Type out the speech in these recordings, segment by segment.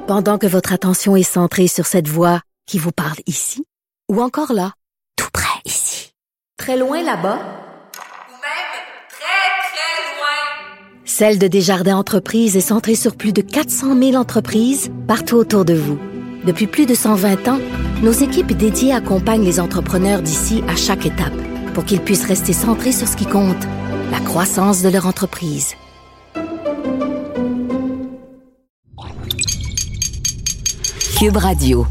Pendant que votre attention est centrée sur cette voix qui vous parle ici, ou encore là, tout près ici, très loin là-bas, ou même très, très loin. Celle de Desjardins Entreprises est centrée sur plus de 400 000 entreprises partout autour de vous. Depuis plus de 120 ans, nos équipes dédiées accompagnent les entrepreneurs d'ici à chaque étape pour qu'ils puissent rester centrés sur ce qui compte, la croissance de leur entreprise. Cube Radio.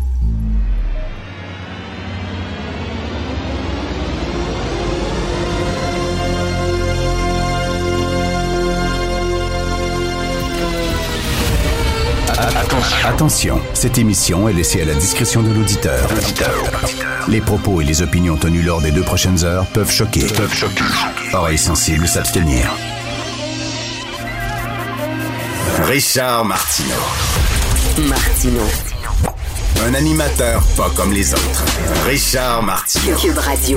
Attention, cette émission est laissée à la discrétion de l'auditeur. Les propos et les opinions tenues lors des 2 prochaines heures peuvent choquer. Oreilles sensibles s'abstenir. Richard Martineau. Un animateur pas comme les autres. Richard Martineau. Cube Radio.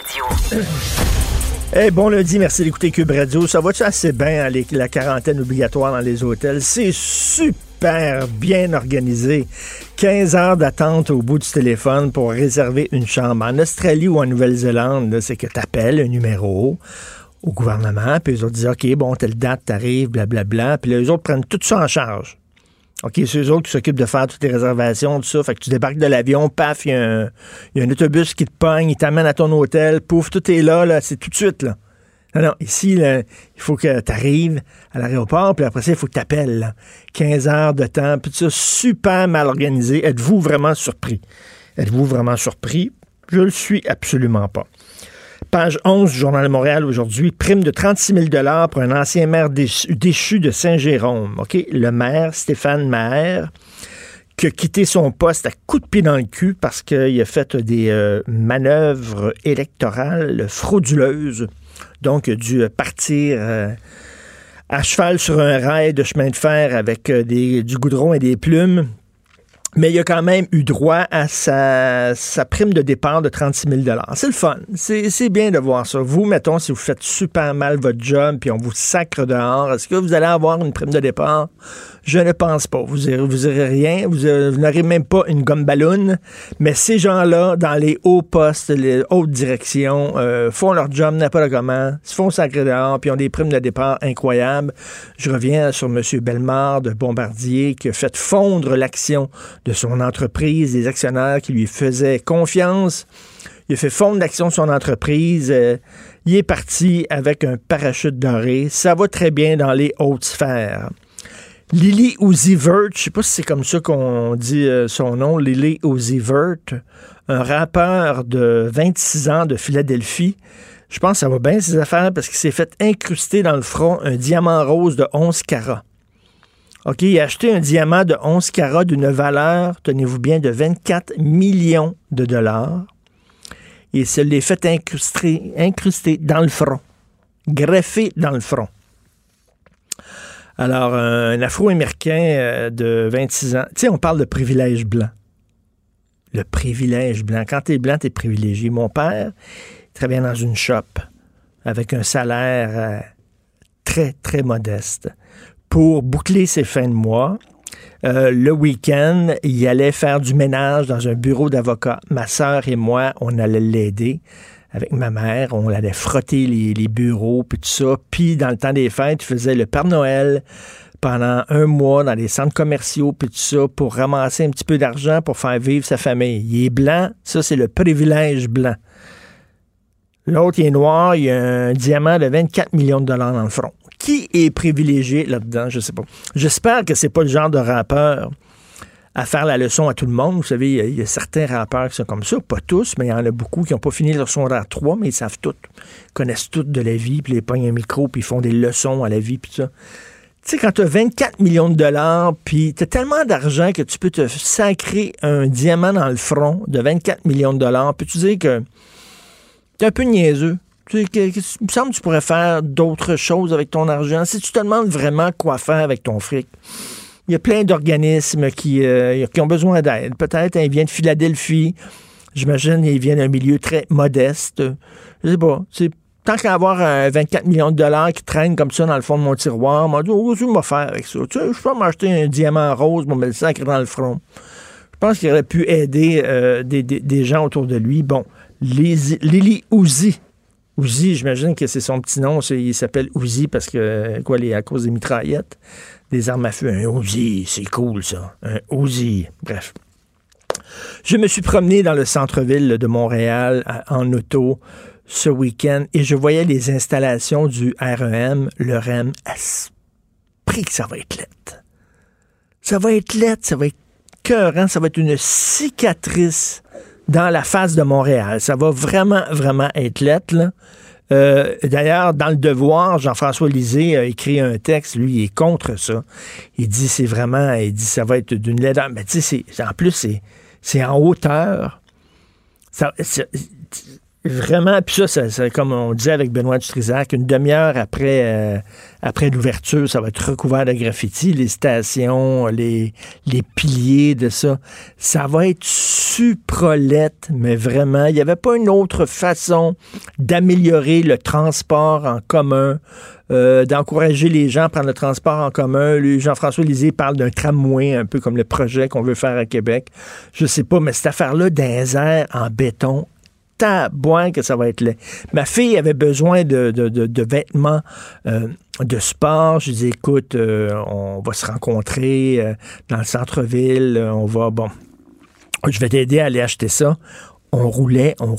Hey, bon lundi, merci d'écouter Cube Radio. Ça va-tu assez bien, la quarantaine obligatoire dans les hôtels? C'est super bien organisé. 15 heures d'attente au bout du téléphone pour réserver une chambre. En Australie ou en Nouvelle-Zélande, là, c'est que tu appelles un numéro au gouvernement, puis eux autres disent « OK, bon, telle date, t'arrives, blablabla », puis là, eux autres prennent tout ça en charge. OK, c'est eux autres qui s'occupent de faire toutes les réservations, tout ça. Fait que tu débarques de l'avion, paf, il y a un autobus qui te pogne, il t'amène à ton hôtel, pouf, tout est là, c'est tout de suite, là. Non, ici, là, il faut que tu arrives à l'aéroport, puis après ça, il faut que tu appelles. 15 heures de temps, puis tout ça, super mal organisé. Êtes-vous vraiment surpris? Je le suis absolument pas. Page 11 du Journal de Montréal aujourd'hui, prime de 36 000 pour un ancien maire déchu de Saint-Jérôme. OK? Le maire, Stéphane Maher, qui a quitté son poste à coups de pied dans le cul parce qu'il a fait des manœuvres électorales frauduleuses. Donc, il a dû partir à cheval sur un rail de chemin de fer avec du goudron et des plumes. Mais il a quand même eu droit à sa prime de départ de 36 000 $. C'est le fun. C'est bien de voir ça. Vous, mettons, si vous faites super mal votre job puis on vous sacre dehors, est-ce que vous allez avoir une prime de départ? Je ne pense pas. Vous aurez rien. Vous n'aurez même pas une gomme ballon. Mais ces gens-là, dans les hauts postes, les hautes directions, font leur job n'importe comment, se font sacrer dehors, puis ont des primes de départ incroyables. Je reviens sur M. Bellemare de Bombardier qui a fait fondre l'action de son entreprise, des actionnaires qui lui faisaient confiance. Il a fait fondre l'action de son entreprise. Il est parti avec un parachute doré. Ça va très bien dans les hautes sphères. Lily Uzi Vert, je sais pas si c'est comme ça qu'on dit son nom, Lily Uzi Vert, un rappeur de 26 ans de Philadelphie. Je pense que ça va bien ses affaires parce qu'il s'est fait incruster dans le front un diamant rose de 11 carats. OK, il a acheté un diamant de 11 carats d'une valeur, tenez-vous bien, de 24 millions de dollars. Et il se l'est fait incruster dans le front, greffé dans le front. Alors, un Afro-Américain de 26 ans, tu sais, on parle de privilège blanc. Le privilège blanc. Quand t'es blanc, t'es privilégié. Mon père travaillait dans une shop avec un salaire très, très modeste. Pour boucler ses fins de mois, le week-end, il allait faire du ménage dans un bureau d'avocat. Ma sœur et moi, on allait l'aider. Avec ma mère, on allait frotter les bureaux, puis tout ça. Puis, dans le temps des fêtes, il faisait le Père Noël pendant 1 mois dans les centres commerciaux, puis tout ça, pour ramasser un petit peu d'argent pour faire vivre sa famille. Il est blanc, ça, c'est le privilège blanc. L'autre, il est noir, il a un diamant de 24 millions de dollars dans le front. Qui est privilégié là-dedans? Je sais pas. J'espère que c'est pas le genre de rappeur à faire la leçon à tout le monde. Vous savez, il y a certains rappeurs qui sont comme ça, pas tous, mais il y en a beaucoup qui n'ont pas fini leur secondaire 3, mais ils savent tout. Ils connaissent tout de la vie, puis ils pognent un micro, puis ils font des leçons à la vie, puis tout ça. Tu sais, quand tu as 24 millions de dollars, puis tu as tellement d'argent que tu peux te sacrer un diamant dans le front de 24 millions de dollars, puis tu dis que tu es un peu niaiseux. Tu sais, il me semble que tu pourrais faire d'autres choses avec ton argent. Si tu te demandes vraiment quoi faire avec ton fric, il y a plein d'organismes qui ont besoin d'aide. Peut-être il vient de Philadelphie. J'imagine qu'il vient d'un milieu très modeste. Je sais pas. tant qu'à avoir 24 millions de dollars qui traînent comme ça dans le fond de mon tiroir, m'a dit, qu'est-ce que je vais faire avec ça? Tu sais, je peux m'acheter un diamant rose, me le sacrer dans le front. Je pense qu'il aurait pu aider des gens autour de lui. Bon, Lily Uzi. Uzi, j'imagine que c'est son petit nom. Il s'appelle Uzi parce que, à cause des mitraillettes, des armes à feu. Un Uzi, c'est cool, ça. Un Uzi. Bref. Je me suis promené dans le centre-ville de Montréal en auto ce week-end et je voyais les installations du REM, le REM. Esprit que ça va être laid. Ça va être laid, ça va être écœurant, ça va être une cicatrice dans la face de Montréal. Ça va vraiment, vraiment être laid, là. D'ailleurs, dans Le Devoir, Jean-François Lisée a écrit un texte, lui, il est contre ça. Il dit, ça va être d'une laideur. Mais tu sais, en plus, c'est en hauteur. Vraiment, puis ça, comme on disait avec Benoît Dutrisac, une demi-heure après l'ouverture, ça va être recouvert de graffiti, les stations, les piliers de ça. Ça va être suprolette, mais vraiment, il n'y avait pas une autre façon d'améliorer le transport en commun, d'encourager les gens à prendre le transport en commun. Jean-François Lisée parle d'un tramway, un peu comme le projet qu'on veut faire à Québec. Je sais pas, mais cette affaire-là, dans les airs, en béton, tabouin que ça va être laid. Ma fille avait besoin de vêtements de sport. Je lui dis, écoute, on va se rencontrer dans le centre-ville. Je vais t'aider à aller acheter ça. On roulait en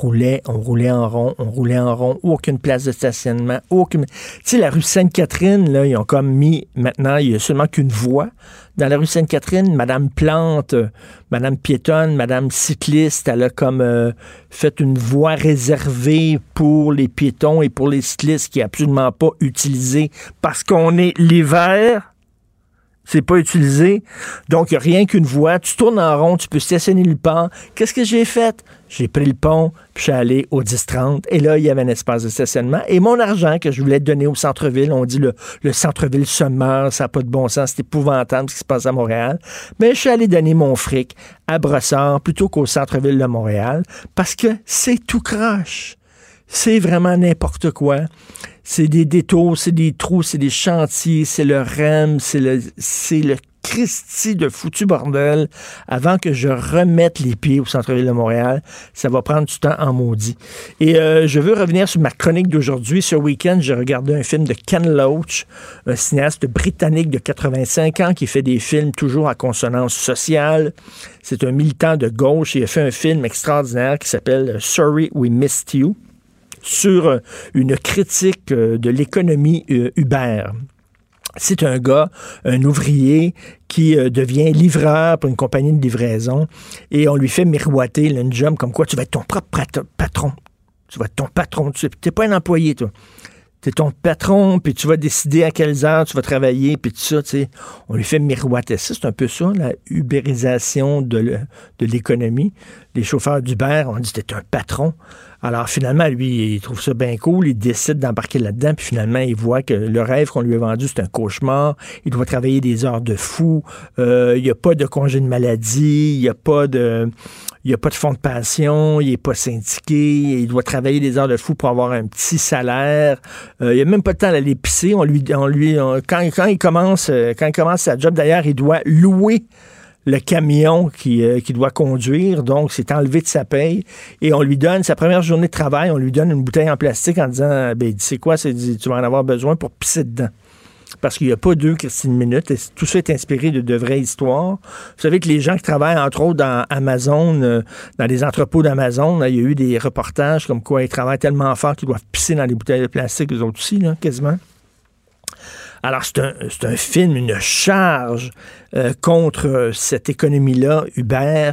rond. Aucune place de stationnement. Tu sais, la rue Sainte-Catherine, là, ils ont comme mis, maintenant, il n'y a seulement qu'une voie. Dans la rue Sainte-Catherine, Madame Plante, Madame piétonne, Madame cycliste, elle a comme fait une voie réservée pour les piétons et pour les cyclistes qui n'est absolument pas utilisée parce qu'on est l'hiver. C'est pas utilisé. Donc, il n'y a rien qu'une voie. Tu tournes en rond, tu peux stationner le pont. Qu'est-ce que j'ai fait? J'ai pris le pont, puis je suis allé au 10-30. Et là, il y avait un espace de stationnement. Et mon argent que je voulais donner au centre-ville, on dit le centre-ville se meurt, ça n'a pas de bon sens, c'est épouvantable ce qui se passe à Montréal. Mais je suis allé donner mon fric à Brossard plutôt qu'au centre-ville de Montréal parce que c'est tout croche. C'est vraiment n'importe quoi. C'est des détours, c'est des trous, c'est des chantiers, c'est le REM, c'est le Christi de foutu bordel. Avant que je remette les pieds au centre-ville de Montréal, ça va prendre du temps en maudit. Et je veux revenir sur ma chronique d'aujourd'hui. Ce week-end, j'ai regardé un film de Ken Loach, un cinéaste britannique de 85 ans qui fait des films toujours à consonance sociale. C'est un militant de gauche et il a fait un film extraordinaire qui s'appelle « Sorry We Missed You » sur une critique de l'économie Uber. C'est un gars, un ouvrier, qui devient livreur pour une compagnie de livraison et on lui fait miroiter une job comme quoi tu vas être ton propre patron. Tu vas être ton patron. Tu n'es pas un employé, toi. Tu es ton patron, puis tu vas décider à quelles heures tu vas travailler, puis tout ça, tu sais. On lui fait miroiter ça. C'est un peu ça, la ubérisation de l'économie. Les chauffeurs d'Uber, on dit que t'es un patron. Alors, finalement, lui, il trouve ça bien cool. Il décide d'embarquer là-dedans. Puis finalement, il voit que le rêve qu'on lui a vendu, c'est un cauchemar. Il doit travailler des heures de fou. Il n'y a pas de congé de maladie. Il n'y a pas de fonds de pension. Il n'est pas syndiqué. Il doit travailler des heures de fou pour avoir un petit salaire. Il n'y a même pas le temps d'aller pisser. Quand il commence sa job, d'ailleurs, il doit louer le camion qu'il doit conduire, donc c'est enlevé de sa paye, et on lui donne, sa première journée de travail, on lui donne une bouteille en plastique en disant, c'est quoi, tu vas en avoir besoin pour pisser dedans. Parce qu'il n'y a pas 2 minutes, et tout ça est inspiré de vraies histoires. Vous savez que les gens qui travaillent, entre autres, dans Amazon, dans les entrepôts d'Amazon, il y a eu des reportages comme quoi ils travaillent tellement fort qu'ils doivent pisser dans les bouteilles de plastique, eux autres aussi, là, quasiment. Alors, c'est un film, une charge contre cette économie-là, Uber.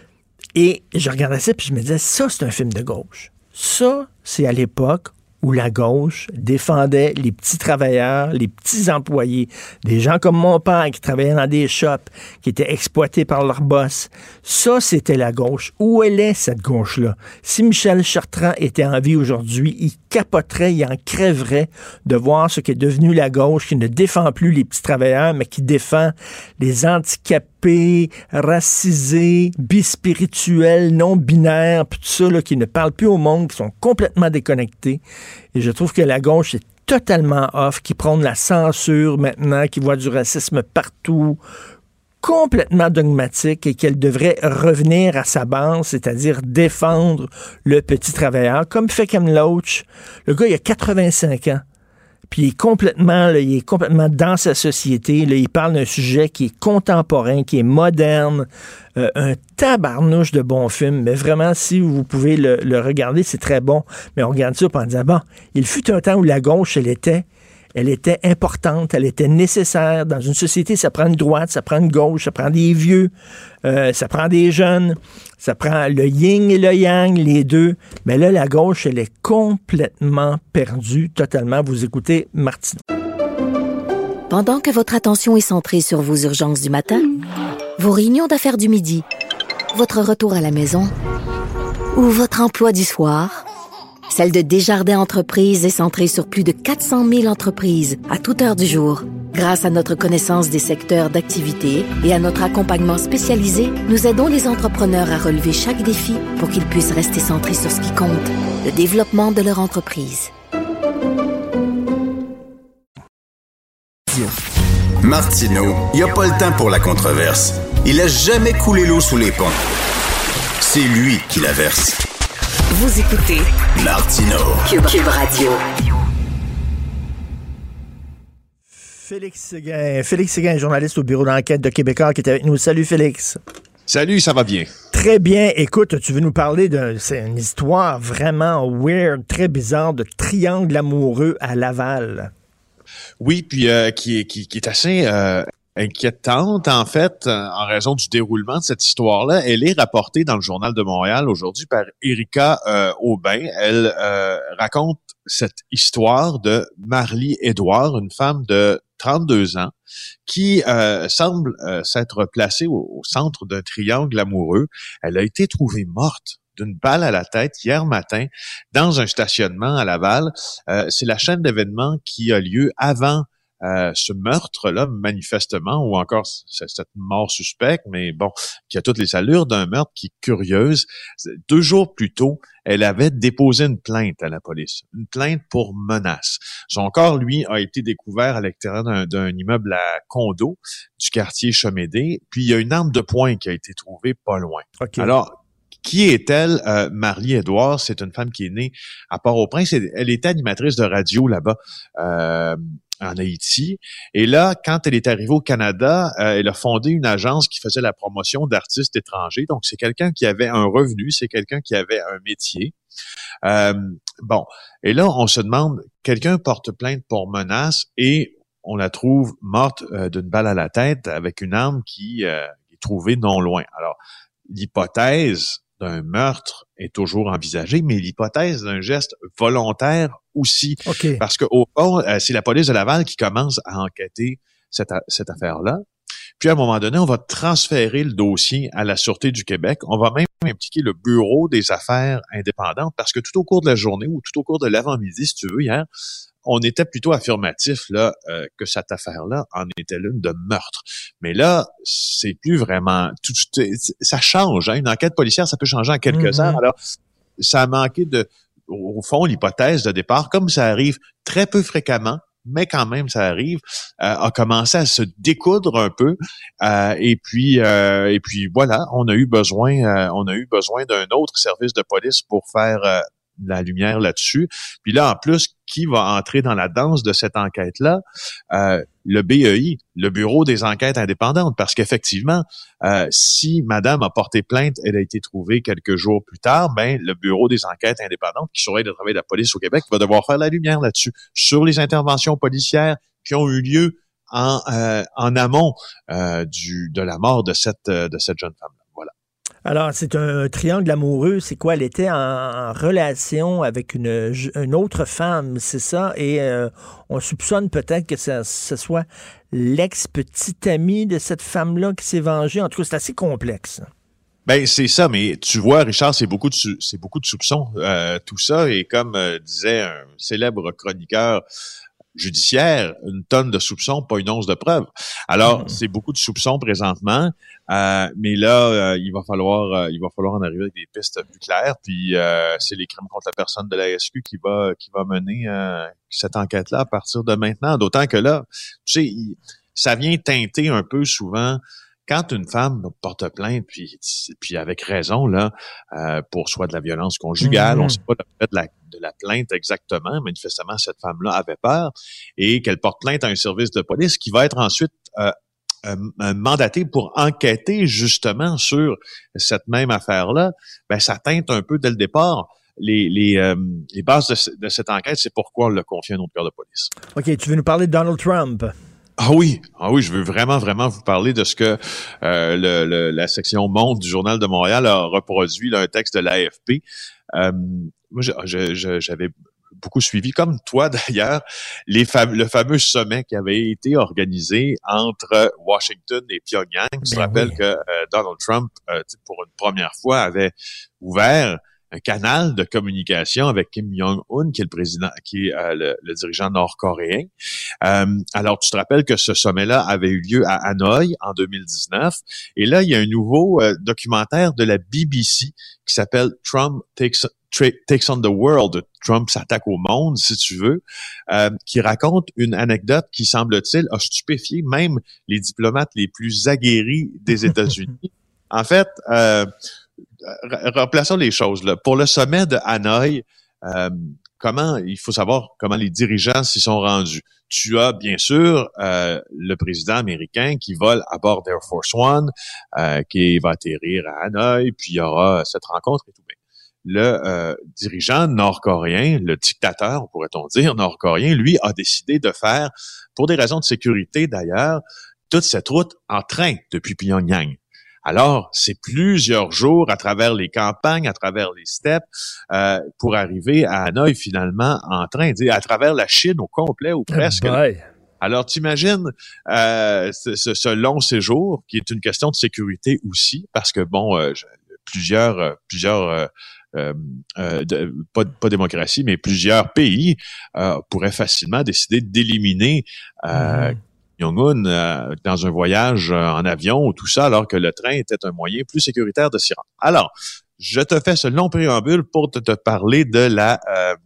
Et je regardais ça, puis je me disais, ça, c'est un film de gauche. Ça, c'est à l'époque où la gauche défendait les petits travailleurs, les petits employés, des gens comme mon père qui travaillaient dans des shops, qui étaient exploités par leur boss. Ça, c'était la gauche. Où elle est, cette gauche-là? Si Michel Chartrand était en vie aujourd'hui, il capoterait, il en crèverait de voir ce qu'est devenu la gauche, qui ne défend plus les petits travailleurs, mais qui défend les handicapés, stéréotypés, racisés, bispirituels, non-binaires, puis tout ça, là, qui ne parlent plus au monde, qui sont complètement déconnectés. Et je trouve que la gauche est totalement off, qui prône la censure maintenant, qui voit du racisme partout, complètement dogmatique, et qu'elle devrait revenir à sa base, c'est-à-dire défendre le petit travailleur, comme fait Ken Loach. Le gars, il a 85 ans. Puis il est complètement dans sa société. Là, il parle d'un sujet qui est contemporain, qui est moderne. Un tabarnouche de bon film. Mais vraiment, si vous pouvez le regarder, c'est très bon. Mais on regarde ça en disant, bon, il fut un temps où la gauche, elle était importante, elle était nécessaire. Dans une société, ça prend une droite, ça prend une gauche, ça prend des vieux, ça prend des jeunes, ça prend le yin et le yang, les deux. Mais là, la gauche, elle est complètement perdue, totalement. Vous écoutez Martineau. Pendant que votre attention est centrée sur vos urgences du matin, vos réunions d'affaires du midi, votre retour à la maison ou votre emploi du soir, celle de Desjardins Entreprises est centrée sur plus de 400 000 entreprises à toute heure du jour. Grâce à notre connaissance des secteurs d'activité et à notre accompagnement spécialisé, nous aidons les entrepreneurs à relever chaque défi pour qu'ils puissent rester centrés sur ce qui compte, le développement de leur entreprise. Martineau, il n'y a pas le temps pour la controverse. Il a jamais coulé l'eau sous les ponts. C'est lui qui la verse. Vous écoutez Martineau. Cube Radio. Félix Séguin, journaliste au bureau d'enquête de Québécois, qui est avec nous. Salut Félix. Salut, ça va bien? Très bien. Écoute, tu veux nous parler c'est une histoire vraiment weird, très bizarre, de triangle amoureux à Laval. Oui, puis qui est assez inquiétante, en fait, en raison du déroulement de cette histoire-là. Elle est rapportée dans le Journal de Montréal aujourd'hui par Erika Aubin. Elle raconte cette histoire de Marlie Édouard, une femme de 32 ans, qui semble s'être placée au centre d'un triangle amoureux. Elle a été trouvée morte d'une balle à la tête hier matin dans un stationnement à Laval. C'est la chaîne d'événements qui a lieu avant ce meurtre-là, manifestement, ou encore cette mort suspecte, mais bon, qui a toutes les allures d'un meurtre, qui est curieuse. 2 jours plus tôt, elle avait déposé une plainte à la police, une plainte pour menace. Son corps, lui, a été découvert à l'extérieur d'un immeuble à condo du quartier Chemédé, puis il y a une arme de poing qui a été trouvée pas loin. Okay. Alors, qui est-elle? Marlie Édouard, c'est une femme qui est née à Port-au-Prince. Elle était animatrice de radio là-bas en Haïti. Et là, quand elle est arrivée au Canada, elle a fondé une agence qui faisait la promotion d'artistes étrangers. Donc, c'est quelqu'un qui avait un revenu, c'est quelqu'un qui avait un métier. Bon, et là, on se demande, quelqu'un porte plainte pour menace et on la trouve morte d'une balle à la tête avec une arme qui est trouvée non loin. Alors, l'hypothèse d'un meurtre est toujours envisagée, mais l'hypothèse d'un geste volontaire aussi. Okay. Parce qu'au fond, c'est la police de Laval qui commence à enquêter cette affaire-là. Puis, à un moment donné, on va transférer le dossier à la Sûreté du Québec. On va même impliquer le Bureau des affaires indépendantes parce que tout au cours de la journée ou tout au cours de l'avant-midi, si tu veux, hier, on était plutôt affirmatif là que cette affaire-là en était l'une de meurtre. Mais là, c'est plus vraiment... ça change. Hein? Une enquête policière, ça peut changer en quelques heures. Alors, ça a manqué au fond, l'hypothèse de départ, comme ça arrive très peu fréquemment, mais quand même, ça arrive, a commencé à se découdre un peu. Et puis voilà, on a eu besoin d'un autre service de police pour faire la lumière là-dessus. Puis là, en plus, qui va entrer dans la danse de cette enquête-là? Le BEI, le Bureau des enquêtes indépendantes, parce qu'effectivement, si madame a porté plainte, elle a été trouvée quelques jours plus tard, ben le Bureau des enquêtes indépendantes, qui surveille le travail de la police au Québec, va devoir faire la lumière là-dessus, sur les interventions policières qui ont eu lieu en amont de la mort de cette jeune femme-là. Voilà. Alors, c'est un triangle amoureux. C'est quoi? Elle était en relation avec une autre femme, c'est ça? Et on soupçonne peut-être que ce soit l'ex-petite amie de cette femme-là qui s'est vengée. En tout cas, c'est assez complexe. Ben c'est ça, mais tu vois, Richard, c'est beaucoup de soupçons, tout ça. Et comme disait un célèbre chroniqueur judiciaire, une tonne de soupçons, pas une once de preuves. Alors, c'est beaucoup de soupçons présentement, mais là, il va falloir en arriver avec des pistes plus claires. Puis, c'est les crimes contre la personne de la SQ qui va mener cette enquête-là à partir de maintenant. D'autant que là, tu sais, ça vient teinter un peu souvent. Quand une femme porte plainte, puis avec raison, là, pour soit de la violence conjugale, on sait pas le fait de la plainte exactement, manifestement, cette femme-là avait peur, et qu'elle porte plainte à un service de police qui va être ensuite mandaté pour enquêter justement sur cette même affaire-là, ben ça teinte un peu dès le départ les bases de cette enquête, c'est pourquoi on l'a confié à un autre corps de police. OK, tu veux nous parler de Donald Trump? Ah oui, je veux vraiment vous parler de ce que la section Monde du Journal de Montréal a reproduit, là, un texte de l'AFP. Moi, j'avais beaucoup suivi, comme toi d'ailleurs, le fameux sommet qui avait été organisé entre Washington et Pyongyang. Tu te rappelles que Donald Trump, pour une première fois, avait ouvert un canal de communication avec Kim Jong-un, qui est le président, qui est le dirigeant nord-coréen. Alors, tu te rappelles que ce sommet-là avait eu lieu à Hanoï en 2019. Et là, il y a un nouveau documentaire de la BBC qui s'appelle Trump Takes on the World. Trump s'attaque au monde, si tu veux, qui raconte une anecdote qui, semble-t-il, a stupéfié même les diplomates les plus aguerris des États-Unis. En fait, replaçons les choses là. Pour le sommet de Hanoï, il faut savoir comment les dirigeants s'y sont rendus. Tu as bien sûr le président américain qui vole à bord d'Air Force One, qui va atterrir à Hanoï, puis il y aura cette rencontre et tout. Le dirigeant nord-coréen, le dictateur, pourrait-on dire, nord-coréen, lui a décidé de faire, pour des raisons de sécurité d'ailleurs, toute cette route en train depuis Pyongyang. Alors, c'est plusieurs jours à travers les campagnes, à travers les steppes, pour arriver à Hanoï finalement en train, à travers la Chine au complet ou presque. Alors, t'imagines ce long séjour, qui est une question de sécurité aussi, parce que plusieurs pas démocratie, mais plusieurs pays pourraient facilement décider d'éliminer Jong-un dans un voyage en avion ou tout ça, alors que le train était un moyen plus sécuritaire de s'y rendre. Alors, je te fais ce long préambule pour te parler de la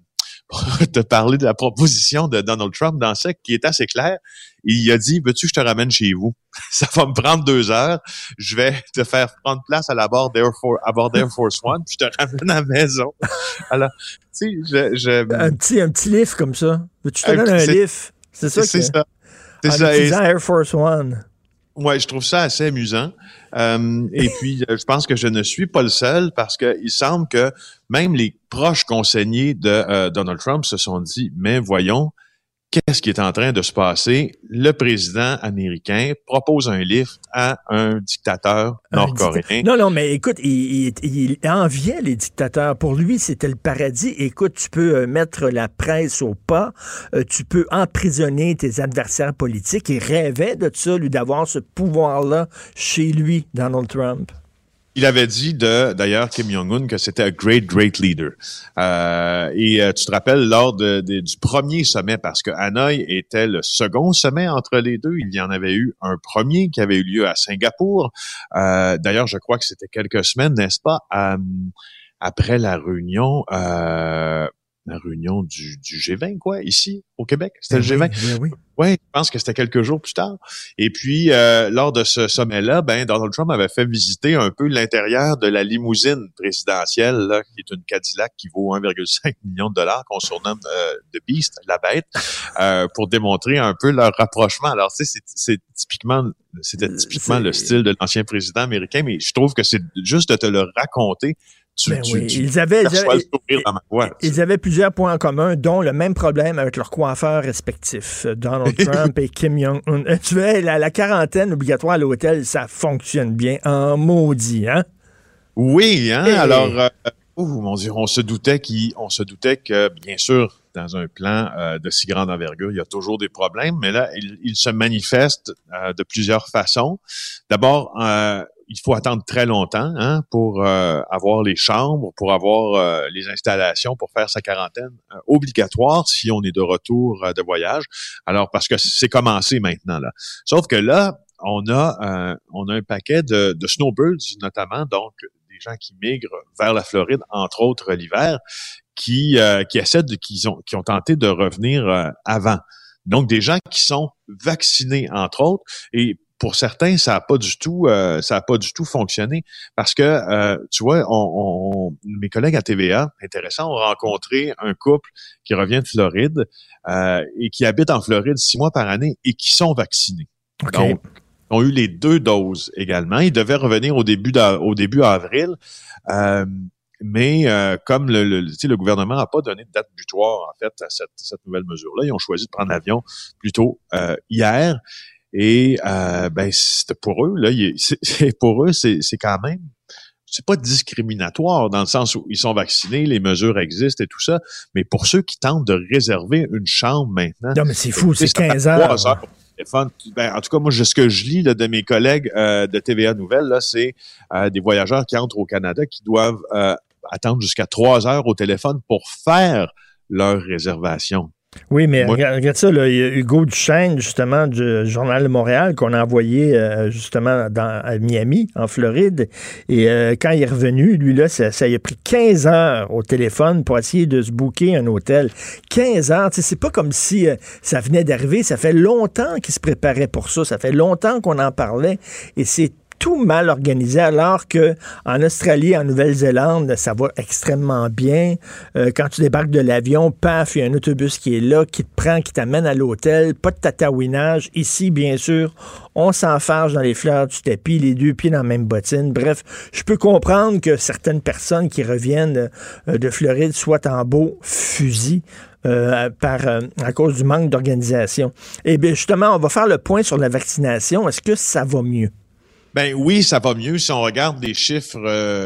proposition de Donald Trump dans ça, qui est assez claire. Il a dit, veux-tu que je te ramène chez vous? Ça va me prendre 2 heures. Je vais te faire prendre place à bord d'Air Force One, puis je te ramène à la maison. Alors, tu sais, Un petit lift comme ça. Veux-tu te donner un lift? C'est ça. C'est ça. C'est ça. utilisant Air Force One. Ouais, je trouve ça assez amusant. Et puis, je pense que je ne suis pas le seul parce que il semble que même les proches conseillers de Donald Trump se sont dit, mais voyons, qu'est-ce qui est en train de se passer? Le président américain propose un lift à un dictateur nord-coréen. Non, mais écoute, il enviait les dictateurs. Pour lui, c'était le paradis. Écoute, tu peux mettre la presse au pas, tu peux emprisonner tes adversaires politiques. Il rêvait de ça, lui, d'avoir ce pouvoir-là chez lui, Donald Trump. Il avait dit d'ailleurs, Kim Jong-un, que c'était un great leader. Tu te rappelles, lors du premier sommet, parce que Hanoï était le second sommet entre les deux, il y en avait eu un premier qui avait eu lieu à Singapour. D'ailleurs, je crois que c'était quelques semaines, n'est-ce pas, après la réunion du G20, quoi, ici, au Québec. C'était le G20. Oui. Oui, je pense que c'était quelques jours plus tard. Et puis, lors de ce sommet-là, Donald Trump avait fait visiter un peu l'intérieur de la limousine présidentielle, là, qui est une Cadillac qui vaut 1,5 million de dollars, qu'on surnomme The Beast, la bête, pour démontrer un peu leur rapprochement. Alors, tu sais, c'était typiquement le style de l'ancien président américain, mais je trouve que c'est juste de te le raconter. Ils avaient plusieurs points en commun, dont le même problème avec leurs coiffeurs respectifs, Donald Trump et Kim Jong-un. Tu vois, la quarantaine obligatoire à l'hôtel, ça fonctionne bien en maudit, hein? Oui, hein? Alors, mon Dieu, on se doutait que, bien sûr, dans un plan de si grande envergure, il y a toujours des problèmes, mais là, il se manifeste de plusieurs façons. D'abord, il faut attendre très longtemps pour avoir les chambres, pour avoir les installations, pour faire sa quarantaine obligatoire si on est de retour de voyage. Alors, parce que c'est commencé maintenant, là. Sauf que là, on a un paquet de snowbirds, notamment, donc des gens qui migrent vers la Floride, entre autres l'hiver, qui ont tenté de revenir avant. Donc, des gens qui sont vaccinés, entre autres, et pour certains, ça a pas du tout fonctionné parce que, tu vois, mes collègues à TVA, intéressant, ont rencontré un couple qui revient de Floride et qui habite en Floride 6 mois par année et qui sont vaccinés. Okay. Donc, ils ont eu les 2 doses également. Ils devaient revenir au début avril. Mais comme le gouvernement n'a pas donné de date butoir, en fait, à cette nouvelle mesure-là, ils ont choisi de prendre l'avion plutôt hier. Et c'était pour eux, là, c'est quand même, c'est pas discriminatoire dans le sens où ils sont vaccinés, les mesures existent et tout ça, mais pour ceux qui tentent de réserver une chambre maintenant. Non, mais c'est fou, c'est 15 heures. En tout cas, moi, ce que je lis là, de mes collègues de TVA Nouvelles, là, c'est des voyageurs qui entrent au Canada qui doivent attendre jusqu'à 3 heures au téléphone pour faire leur réservation. Oui, mais regarde ça, là, il y a Hugo Duchesne, justement, du Journal de Montréal, qu'on a envoyé justement à Miami, en Floride. Et quand il est revenu, lui, là, ça lui a pris 15 heures au téléphone pour essayer de se booker un hôtel. 15 heures, c'est pas comme si ça venait d'arriver. Ça fait longtemps qu'il se préparait pour ça. Ça fait longtemps qu'on en parlait. Et c'est tout mal organisé, alors que en Australie, en Nouvelle-Zélande, ça va extrêmement bien. Quand tu débarques de l'avion, paf, il y a un autobus qui est là, qui te prend, qui t'amène à l'hôtel, pas de tatouinage. Ici, bien sûr, on s'enfarge dans les fleurs du tapis, les 2 pieds dans la même bottine. Bref, je peux comprendre que certaines personnes qui reviennent de Floride soient en beau fusil. À cause du manque d'organisation. Et bien, justement, on va faire le point sur la vaccination. Est-ce que ça va mieux? Ben oui, ça va mieux. Si on regarde les chiffres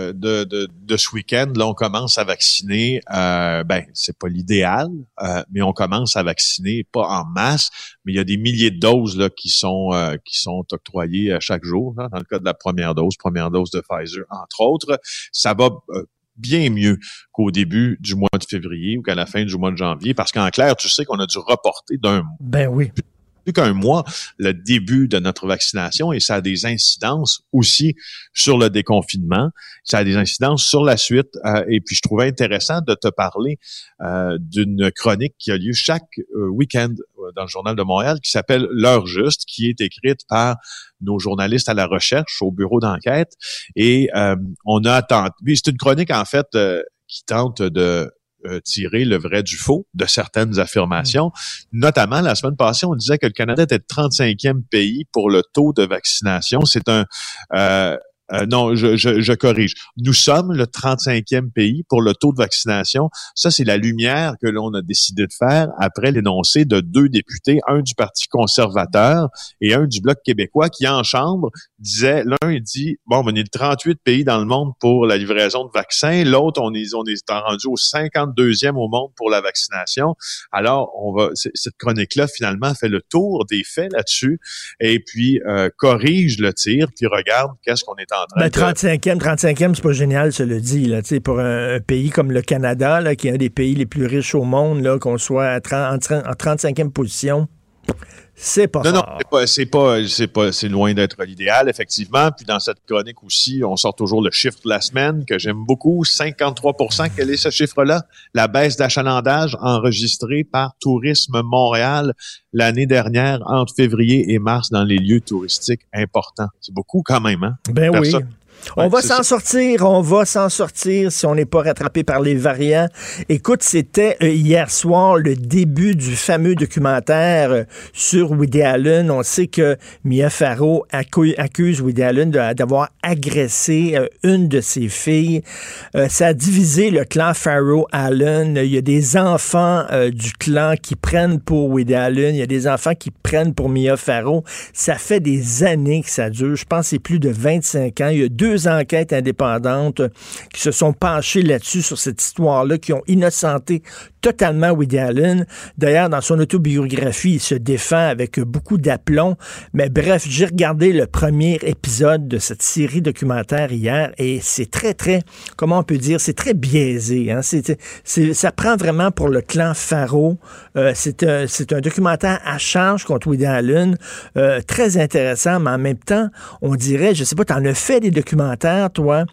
de ce week-end, là, on commence à vacciner. C'est pas l'idéal, mais on commence à vacciner, pas en masse, mais il y a des milliers de doses là qui sont octroyées chaque jour. Là, dans le cas de la première dose de Pfizer, entre autres, ça va bien mieux qu'au début du mois de février ou qu'à la fin du mois de janvier, parce qu'en clair, tu sais qu'on a dû reporter d'un mois. Ben oui. Plus qu'un mois, le début de notre vaccination, et ça a des incidences aussi sur le déconfinement, ça a des incidences sur la suite, et puis je trouvais intéressant de te parler d'une chronique qui a lieu chaque week-end dans le Journal de Montréal, qui s'appelle L'heure juste, qui est écrite par nos journalistes à la recherche au bureau d'enquête, et on a tenté, c'est une chronique en fait qui tente de tirer le vrai du faux de certaines affirmations. Notamment, la semaine passée, on disait que le Canada était le 35e pays pour le taux de vaccination. C'est un... non, je corrige. Nous sommes le 35e pays pour le taux de vaccination. Ça, c'est la lumière que l'on a décidé de faire après l'énoncé de 2 députés, un du Parti conservateur et un du Bloc québécois, qui en chambre disait, l'un il dit, bon, on est le 38 pays dans le monde pour la livraison de vaccins, l'autre, on est rendu au 52e au monde pour la vaccination. Alors, cette chronique-là, finalement, fait le tour des faits là-dessus et puis corrige le tir, puis regarde qu'est-ce qu'on est en train de... 35e, c'est pas génial, cela dit, là, pour un pays comme le Canada, là, qui est un des pays les plus riches au monde, là, qu'on soit en 35e position. C'est pas fort. Non, c'est loin d'être l'idéal, effectivement. Puis dans cette chronique aussi, on sort toujours le chiffre de la semaine que j'aime beaucoup, 53%. Quel est ce chiffre-là? La baisse d'achalandage enregistrée par Tourisme Montréal l'année dernière entre février et mars dans les lieux touristiques importants. C'est beaucoup quand même, hein? Ben oui. On va s'en sortir si on n'est pas rattrapé par les variants. Écoute, c'était hier soir le début du fameux documentaire sur Woody Allen. On sait que Mia Farrow accuse Woody Allen d'avoir agressé une de ses filles. Ça a divisé le clan Farrow-Allen. Il y a des enfants du clan qui prennent pour Woody Allen. Il y a des enfants qui prennent pour Mia Farrow. Ça fait des années que ça dure. Je pense que c'est plus de 25 ans. Il y a 2 enquêtes indépendantes qui se sont penchées là-dessus, sur cette histoire-là, qui ont innocenté totalement Woody Allen. D'ailleurs, dans son autobiographie, il se défend avec beaucoup d'aplomb. Mais bref, j'ai regardé le premier épisode de cette série documentaire hier et c'est très, très, comment on peut dire, c'est très biaisé. Hein? Ça prend vraiment pour le clan Faro. C'est un documentaire à charge contre Woody Allen, très intéressant, mais en même temps, on dirait, je sais pas, t'en as fait des documentaires, toi,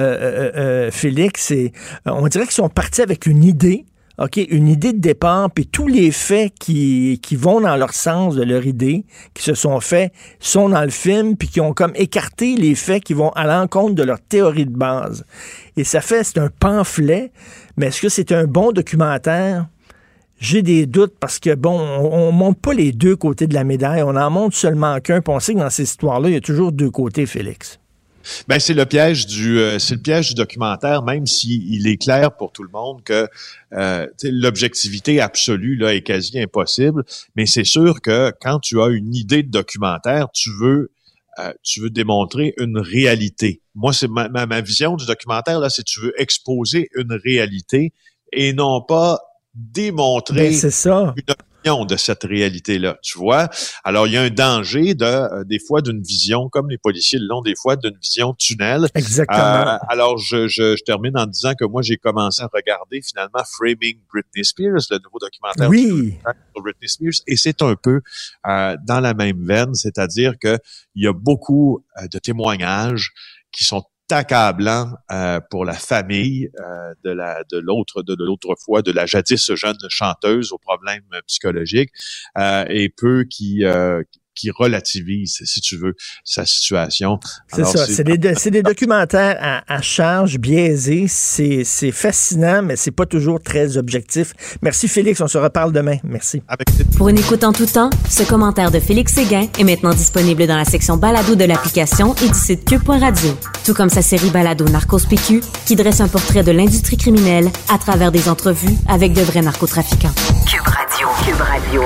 Félix, et on dirait qu'ils sont partis avec une idée. OK, une idée de départ, puis tous les faits qui vont dans leur sens de leur idée, qui se sont faits, sont dans le film, puis qui ont comme écarté les faits qui vont à l'encontre de leur théorie de base. Et c'est un pamphlet, mais est-ce que c'est un bon documentaire? J'ai des doutes parce que, bon, on montre pas les deux côtés de la médaille, on en montre seulement qu'un, puis on sait que dans ces histoires-là, il y a toujours deux côtés, Félix. Ben c'est le piège du documentaire, même s'il est clair pour tout le monde que l'objectivité absolue là est quasi impossible. Mais c'est sûr que quand tu as une idée de documentaire, tu veux démontrer une réalité. Moi, c'est ma vision du documentaire là, c'est que tu veux exposer une réalité et non pas démontrer c'est ça. Une opinion de cette réalité-là, tu vois. Alors, il y a un danger des fois d'une vision, comme les policiers l'ont des fois, d'une vision tunnel. Exactement. Alors, je termine en disant que moi, j'ai commencé à regarder finalement Framing Britney Spears, le nouveau documentaire sur Britney Spears, et c'est un peu dans la même veine, c'est-à-dire que il y a beaucoup de témoignages qui sont accablants pour la famille de l'autre fois, de la jadis jeune chanteuse aux problèmes psychologiques, et peu qui relativise, si tu veux, sa situation. C'est ça, c'est des documentaires à charge, biaisés, c'est fascinant, mais c'est pas toujours très objectif. Merci Félix, on se reparle demain. Merci. Pour une écoute en tout temps, ce commentaire de Félix Séguin est maintenant disponible dans la section balado de l'application et du site Cube.radio. Tout comme sa série balado Narcos PQ, qui dresse un portrait de l'industrie criminelle à travers des entrevues avec de vrais narcotrafiquants. Cube Radio. Cube Radio.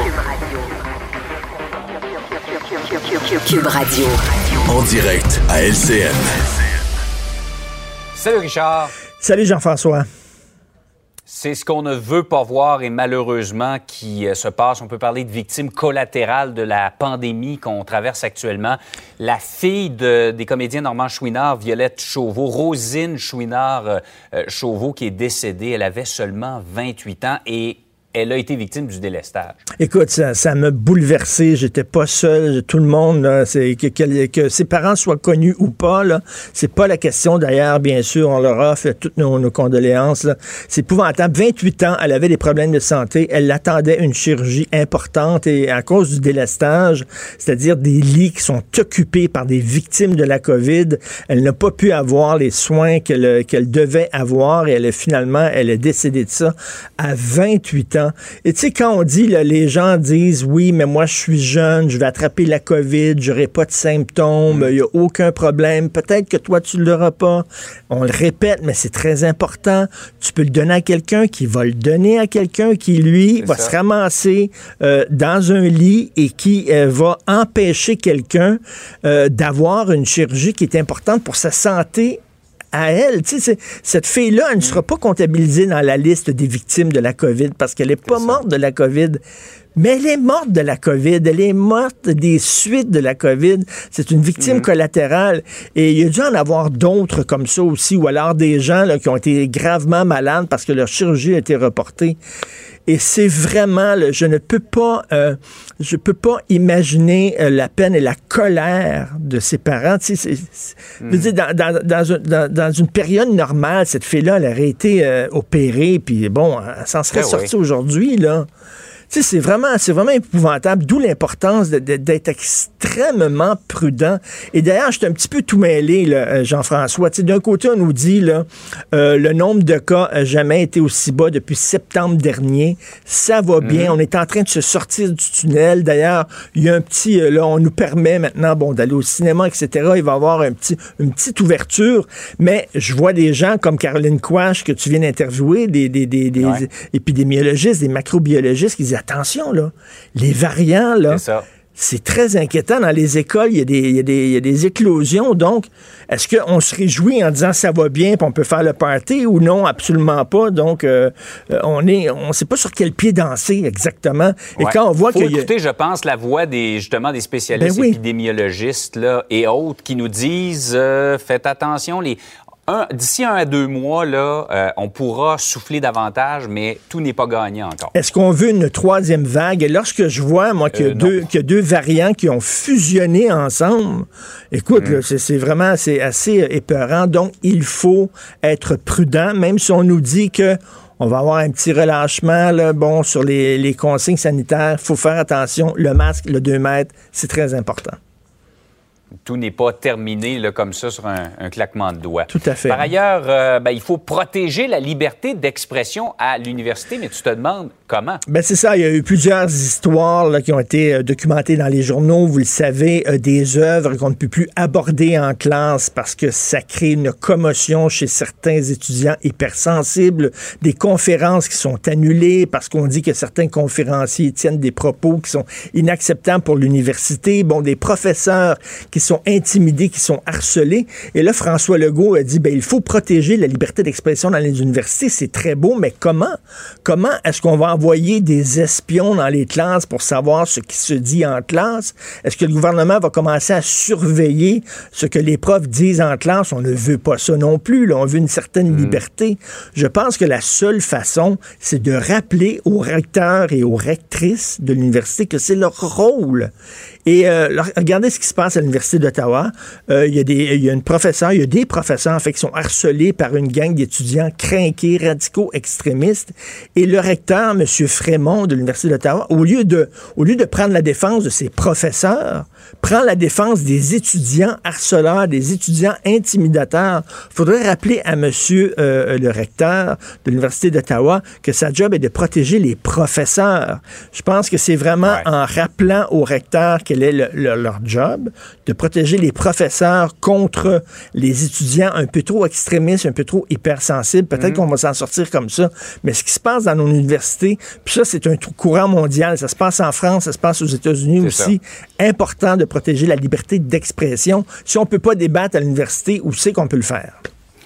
Cube Radio. En direct à LCN. Salut Richard. Salut Jean-François. C'est ce qu'on ne veut pas voir et malheureusement qui se passe. On peut parler de victimes collatérales de la pandémie qu'on traverse actuellement. La fille des comédiens Normand Chouinard, Violette Chauveau, Rosine Chouinard-Chauveau, qui est décédée. Elle avait seulement 28 ans et elle a été victime du délestage. Écoute, ça m'a bouleversé. J'étais pas seul. Tout le monde, là, que ses parents soient connus ou pas, là, c'est pas la question. D'ailleurs, bien sûr, on leur a fait toutes nos condoléances. Là. C'est épouvantable. 28 ans, elle avait des problèmes de santé. Elle attendait une chirurgie importante et à cause du délestage, c'est-à-dire des lits qui sont occupés par des victimes de la COVID, elle n'a pas pu avoir les soins qu'elle devait avoir et elle est décédée de ça à 28 ans. Et tu sais, quand on dit, là, les gens disent, oui, mais moi, je suis jeune, je vais attraper la COVID, j'aurai pas de symptômes, il n'y a aucun problème. Peut-être que toi, tu ne l'auras pas. On le répète, mais c'est très important. Tu peux le donner à quelqu'un qui va le donner à quelqu'un qui, lui, va se ramasser dans un lit et qui va empêcher quelqu'un d'avoir une chirurgie qui est importante pour sa santé à elle. Tu sais, cette fille-là, elle ne sera pas comptabilisée dans la liste des victimes de la COVID parce qu'elle n'est pas morte de la COVID. Mais elle est morte de la COVID. Elle est morte des suites de la COVID. C'est une victime collatérale. Et il y a dû en avoir d'autres comme ça aussi, ou alors des gens là, qui ont été gravement malades parce que leur chirurgie a été reportée. Et c'est vraiment, je ne peux pas imaginer la peine et la colère de ses parents. Tu sais, je veux dire, dans une période normale, cette fille-là, elle aurait été opérée, puis bon, elle s'en serait sortie aujourd'hui, là. Tu sais, c'est vraiment épouvantable, d'où l'importance d'être extrêmement prudent. Et d'ailleurs, je suis un petit peu tout mêlé, là, Jean-François. Tu sais, d'un côté, on nous dit, là, le nombre de cas n'a jamais été aussi bas depuis septembre dernier. Ça va bien. On est en train de se sortir du tunnel. D'ailleurs, il y a un petit, là, on nous permet maintenant, bon, d'aller au cinéma, etc. Il va y avoir une petite ouverture. Mais je vois des gens comme Caroline Quach, que tu viens d'interviewer, des épidémiologistes, des macrobiologistes qui disent, attention, là, les variants, là, C'est très inquiétant. Dans les écoles, il y a des éclosions. Donc, est-ce qu'on se réjouit en disant ça va bien puis on peut faire le party ou non? Absolument pas. Donc, on ne sait pas sur quel pied danser exactement. Et quand on voit qu'il y a... écouter, je pense, la voix des spécialistes épidémiologistes là, et autres qui nous disent faites attention, d'ici 1 à 2 mois, là, on pourra souffler davantage, mais tout n'est pas gagné encore. Est-ce qu'on veut une 3e vague? Et lorsque je vois, moi, qu'il y a 2 variants qui ont fusionné ensemble, écoute, là, c'est assez épeurant. Donc, il faut être prudent, même si on nous dit que on va avoir un petit relâchement là, sur les consignes sanitaires. Il faut faire attention. Le masque, le 2 mètres, c'est très important. Tout n'est pas terminé là, comme ça sur un claquement de doigts. Tout à fait. Par ailleurs, il faut protéger la liberté d'expression à l'université, mais tu te demandes comment? C'est ça. Il y a eu plusieurs histoires là, qui ont été documentées dans les journaux. Vous le savez, des œuvres qu'on ne peut plus aborder en classe parce que ça crée une commotion chez certains étudiants hypersensibles. Des conférences qui sont annulées parce qu'on dit que certains conférenciers tiennent des propos qui sont inacceptables pour l'université. Des professeurs qui sont intimidés, qui sont harcelés. Et là, François Legault a dit, il faut protéger la liberté d'expression dans les universités. C'est très beau, mais comment? Comment est-ce qu'on va envoyer des espions dans les classes pour savoir ce qui se dit en classe? Est-ce que le gouvernement va commencer à surveiller ce que les profs disent en classe? On ne veut pas ça non plus. Là. On veut une certaine liberté. Je pense que la seule façon, c'est de rappeler aux recteurs et aux rectrices de l'université que c'est leur rôle. Et regardez ce qui se passe à l'Université d'Ottawa. Il y a des professeurs en fait, qui sont harcelés par une gang d'étudiants crinqués, radicaux, extrémistes. Et le recteur, M. Frémont de l'Université d'Ottawa, au lieu de prendre la défense de ses professeurs, prend la défense des étudiants harceleurs, des étudiants intimidateurs. Il faudrait rappeler à M. le recteur de l'Université d'Ottawa que sa job est de protéger les professeurs. Je pense que c'est vraiment en rappelant aux recteurs quel est leur job, de protéger les professeurs contre les étudiants un peu trop extrémistes, un peu trop hypersensibles. Peut-être qu'on va s'en sortir comme ça. Mais ce qui se passe dans nos universités, puis ça, c'est un courant mondial. Ça se passe en France, ça se passe aux États-Unis aussi. Important de protéger la liberté d'expression. Si on ne peut pas débattre à l'université, où c'est qu'on peut le faire?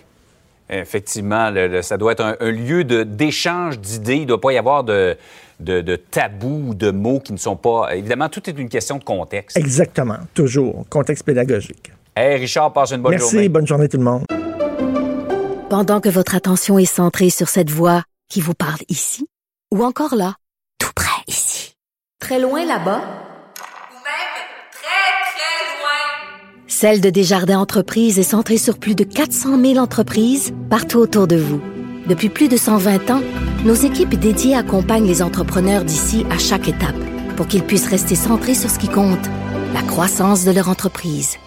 Effectivement, ça doit être un lieu d'échange d'idées. Il ne doit pas y avoir de tabous ou de mots qui ne sont pas... Évidemment, tout est une question de contexte. Exactement, toujours. Contexte pédagogique. Hey, Richard, passe une bonne journée. Merci, bonne journée tout le monde. Pendant que votre attention est centrée sur cette voix qui vous parle ici, ou encore là, tout près ici, très loin là-bas, ou même très, très loin, Celle de Desjardins Entreprises est centrée sur plus de 400 000 entreprises partout autour de vous. Depuis plus de 120 ans, nos équipes dédiées accompagnent les entrepreneurs d'ici à chaque étape pour qu'ils puissent rester centrés sur ce qui compte, la croissance de leur entreprise.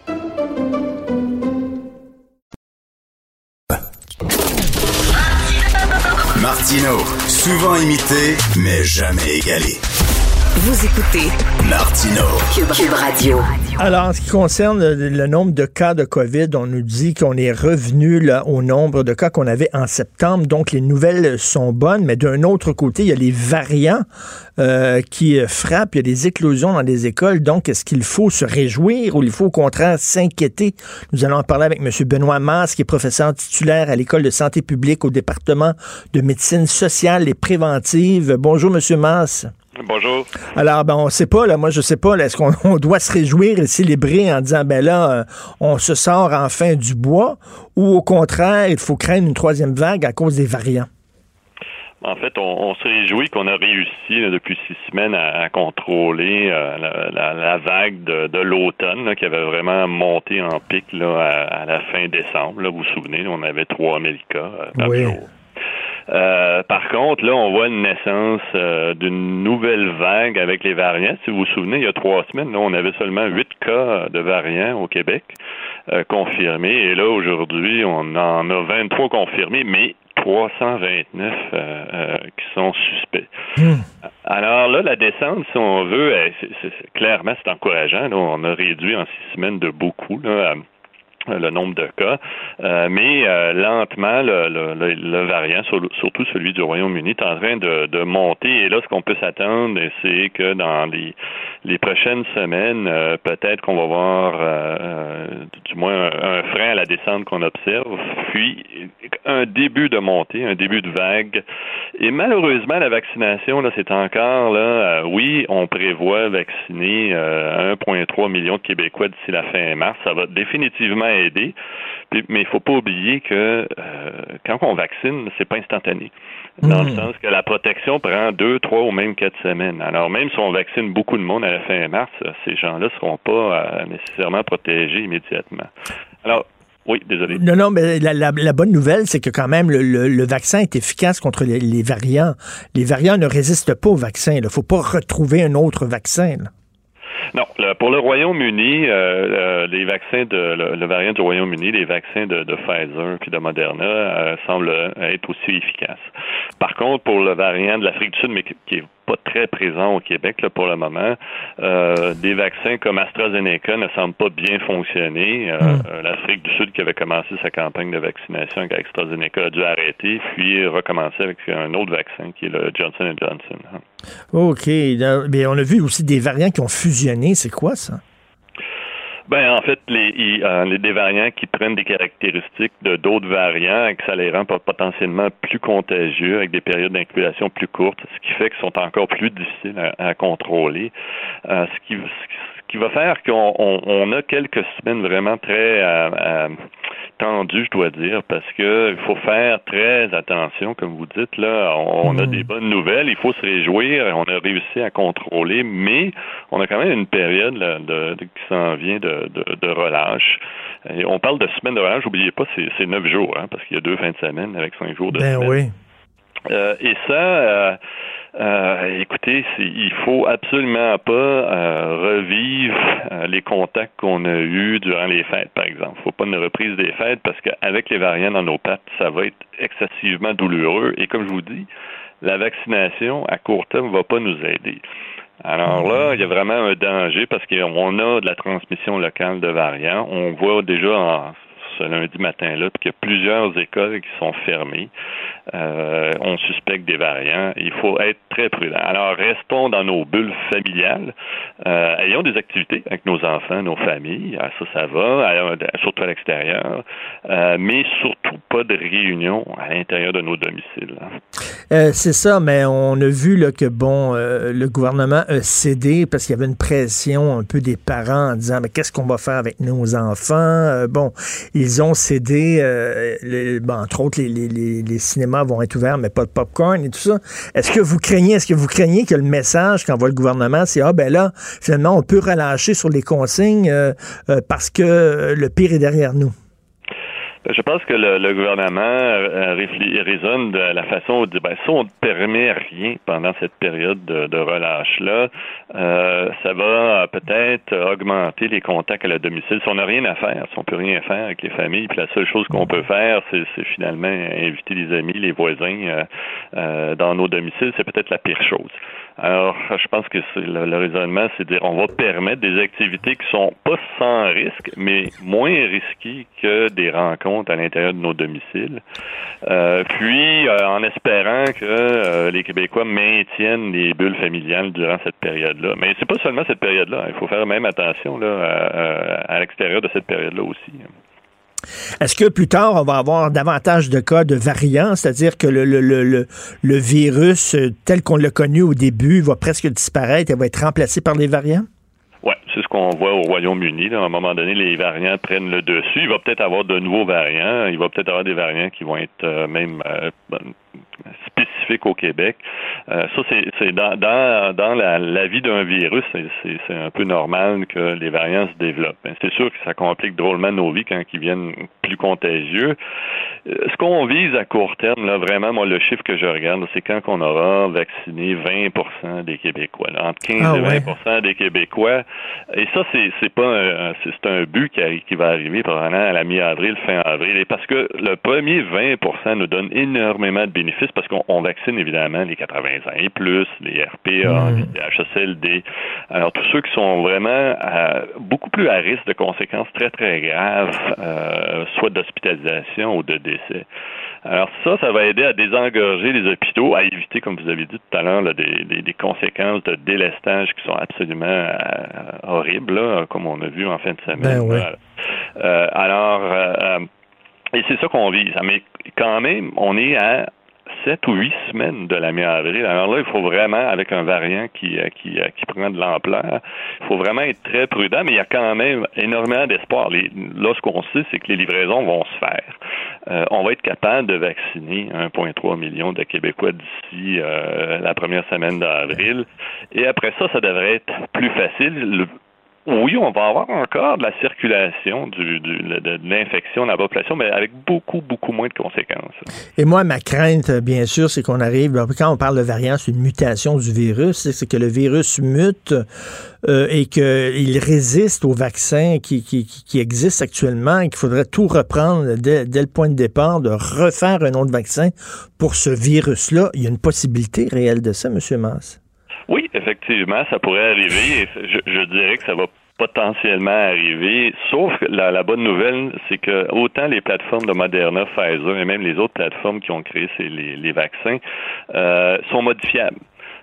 Martino, souvent imité, mais jamais égalé. Vous écoutez Martino, Cube Radio. Alors, en ce qui concerne le nombre de cas de COVID, on nous dit qu'on est revenu là, au nombre de cas qu'on avait en septembre. Donc, les nouvelles sont bonnes. Mais d'un autre côté, il y a les variants qui frappent. Il y a des éclosions dans les écoles. Donc, est-ce qu'il faut se réjouir ou il faut au contraire s'inquiéter? Nous allons en parler avec M. Benoît Masse, qui est professeur titulaire à l'École de santé publique au département de médecine sociale et préventive. Bonjour, M. Masse. Bonjour. Alors, on ne sait pas, là, moi je sais pas, là, est-ce qu'on doit se réjouir et célébrer en disant, on se sort enfin du bois, ou au contraire, il faut craindre une troisième vague à cause des variants? En fait, on se réjouit qu'on a réussi là, depuis 6 semaines à contrôler la vague de l'automne là, qui avait vraiment monté en pic là, à la fin décembre. Là, vous vous souvenez, là, on avait 3000 cas par jour. Par contre, là, on voit une naissance d'une nouvelle vague avec les variants. Si vous vous souvenez, il y a 3 semaines, là, on avait seulement 8 cas de variants au Québec confirmés. Et là, aujourd'hui, on en a 23 confirmés, mais 329 qui sont suspects. Alors là, la descente, si on veut, clairement, c'est encourageant. Là, on a réduit en 6 semaines de beaucoup, là, le nombre de cas, mais lentement, le variant, surtout celui du Royaume-Uni, est en train de monter. Et là, ce qu'on peut s'attendre, c'est que dans les prochaines semaines, peut-être qu'on va voir du moins un frein à la descente qu'on observe, puis un début de montée, un début de vague. Et malheureusement, la vaccination, là, c'est encore là, oui, on prévoit vacciner 1,3 million de Québécois d'ici la fin mars. Ça va définitivement aider, mais il faut pas oublier que quand on vaccine, c'est pas instantané. Dans le sens que la protection prend 2, 3 ou même 4 semaines. Alors même si on vaccine beaucoup de monde à la fin mars, ces gens-là seront pas nécessairement protégés immédiatement. Alors, oui, désolé. Non, mais la bonne nouvelle, c'est que quand même, le vaccin est efficace contre les variants. Les variants ne résistent pas au vaccin. Il ne faut pas retrouver un autre vaccin, là. Non, pour le Royaume-Uni, les vaccins le variant du Royaume-Uni, les vaccins de Pfizer puis de Moderna semblent être aussi efficaces. Par contre, pour le variant de l'Afrique du Sud, mais qui est pas très présent au Québec là, pour le moment, des vaccins comme AstraZeneca ne semblent pas bien fonctionner. L'Afrique du Sud, qui avait commencé sa campagne de vaccination avec AstraZeneca, a dû arrêter, puis recommencer avec un autre vaccin qui est le Johnson & Johnson. OK. Mais on a vu aussi des variants qui ont fusionné. C'est quoi ça? Ben en fait, des variants qui prennent des caractéristiques de d'autres variants et que ça les rend potentiellement plus contagieux avec des périodes d'incubation plus courtes, ce qui fait qu'ils sont encore plus difficiles à contrôler. Ce qui va faire qu'on a quelques semaines vraiment très tendues, je dois dire, parce que il faut faire très attention, comme vous dites, là, on a des bonnes nouvelles, il faut se réjouir, on a réussi à contrôler, mais on a quand même une période là, qui s'en vient de relâche. Et on parle de semaine de relâche, n'oubliez pas, c'est 9 jours, hein, parce qu'il y a 2 fins de semaine avec 5 jours de semaine. Oui. Et ça, écoutez, il faut absolument pas revivre les contacts qu'on a eus durant les fêtes, par exemple. Il ne faut pas une reprise des fêtes parce qu'avec les variants dans nos pattes, ça va être excessivement douloureux. Et comme je vous dis, la vaccination à court terme ne va pas nous aider. Alors là, il y a vraiment un danger parce qu'on a de la transmission locale de variants. On voit déjà ce lundi matin-là qu'il y a plusieurs écoles qui sont fermées. On suspecte des variants. Il faut être très prudent. Alors, restons dans nos bulles familiales. Ayons des activités avec nos enfants, nos familles. Ça va, surtout à l'extérieur. Mais surtout pas de réunions à l'intérieur de nos domiciles. C'est ça, mais on a vu là, que le gouvernement a cédé parce qu'il y avait une pression un peu des parents en disant mais qu'est-ce qu'on va faire avec nos enfants? Ils ont cédé, entre autres, les cinémas vont être ouverts, mais pas de popcorn et tout ça. Est-ce que vous craignez que le message qu'envoie le gouvernement, c'est là, finalement, on peut relâcher sur les consignes parce que le pire est derrière nous? Je pense que le gouvernement raisonne de la façon où dit, si on ne permet rien pendant cette période de relâche-là, ça va peut-être augmenter les contacts à la domicile. Si on n'a rien à faire, si on peut rien faire avec les familles, puis la seule chose qu'on peut faire, c'est finalement inviter les amis, les voisins dans nos domiciles, c'est peut-être la pire chose. Alors, je pense que le raisonnement, c'est de dire on va permettre des activités qui sont pas sans risque, mais moins risquées que des rencontres à l'intérieur de nos domiciles. Puis, en espérant que les Québécois maintiennent les bulles familiales durant cette période-là. Mais c'est pas seulement cette période-là. Il faut faire même attention là à l'extérieur de cette période-là aussi. Est-ce que plus tard, on va avoir davantage de cas de variants, c'est-à-dire que le virus, tel qu'on l'a connu au début, va presque disparaître et va être remplacé par les variants? Oui, c'est ce qu'on voit au Royaume-Uni. Là. À un moment donné, les variants prennent le dessus. Il va peut-être avoir de nouveaux variants. Il va peut-être avoir des variants qui vont être même spécifiques au Québec. Ça, c'est dans la vie d'un virus, c'est un peu normal que les variants se développent. C'est sûr que ça complique drôlement nos vies quand ils viennent plus plus contagieux. Ce qu'on vise à court terme, là, vraiment, moi, le chiffre que je regarde, c'est quand on aura vacciné 20% des Québécois, là, entre 15 et 20% des Québécois. Et ça, c'est pas c'est un but qui va arriver probablement à la mi-avril, fin avril. Et parce que le premier 20% nous donne énormément de bénéfices parce qu'on vaccine évidemment les 80 ans et plus, les RPA, les HSLD. Alors, tous ceux qui sont vraiment beaucoup plus à risque de conséquences très, très graves, soit d'hospitalisation ou de décès. Alors ça va aider à désengorger les hôpitaux, à éviter, comme vous avez dit tout à l'heure, là, des conséquences de délestage qui sont absolument horribles, là, comme on a vu en fin de semaine. Ben oui. Et c'est ça qu'on vise. Mais quand même, on est à 7 ou 8 semaines de la mi-avril. Alors là, il faut vraiment, avec un variant qui prend de l'ampleur, il faut vraiment être très prudent, mais il y a quand même énormément d'espoir. Là, ce qu'on sait, c'est que les livraisons vont se faire. On va être capable de vacciner 1,3 million de Québécois d'ici la première semaine d'avril. Et après ça devrait être plus facile. Oui, on va avoir encore de la circulation de l'infection dans la population, mais avec beaucoup, beaucoup moins de conséquences. Et moi, ma crainte, bien sûr, c'est qu'on arrive, quand on parle de variant, c'est une mutation du virus, c'est que le virus mute et qu'il résiste aux vaccins qui existent actuellement et qu'il faudrait tout reprendre dès le point de départ, de refaire un autre vaccin pour ce virus-là. Il y a une possibilité réelle de ça, M. Masse? Oui, effectivement, ça pourrait arriver. Et je dirais que ça va potentiellement arriver, sauf que la bonne nouvelle, c'est que autant les plateformes de Moderna, Pfizer et même les autres plateformes qui ont créé les vaccins sont modifiables.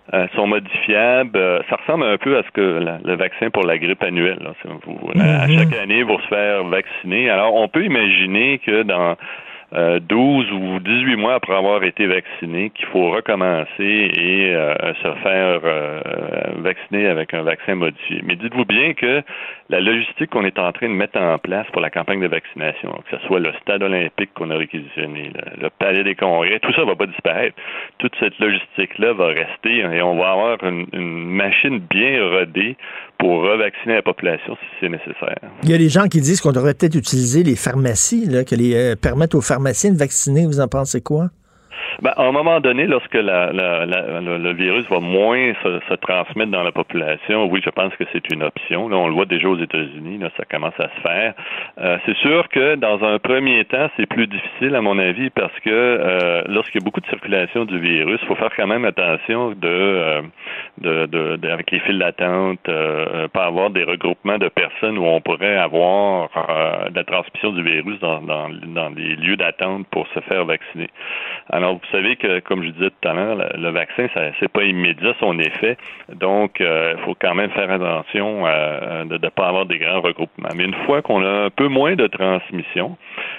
Ça ressemble un peu à ce que le vaccin pour la grippe annuelle. Là. À chaque année, vous se faire vacciner. Alors, on peut imaginer que dans 12 ou 18 mois après avoir été vacciné, qu'il faut recommencer et se faire vacciner avec un vaccin modifié. Mais dites-vous bien que la logistique qu'on est en train de mettre en place pour la campagne de vaccination, que ce soit le stade olympique qu'on a réquisitionné, le palais des congrès, tout ça ne va pas disparaître. Toute cette logistique-là va rester et on va avoir une machine bien rodée pour revacciner la population si c'est nécessaire. Il y a des gens qui disent qu'on devrait peut-être utiliser les pharmacies, là, que les permettre aux pharmaciens de vacciner. Vous en pensez quoi? À un moment donné, lorsque le virus va moins se transmettre dans la population, oui, je pense que c'est une option. Là, on le voit déjà aux États-Unis, là, ça commence à se faire. C'est sûr que dans un premier temps, c'est plus difficile, à mon avis, parce que lorsqu'il y a beaucoup de circulation du virus, il faut faire quand même attention avec les files d'attente, pas avoir des regroupements de personnes où on pourrait avoir de la transmission du virus dans les lieux d'attente pour se faire vacciner. Alors, vous savez que, comme je disais tout à l'heure, le vaccin, c'est pas immédiat son effet. Donc, il faut quand même faire attention de ne pas avoir des grands regroupements. Mais une fois qu'on a un peu moins de transmission,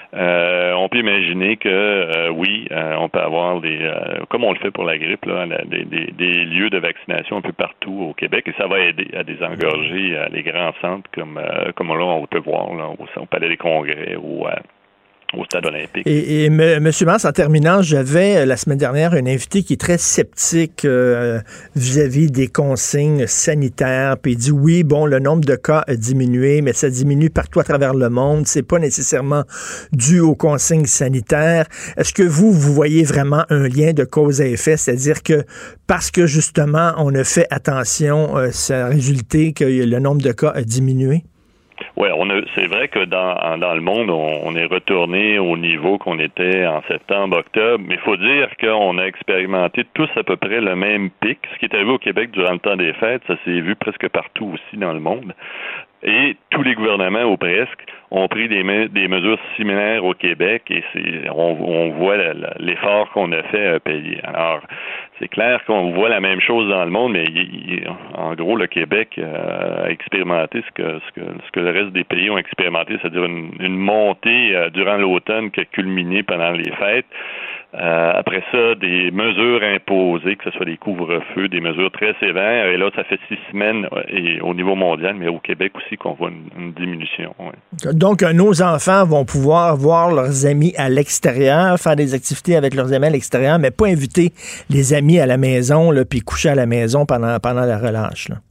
on peut imaginer que, on peut avoir comme on le fait pour la grippe, là, des lieux de vaccination un peu partout au Québec. Et ça va aider à désengorger les grands centres comme là, on peut voir là, au Palais des Congrès ou au stade olympique. Et M. Masse, en terminant, j'avais la semaine dernière un invité qui est très sceptique vis-à-vis des consignes sanitaires, puis il dit oui, bon, le nombre de cas a diminué, mais ça diminue partout à travers le monde, c'est pas nécessairement dû aux consignes sanitaires. Est-ce que vous voyez vraiment un lien de cause à effet, c'est-à-dire que parce que justement on a fait attention, ça a résulté que le nombre de cas a diminué? Oui, c'est vrai que dans le monde, on est retourné au niveau qu'on était en septembre, octobre, mais il faut dire qu'on a expérimenté tous à peu près le même pic. Ce qui est arrivé au Québec durant le temps des fêtes, ça s'est vu presque partout aussi dans le monde. Et tous les gouvernements, ou presque, ont pris des mesures similaires au Québec et on voit l'effort qu'on a fait payer. Alors, c'est clair qu'on voit la même chose dans le monde, mais en gros, le Québec a expérimenté ce que le reste des pays ont expérimenté, c'est-à-dire une montée durant l'automne qui a culminé pendant les fêtes. Après ça, des mesures imposées, que ce soit des couvre-feux, des mesures très sévères. Et là, ça fait 6 semaines et au niveau mondial, mais au Québec aussi, qu'on voit une diminution. Ouais. Donc, nos enfants vont pouvoir voir leurs amis à l'extérieur, faire des activités avec leurs amis à l'extérieur, mais pas inviter les amis à la maison, là, puis coucher à la maison pendant la relâche, là.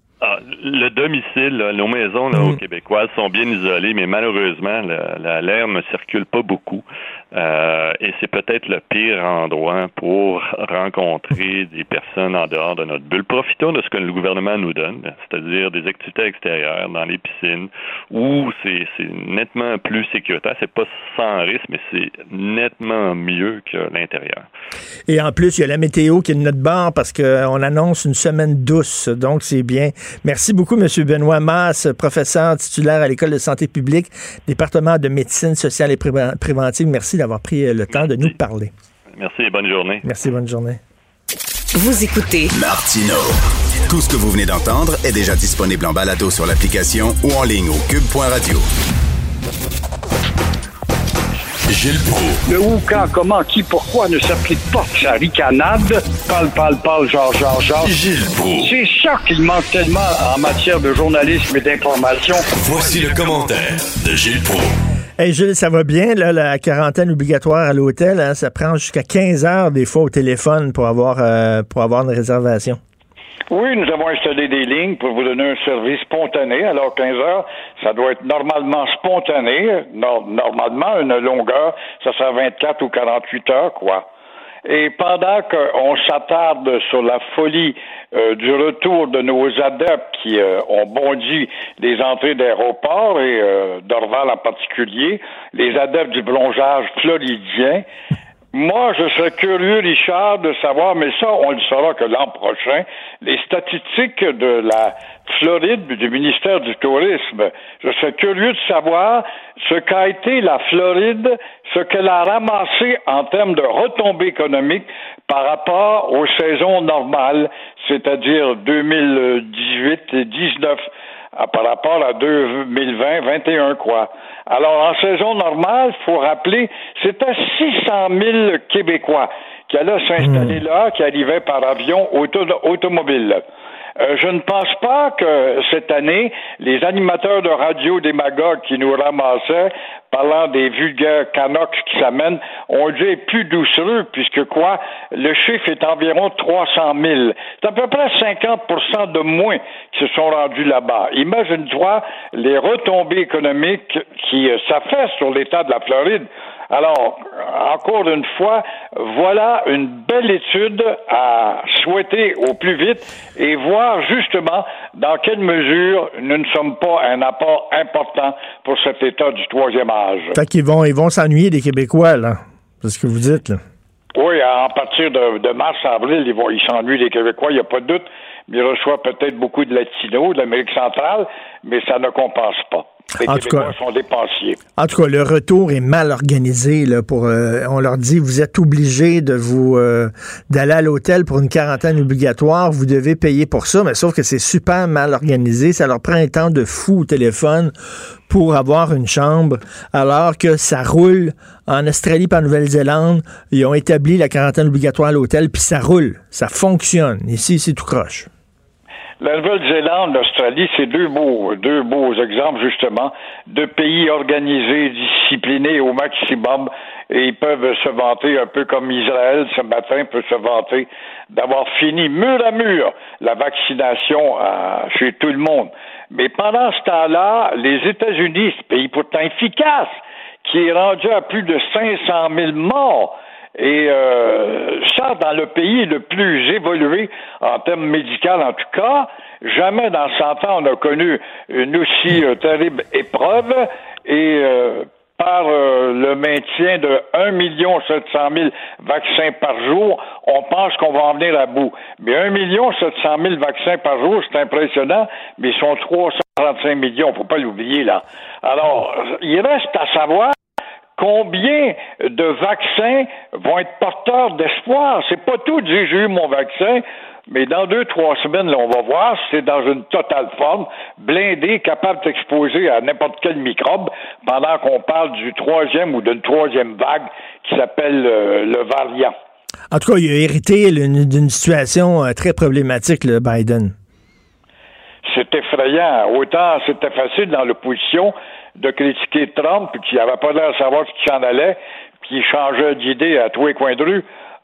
Le domicile, là, nos maisons là, aux Québécoises sont bien isolées, mais malheureusement, l'air ne circule pas beaucoup. Et c'est peut-être le pire endroit pour rencontrer des personnes en dehors de notre bulle. Profitons de ce que le gouvernement nous donne, c'est-à-dire des activités extérieures dans les piscines, où c'est nettement plus sécuritaire. C'est pas sans risque, mais c'est nettement mieux que l'intérieur. Et en plus, il y a la météo qui est de notre bord parce qu'on annonce une semaine douce, donc c'est bien. Merci beaucoup, M. Benoît Masse, professeur titulaire à l'École de santé publique, département de médecine sociale et préventive. Merci d'avoir pris le temps de nous parler. Merci et bonne journée. Merci, bonne journée. Vous écoutez Martino. Tout ce que vous venez d'entendre est déjà disponible en balado sur l'application ou en ligne au cube.radio. Gilles Proulx. Le où, quand, comment, qui, pourquoi ne s'applique pas sa ricanade. Parle, genre. Gilles Proulx. C'est ça qu'il manque tellement en matière de journalisme et d'information. Voici le commentaire de Gilles Proulx. Hey Gilles, ça va bien, là, la quarantaine obligatoire à l'hôtel, hein, ça prend jusqu'à 15 heures des fois au téléphone pour avoir une réservation. Oui, nous avons installé des lignes pour vous donner un service spontané. Alors, 15 heures, ça doit être normalement spontané. Normalement, une longueur, ça sera 24 ou 48 heures, quoi. Et pendant qu'on s'attarde sur la folie du retour de nos adeptes qui ont bondi les entrées d'aéroports et d'Orval en particulier, les adeptes du plongeage floridien, moi, je serais curieux, Richard, de savoir, mais ça, on le saura que l'an prochain, les statistiques de la Floride, du ministère du Tourisme, je serais curieux de savoir ce qu'a été la Floride, ce qu'elle a ramassé en termes de retombées économiques par rapport aux saisons normales, c'est-à-dire 2018 et 2019. Par rapport à 2020, 21, quoi. Alors, en saison normale, il faut rappeler, c'était 600 000 Québécois qui allaient s'installer là, qui arrivaient par avion automobile. Je ne pense pas que cette année, les animateurs de radio démagogues qui nous ramassaient, parlant des vulgaires Canucks qui s'amènent, ont dû être plus doucereux, puisque quoi, le chiffre est environ 300 000. C'est à peu près 50% de moins qui se sont rendus là-bas. Imagine-toi les retombées économiques qui s'affaissent sur l'État de la Floride. Alors, encore une fois, voilà une belle étude à souhaiter au plus vite et voir justement dans quelle mesure nous ne sommes pas un apport important pour cet État du troisième âge. Fait qu'ils vont s'ennuyer des Québécois, là. C'est ce que vous dites, là. Oui, à partir de mars-avril, ils s'ennuient des Québécois, il n'y a pas de doute. Mais ils reçoivent peut-être beaucoup de Latinos, de l'Amérique centrale, mais ça ne compense pas. Les Québécois sont dépensiers. En tout cas, le retour est mal organisé. Là, on leur dit, vous êtes obligés d'aller à l'hôtel pour une quarantaine obligatoire, vous devez payer pour ça, mais sauf que c'est super mal organisé. Ça leur prend un temps de fou au téléphone pour avoir une chambre, alors que ça roule en Australie et en Nouvelle-Zélande. Ils ont établi la quarantaine obligatoire à l'hôtel, puis ça roule, ça fonctionne. Ici, c'est tout croche. La Nouvelle-Zélande, l'Australie, c'est deux beaux exemples, justement, de pays organisés, disciplinés au maximum, et ils peuvent se vanter, un peu comme Israël, ce matin, peut se vanter d'avoir fini mur à mur la vaccination chez tout le monde. Mais pendant ce temps-là, les États-Unis, ce pays pourtant efficace, qui est rendu à plus de 500 000 morts, et ça, dans le pays le plus évolué en termes médicaux, en tout cas, jamais dans 100 ans on a connu une aussi terrible épreuve. Et par le maintien de 1 700 000 vaccins par jour, on pense qu'on va en venir à bout. Mais 1 700 000 vaccins par jour, c'est impressionnant, mais ils sont 335 millions, faut pas l'oublier là. Alors, il reste à savoir combien de vaccins vont être porteurs d'espoir. C'est pas tout de dire j'ai eu mon vaccin, mais dans 2-3 semaines, là, on va voir si c'est dans une totale forme, blindé, capable d'exposer à n'importe quel microbe, pendant qu'on parle du troisième ou d'une troisième vague qui s'appelle le variant. En tout cas, il a hérité d'une situation très problématique, le Biden. C'est effrayant. Autant c'était facile dans l'opposition de critiquer Trump, qui n'avait pas l'air de savoir ce qui s'en allait, puis il changeait d'idée à tous les coins de rue.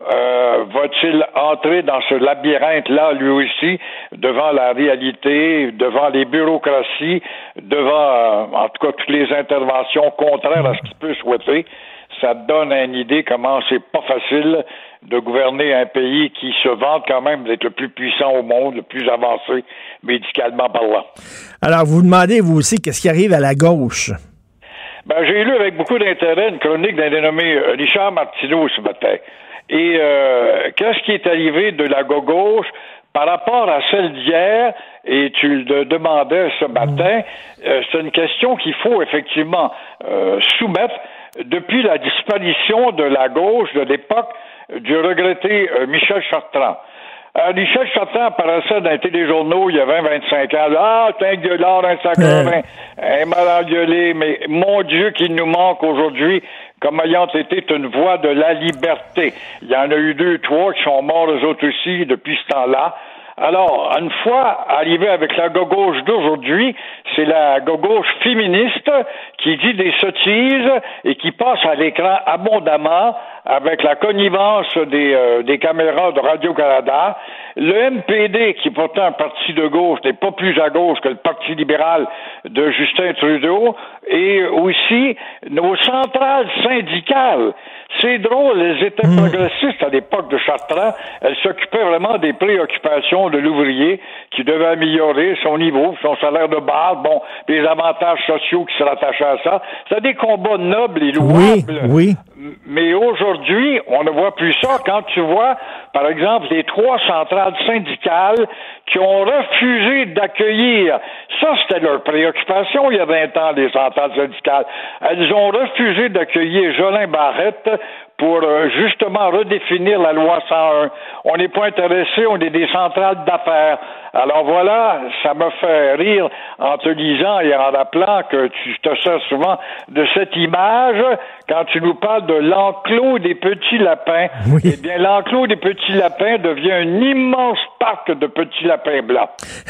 va-t-il entrer dans ce labyrinthe-là, lui aussi, devant la réalité, devant les bureaucraties, devant, en tout cas, toutes les interventions contraires à ce qu'il peut souhaiter? Ça donne une idée comment c'est pas facile de gouverner un pays qui se vante quand même d'être le plus puissant au monde, le plus avancé médicalement parlant. Alors, vous demandez, vous aussi, qu'est-ce qui arrive à la gauche? Ben, j'ai lu avec beaucoup d'intérêt une chronique d'un dénommé Richard Martineau ce matin. Et qu'est-ce qui est arrivé de la gauche par rapport à celle d'hier, et tu le demandais ce matin, c'est une question qu'il faut effectivement soumettre depuis la disparition de la gauche de l'époque du regretté Michel Chartrand. Michel Chartrand apparaissait dans les téléjournaux il y a 20-25 ans. Ah, t'es un gueulard, un sacrement, un mal engueulé, mais mon Dieu qu'il nous manque aujourd'hui comme ayant été une voix de la liberté. Il y en a eu 2-3 qui sont morts eux autres aussi depuis ce temps-là. Alors, une fois arrivé avec la gauche d'aujourd'hui, c'est la gauche féministe qui dit des sottises et qui passe à l'écran abondamment avec la connivence des caméras de Radio-Canada. Le MPD, qui est pourtant un parti de gauche, n'est pas plus à gauche que le Parti libéral de Justin Trudeau, et aussi nos centrales syndicales. C'est drôle, elles étaient progressistes à l'époque de Chartrand. Elles s'occupaient vraiment des préoccupations de l'ouvrier qui devait améliorer son niveau, son salaire de base, bon, les avantages sociaux qui se rattachaient à ça. C'est des combats nobles et louables. Oui. Mais aujourd'hui, on ne voit plus ça. Quand tu vois, par exemple, les 3 centrales syndicales qui ont refusé d'accueillir, ça c'était leur préoccupation il y a 20 ans, les centrales syndicales. Elles ont refusé d'accueillir Jolin Barrette pour justement redéfinir la loi 101. On n'est pas intéressé, on est des centrales d'affaires. Alors voilà, ça me fait rire en te lisant et en rappelant que tu te sers souvent de cette image quand tu nous parles de l'enclos des petits lapins. Oui. Eh bien, l'enclos des petits lapins devient un immense parc de petits lapins blancs.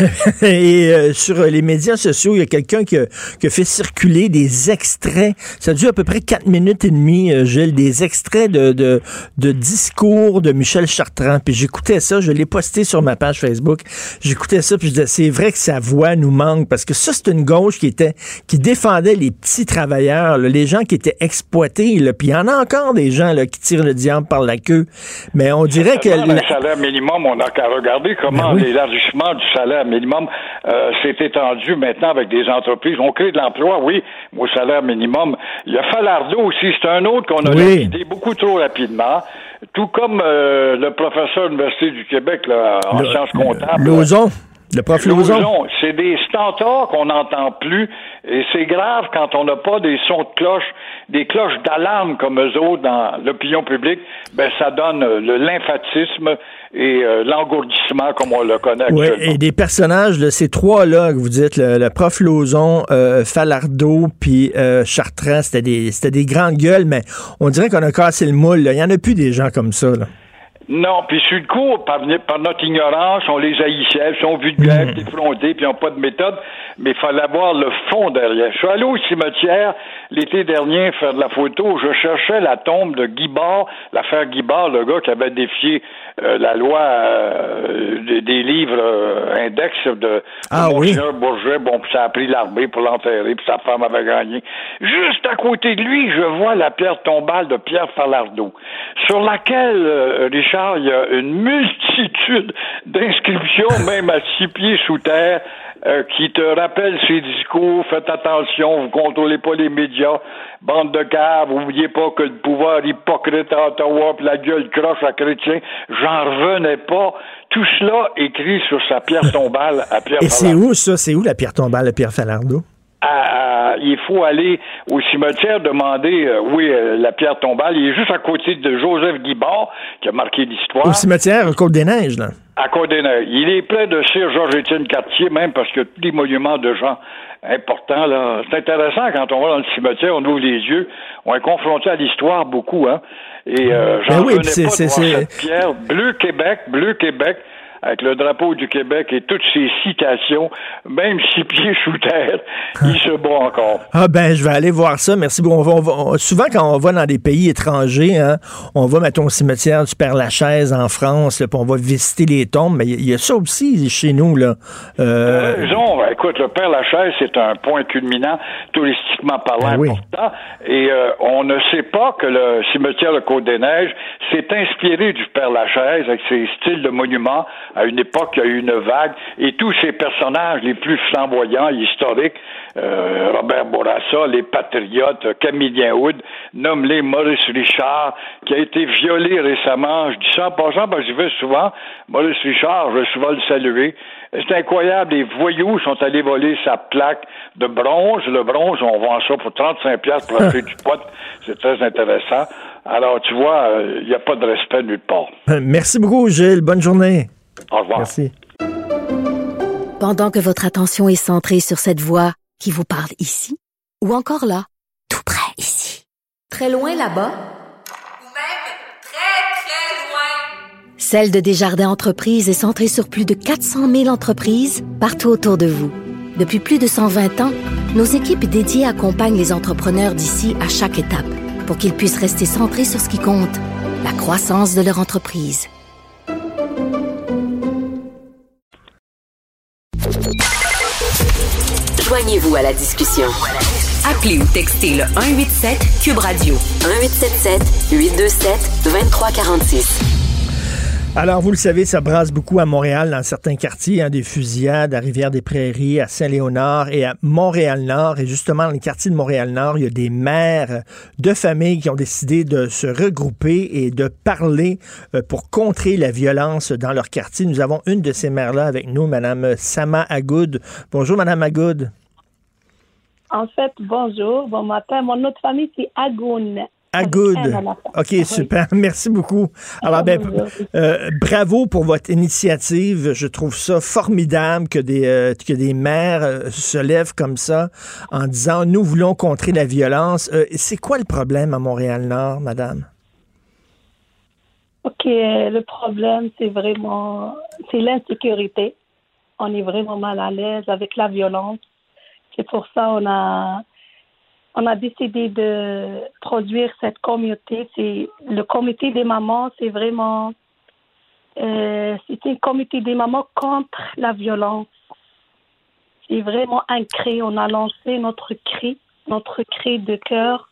Et sur les médias sociaux, il y a quelqu'un qui a fait circuler des extraits. Ça dure à peu près 4 minutes et demie, Gilles, des extraits de discours de Michel Chartrand. Puis j'écoutais ça, je l'ai posté sur ma page Facebook. J'écoutais ça, puis je disais, c'est vrai que sa voix nous manque, parce que ça, c'est une gauche qui défendait les petits travailleurs, là, les gens qui étaient exploités, là, puis il y en a encore des gens là, qui tirent le diable par la queue, mais on dirait que... Le salaire minimum, on n'a qu'à regarder comment l'élargissement du salaire minimum s'est étendu maintenant avec des entreprises. On crée de l'emploi, oui, au salaire minimum. Il y a Falardeau aussi, c'est un autre qu'on a lapidé beaucoup trop rapidement. Tout comme le professeur de l'Université du Québec là, en sciences comptables. Lauzon. Le prof Lauzon. C'est des stentors qu'on n'entend plus et c'est grave quand on n'a pas des sons de cloche, des cloches d'alarme comme eux autres dans l'opinion publique. Ben ça donne le lymphatisme et l'engourdissement comme on le connaît actuellement. Oui, et des personnages, là, ces 3-là que vous dites, le prof Lauzon, Falardeau, puis Chartrand, c'était des grandes gueules, mais on dirait qu'on a cassé le moule. Là. Il n'y en a plus des gens comme ça. Là. Non, puis sur le coup, par notre ignorance, on les haïssait, ils sont vulgaires, effrontés, puis ils n'ont pas de méthode, mais il fallait avoir le fond derrière. Je suis allé au cimetière l'été dernier faire de la photo, je cherchais la tombe de Guy Bard, l'affaire Guy Bard, le gars qui avait défié la loi des livres index de Monseigneur Bourget, bon, puis ça a pris l'armée pour l'enterrer, puis sa femme avait gagné. Juste à côté de lui, je vois la pierre tombale de Pierre Falardeau, sur laquelle, Richard, il y a une multitude d'inscriptions, même à 6 pieds sous terre, qui te rappellent ses discours. Faites attention, vous contrôlez pas les médias, bande de caves, n'oubliez pas que le pouvoir hypocrite à Ottawa puis la gueule croche à Chrétien, j'en revenais pas. Tout cela écrit sur sa pierre tombale à Pierre Falardeau. Et c'est où ça? C'est où la pierre tombale à Pierre Falardeau? Il faut aller au cimetière demander, la pierre tombale. Il est juste à côté de Joseph Guibard, qui a marqué l'histoire. Au cimetière à Côte-des-Neiges, là. À Côte-des-Neiges. Il est plein de Sir Georges-Étienne Cartier, même parce que tous les monuments de gens importants, là. C'est intéressant, quand on va dans le cimetière, on ouvre les yeux, on est confronté à l'histoire beaucoup, hein. Et j'en revenais pas de voir cette pierre. Bleu Québec, avec le drapeau du Québec et toutes ses citations, même 6 pieds sous terre, il se bat encore. Ah ben, je vais aller voir ça. Merci beaucoup. Souvent, quand on va dans des pays étrangers, hein, on va, mettons, au cimetière du Père-Lachaise en France, là, puis on va visiter les tombes, mais il y a ça aussi chez nous, là. Raison. Écoute, le Père-Lachaise, c'est un point culminant, touristiquement parlant, important. Et on ne sait pas que le cimetière de Côte-des-Neiges s'est inspiré du Père-Lachaise avec ses styles de monuments. À une époque, il y a eu une vague, et tous ces personnages les plus flamboyants, historiques, Robert Bourassa, les Patriotes, Camillien Hood, nomme-les Maurice Richard, qui a été violé récemment. Je dis ça en passant parce que j'y vais souvent. Maurice Richard, je vais souvent le saluer. C'est incroyable, les voyous sont allés voler sa plaque de bronze. Le bronze, on vend ça pour 35$ pour acheter du pot. C'est très intéressant. Alors, tu vois, il n'y a pas de respect nulle part. Merci beaucoup, Gilles. Bonne journée. Au revoir. Merci. Pendant que votre attention est centrée sur cette voix qui vous parle ici, ou encore là, tout près ici, très loin là-bas, ou même très, très loin. Celle de Desjardins Entreprises est centrée sur plus de 400 000 entreprises partout autour de vous. Depuis plus de 120 ans, nos équipes dédiées accompagnent les entrepreneurs d'ici à chaque étape pour qu'ils puissent rester centrés sur ce qui compte, la croissance de leur entreprise. Joignez-vous à la discussion. Appelez ou textez le 187 Cube Radio 1877 827 2346. Alors, vous le savez, ça brasse beaucoup à Montréal, dans certains quartiers, hein, des fusillades à Rivière-des-Prairies, à Saint-Léonard et à Montréal-Nord. Et justement, dans les quartiers de Montréal-Nord, il y a des mères de familles qui ont décidé de se regrouper et de parler pour contrer la violence dans leur quartier. Nous avons une de ces mères-là avec nous, Mme Sama Agoud. Bonjour, Mme Agoud. En fait, bonjour, bon matin. Mon autre famille, c'est Agoun. Agoud. OK, super. Merci beaucoup. Alors, bravo pour votre initiative. Je trouve ça formidable que des mères se lèvent comme ça en disant « Nous voulons contrer la violence ». C'est quoi le problème à Montréal-Nord, madame? OK, le problème, c'est l'insécurité. On est vraiment mal à l'aise avec la violence. C'est pour ça on a décidé de produire cette communauté. C'est le comité des mamans, c'est vraiment c'est un comité des mamans contre la violence. C'est vraiment un cri. On a lancé notre cri de cœur.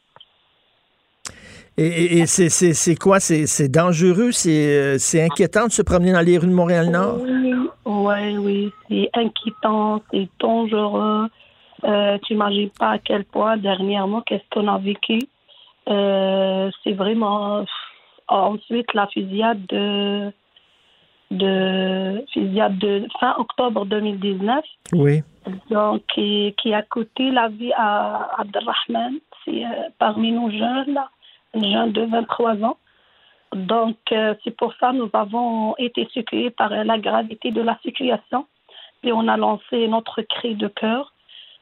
Et c'est quoi? C'est dangereux? C'est inquiétant de se promener dans les rues de Montréal-Nord? Oui. C'est inquiétant, c'est dangereux. Tu n'imagines pas à quel point, dernièrement, qu'est-ce qu'on a vécu. C'est vraiment... Ensuite, la fusillade de fin octobre 2019. Oui. Donc, qui a coûté la vie à Abdelrahman. C'est parmi nos jeunes, là, un jeune de 23 ans. Donc, c'est pour ça que nous avons été secoués par la gravité de la situation. Et on a lancé notre cri de cœur.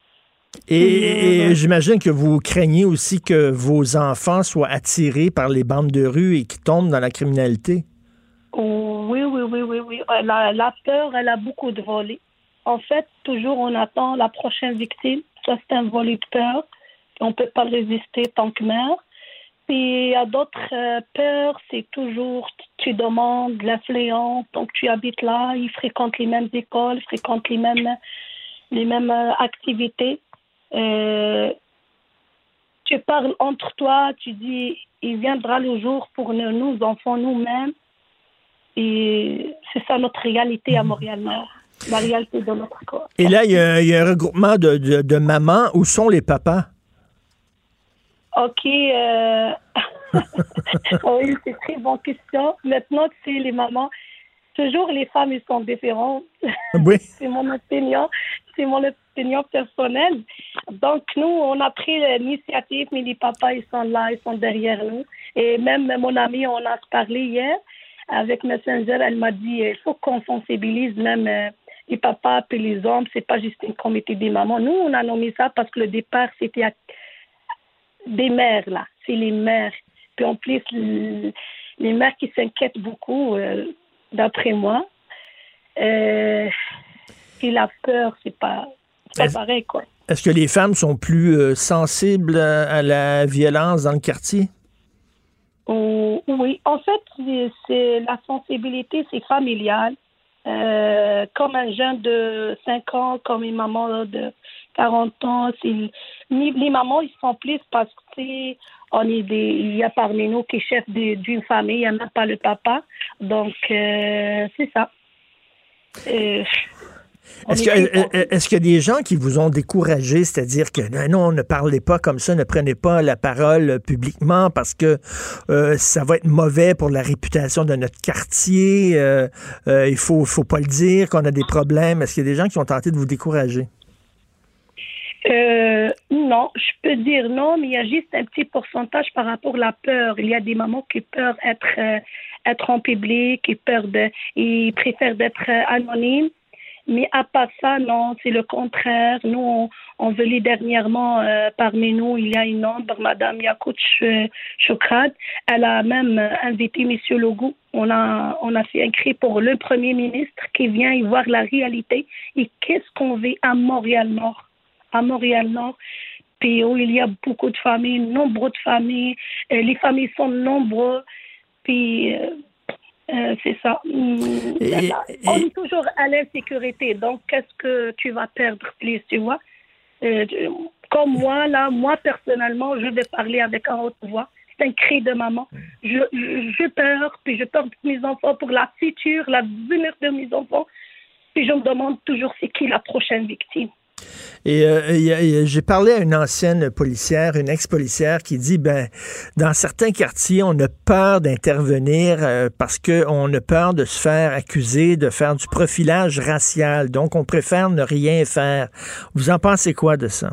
Et j'imagine que vous craignez aussi que vos enfants soient attirés par les bandes de rue et qu'ils tombent dans la criminalité. Oui. La peur, elle a beaucoup de volets. En fait, toujours on attend la prochaine victime. Ça, c'est un volet de peur. On ne peut pas résister tant que mère. Puis il y a d'autres peurs, c'est toujours, tu demandes l'influence, donc tu habites là, ils fréquentent les mêmes écoles, ils fréquentent les mêmes activités. Tu parles entre toi, tu dis, il viendra le jour pour nous enfants, nous-mêmes. Et c'est ça notre réalité à Montréal-Nord, la réalité de notre corps. Et là, il y a un regroupement de mamans. Où sont les papas? OK. Oui, c'est une très bonne question. Maintenant, tu sais, les mamans, toujours les femmes, elles sont différentes. Oui. C'est mon opinion personnelle. Donc, nous, on a pris l'initiative, mais les papas, ils sont là, ils sont derrière nous. Et même mon amie, on a parlé hier avec Messenger, elle m'a dit, il faut qu'on sensibilise même les papas et les hommes, c'est pas juste un comité des mamans. Nous, on a nommé ça parce que le départ, c'était des mères, là. C'est les mères. Puis en plus, les mères qui s'inquiètent beaucoup, d'après moi. Et la peur, c'est pas pareil, quoi. Est-ce que les femmes sont plus sensibles à la violence dans le quartier? Oui, en fait, c'est la sensibilité, c'est familial. Comme un jeune de 5 ans, comme une maman de 40 ans, les mamans, ils sont plus parce que il y a parmi nous qui est chef d'une famille, il n'y a même pas le papa. Donc, c'est ça. Est-ce qu'il y a des gens qui vous ont découragé, c'est-à-dire que non, ne parlez pas comme ça, ne prenez pas la parole publiquement parce que ça va être mauvais pour la réputation de notre quartier, il faut pas le dire, qu'on a des problèmes. Est-ce qu'il y a des gens qui ont tenté de vous décourager? Non, je peux dire non, mais il y a juste un petit pourcentage par rapport à la peur. Il y a des mamans qui peuvent être en public, ils préfèrent d'être anonymes. Mais à part ça, non, c'est le contraire. Nous, on veut dernièrement, parmi nous, il y a une nombre, Madame Yacout Choukrat. Elle a même invité M. Legault. On a fait un cri pour le Premier ministre qui vient y voir la réalité. Et qu'est-ce qu'on vit à Montréal-Nord? À Montréal-Nord, puis où il y a beaucoup de familles, nombreuses de familles. Les familles sont nombreuses. Puis... c'est ça. On est toujours à l'insécurité. Donc, qu'est-ce que tu vas perdre plus, tu vois? Comme moi, personnellement, je vais parler avec un haute voix. C'est un cri de maman. Je peur, puis je peur de mes enfants pour la future, l'avenir de mes enfants. Puis je me demande toujours c'est qui la prochaine victime. Et j'ai parlé à une ancienne policière, une ex-policière qui dit, dans certains quartiers, on a peur d'intervenir parce qu'on a peur de se faire accuser de faire du profilage racial. Donc, on préfère ne rien faire. Vous en pensez quoi de ça?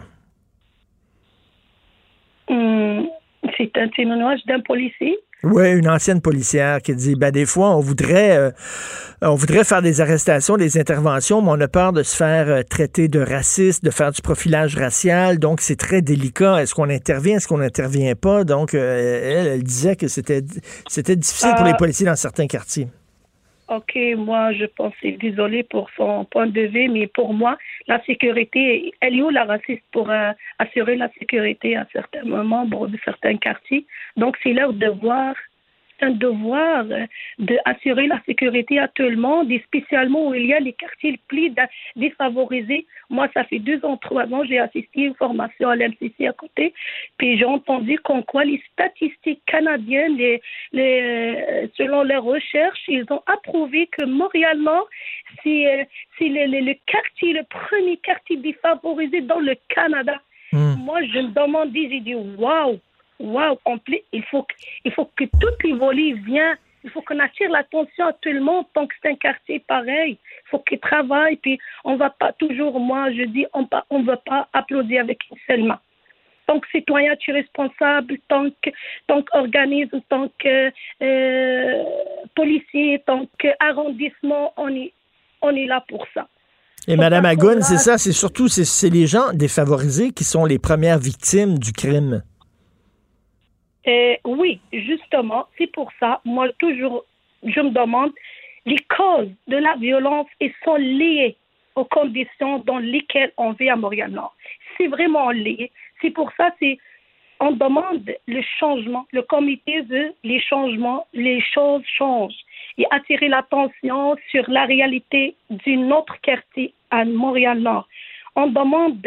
C'est un témoignage d'un policier? Oui, une ancienne policière qui dit, des fois, on voudrait faire des arrestations, des interventions, mais on a peur de se faire traiter de raciste, de faire du profilage racial, donc c'est très délicat. Est-ce qu'on intervient, est-ce qu'on n'intervient pas? Donc, elle disait que c'était difficile pour les policiers dans certains quartiers. OK, moi, je pense, désolée pour son point de vue, mais pour moi, la sécurité, elle est où la raciste pour assurer la sécurité à certains membres de certains quartiers? Donc, c'est leur devoir, c'est un devoir d'assurer la sécurité à tout le monde, et spécialement où il y a les quartiers les plus défavorisés. Moi, ça fait 2 ans, 3 ans, j'ai assisté à une formation à l'MCC à côté, puis j'ai entendu qu'en quoi les statistiques canadiennes, selon leurs recherches, ils ont approuvé que Montréal-Nord, c'est le quartier, le premier quartier défavorisé dans le Canada. Moi, je me demandais, j'ai dit, waouh, il faut que toutes les volées viennent. Il faut qu'on attire l'attention à tout le monde tant que c'est un quartier pareil. Il faut qu'ils travaillent. Puis on va pas toujours, moi je dis, on ne veut pas applaudir avec une seule main. Tant que citoyen, tu es responsable. Tant qu'organisme, tant que policier, tant qu'arrondissement, on est là pour ça. Et Mme Agoun, c'est ça, c'est surtout c'est les gens défavorisés qui sont les premières victimes du crime. Oui, justement, c'est pour ça, moi, toujours, je me demande, les causes de la violence, elles sont liées aux conditions dans lesquelles on vit à Montréal-Nord. C'est vraiment lié. C'est pour ça, on demande le changement. Le comité veut les changements, les choses changent. Et attirer l'attention sur la réalité d'un autre quartier à Montréal-Nord. On demande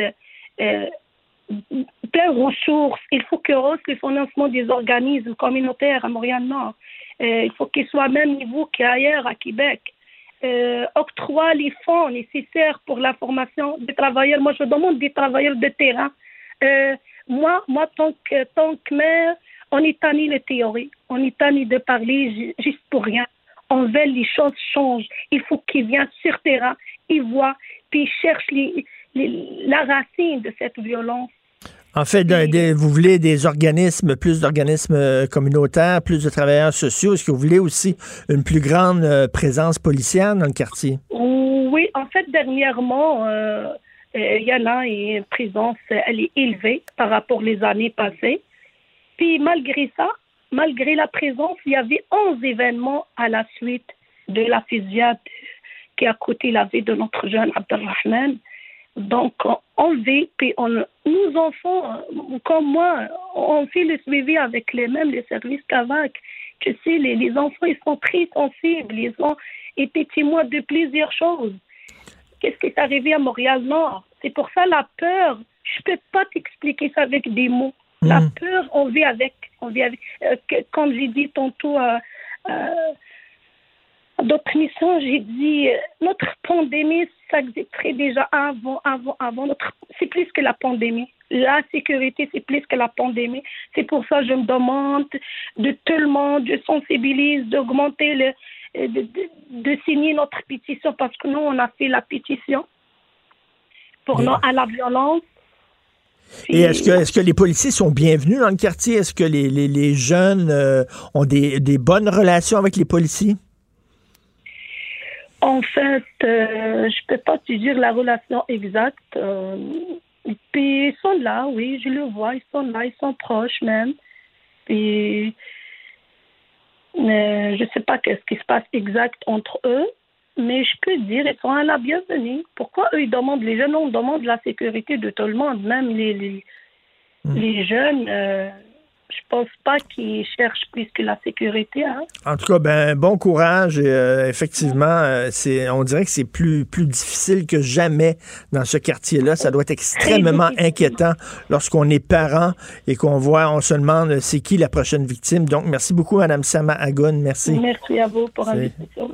plein de ressources. Il faut que hausse le financement des organismes communautaires à Montréal-Nord. Il faut qu'il soit au même niveau qu'ailleurs à Québec. Octroie les fonds nécessaires pour la formation des travailleurs. Moi, je demande des travailleurs de terrain. Moi, tant que maire, on est tanné de théorie. On est tanné de parler juste pour rien. On veut les choses changent. Il faut qu'ils viennent sur terrain, ils voient, puis ils cherchent la racine de cette violence. En fait, vous voulez des organismes, plus d'organismes communautaires, plus de travailleurs sociaux. Est-ce que vous voulez aussi une plus grande présence policière dans le quartier? Oui, en fait, dernièrement, il y en a une présence, elle est élevée par rapport aux années passées. Puis malgré ça, malgré la présence, il y avait 11 événements à la suite de la fusillade qui est à côté la vie de notre jeune Abdelrahman. Donc, on vit, puis nous enfants, comme moi, on fait le suivi avec les services CAVAC. Tu sais, les enfants, ils sont très sensibles, ils ont été témoins de plusieurs choses. Qu'est-ce qui est arrivé à Montréal-Nord? C'est pour ça la peur, je peux pas t'expliquer ça avec des mots. La peur, on vit avec. Comme j'ai dit tantôt à d'autres missions, j'ai dit notre pandémie, ça existerait déjà avant. C'est plus que la pandémie. La sécurité, c'est plus que la pandémie. C'est pour ça que je me demande de tout le monde, je sensibilise, d'augmenter de signer notre pétition, parce que nous, on a fait la pétition pour non à la violence. Et est-ce que les policiers sont bienvenus dans le quartier? Est-ce que les jeunes ont des bonnes relations avec les policiers? En fait, je peux pas te dire la relation exacte. Puis ils sont là, oui, je le vois, ils sont là, ils sont proches même. Puis je sais pas qu'est-ce qui se passe exact entre eux, mais je peux dire ils sont à la bienvenue. Pourquoi eux ils demandent, les jeunes, on demande la sécurité de tout le monde, même les jeunes. Je pense pas qu'ils cherchent plus que la sécurité. Hein? En tout cas, bon courage. Et, effectivement, on dirait que c'est plus difficile que jamais dans ce quartier-là. Ça doit être extrêmement inquiétant lorsqu'on est parent et on se demande c'est qui la prochaine victime. Donc, merci beaucoup, Mme Sama Agoun. Merci. Merci à vous pour l'invitation.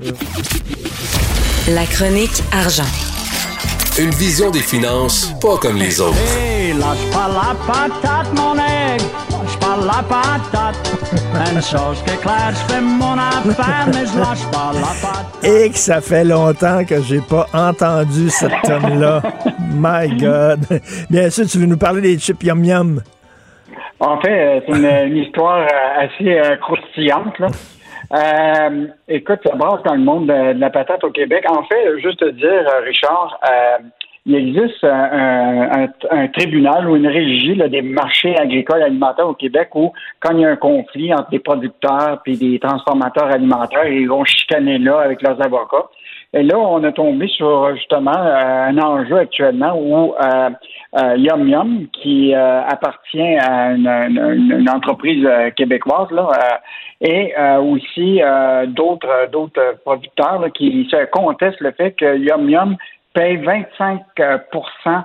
La chronique argent. Une vision des finances pas comme les autres. Hey, lâche pas la patate, mon aigle. Lâche pas la patate. Une chose qui est claire, je fais mon affaire, mais je lâche pas la patate. Et que ça fait longtemps que j'ai pas entendu cette tonne-là. My God. Bien sûr, tu veux nous parler des chips Yum Yum. En fait, c'est une histoire assez croustillante, là. Écoute, ça brasse dans le monde de la patate au Québec. En fait, juste te dire, Richard, il existe un tribunal ou une régie là, des marchés agricoles alimentaires au Québec où, quand il y a un conflit entre des producteurs et des transformateurs alimentaires, ils vont chicaner là avec leurs avocats. Et là, on a tombé sur justement un enjeu actuellement où Yum Yum, qui appartient à une entreprise québécoise, là, et aussi d'autres producteurs là, qui se contestent le fait que Yum Yum paye 21%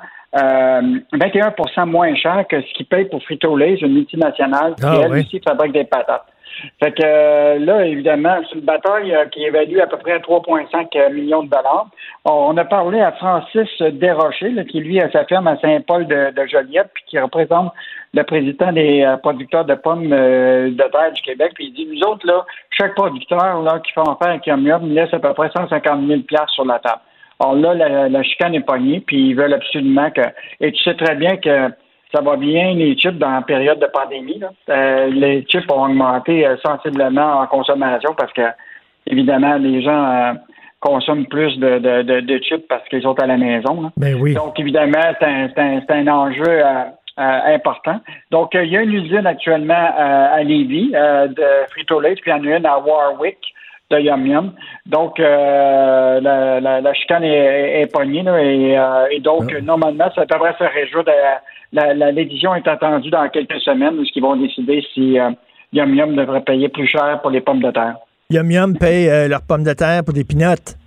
moins cher que ce qu'il paye pour Frito-Lay, une multinationale qui, elle aussi, fabrique des patates. Fait que là, évidemment, c'est une bataille qui évalue à peu près à 3,5 millions de dollars. On a parlé à Francis Desrochers, là, qui, lui, a sa ferme à Saint-Paul de Joliette, puis qui représente le président des producteurs de pommes de terre du Québec. Puis il dit, nous autres, là, chaque producteur là qui fait affaire avec Yum Yum laisse à peu près 150 000 $ sur la table. Alors là, la chicane est pognée, puis ils veulent absolument que... Et tu sais très bien que ça va bien, les chips, dans la période de pandémie. Là. Les chips ont augmenté sensiblement en consommation parce que, évidemment, les gens consomment plus de chips parce qu'ils sont à la maison. Là. Ben oui. Donc, évidemment, c'est un enjeu important. Donc, il y a une usine actuellement à Lévis de Frito-Lay, puis il y en a une à Warwick de Yum Yum. Donc, la chicane est pognée, là, et donc, normalement, ça devrait se résoudre. L'édition est attendue dans quelques semaines, où ils vont décider si Yum Yum devrait payer plus cher pour les pommes de terre. Yum Yum paye leurs pommes de terre pour des pinottes.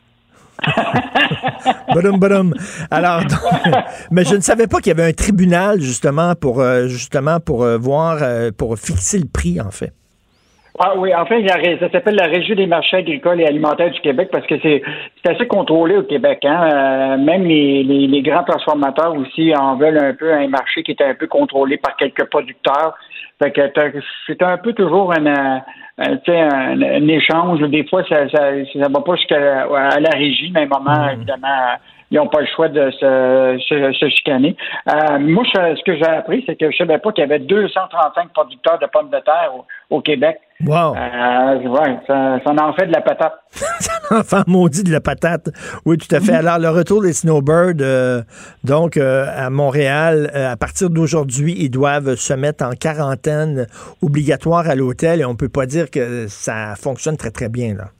Badum. Alors, mais je ne savais pas qu'il y avait un tribunal justement pour voir, pour fixer le prix, en fait. Ah oui, en fait, ça s'appelle la Régie des marchés agricoles et alimentaires du Québec parce que c'est assez contrôlé au Québec. Hein? Même les grands transformateurs aussi en veulent un peu un marché qui est un peu contrôlé par quelques producteurs. Fait que c'est un peu toujours un échange. Des fois, ça va pas jusqu'à la régie, mais à un moment, évidemment, ils n'ont pas le choix de se chicaner. Moi, ce que j'ai appris, c'est que je savais pas qu'il y avait 235 producteurs de pommes de terre au Québec. Wow! Ça en fait de la patate. Ça en fait maudit de la patate. Oui, tout à fait. Alors, le retour des snowbirds, à Montréal, à partir d'aujourd'hui, ils doivent se mettre en quarantaine obligatoire à l'hôtel et on peut pas dire que ça fonctionne très, très bien, là.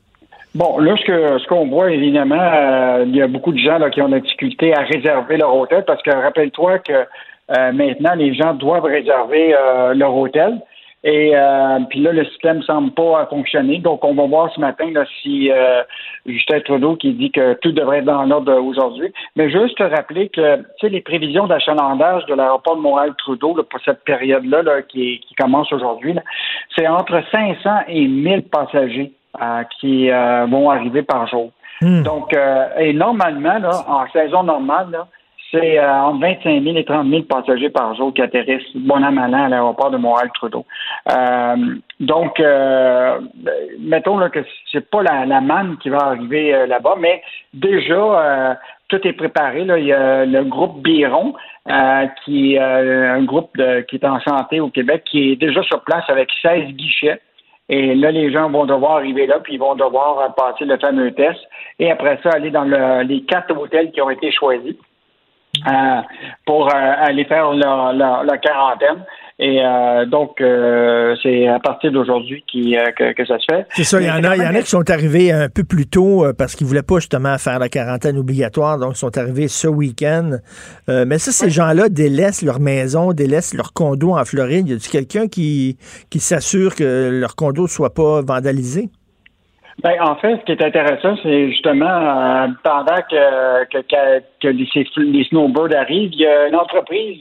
Bon, là, ce qu'on voit, évidemment, il y a beaucoup de gens là, qui ont de la difficulté à réserver leur hôtel parce que rappelle-toi que maintenant, les gens doivent réserver leur hôtel. Et puis là, le système semble pas fonctionner. Donc, on va voir ce matin là, si Justin Trudeau qui dit que tout devrait être dans l'ordre aujourd'hui. Mais juste te rappeler que tu sais, les prévisions d'achalandage de l'aéroport de Montréal-Trudeau là, pour cette période-là là, qui commence aujourd'hui, là, c'est entre 500 et 1000 passagers qui vont arriver par jour. Donc, et normalement, là, en saison normale, là, c'est entre 25 000 et 30 000 passagers par jour qui atterrissent bon an mal an à l'aéroport de Montréal-Trudeau. Donc, mettons là, que c'est pas la manne qui va arriver là-bas, mais déjà, tout est préparé. Là. Il y a le groupe Biron, qui est un groupe qui est en santé au Québec, qui est déjà sur place avec 16 guichets. Et là, les gens vont devoir arriver là, puis ils vont devoir passer le fameux test. Et après ça, aller dans les 4 hôtels qui ont été choisis pour aller faire leur quarantaine. Et donc, c'est à partir d'aujourd'hui que ça se fait. C'est ça, il y en a qui sont arrivés un peu plus tôt parce qu'ils voulaient pas justement faire la quarantaine obligatoire, donc ils sont arrivés ce week-end. Mais ça, ces gens-là délaissent leur maison, délaissent leur condo en Floride. Y a-t-il quelqu'un qui s'assure que leur condo ne soit pas vandalisé? Ben, en fait, ce qui est intéressant, c'est justement pendant que les snowbirds arrivent, il y a une entreprise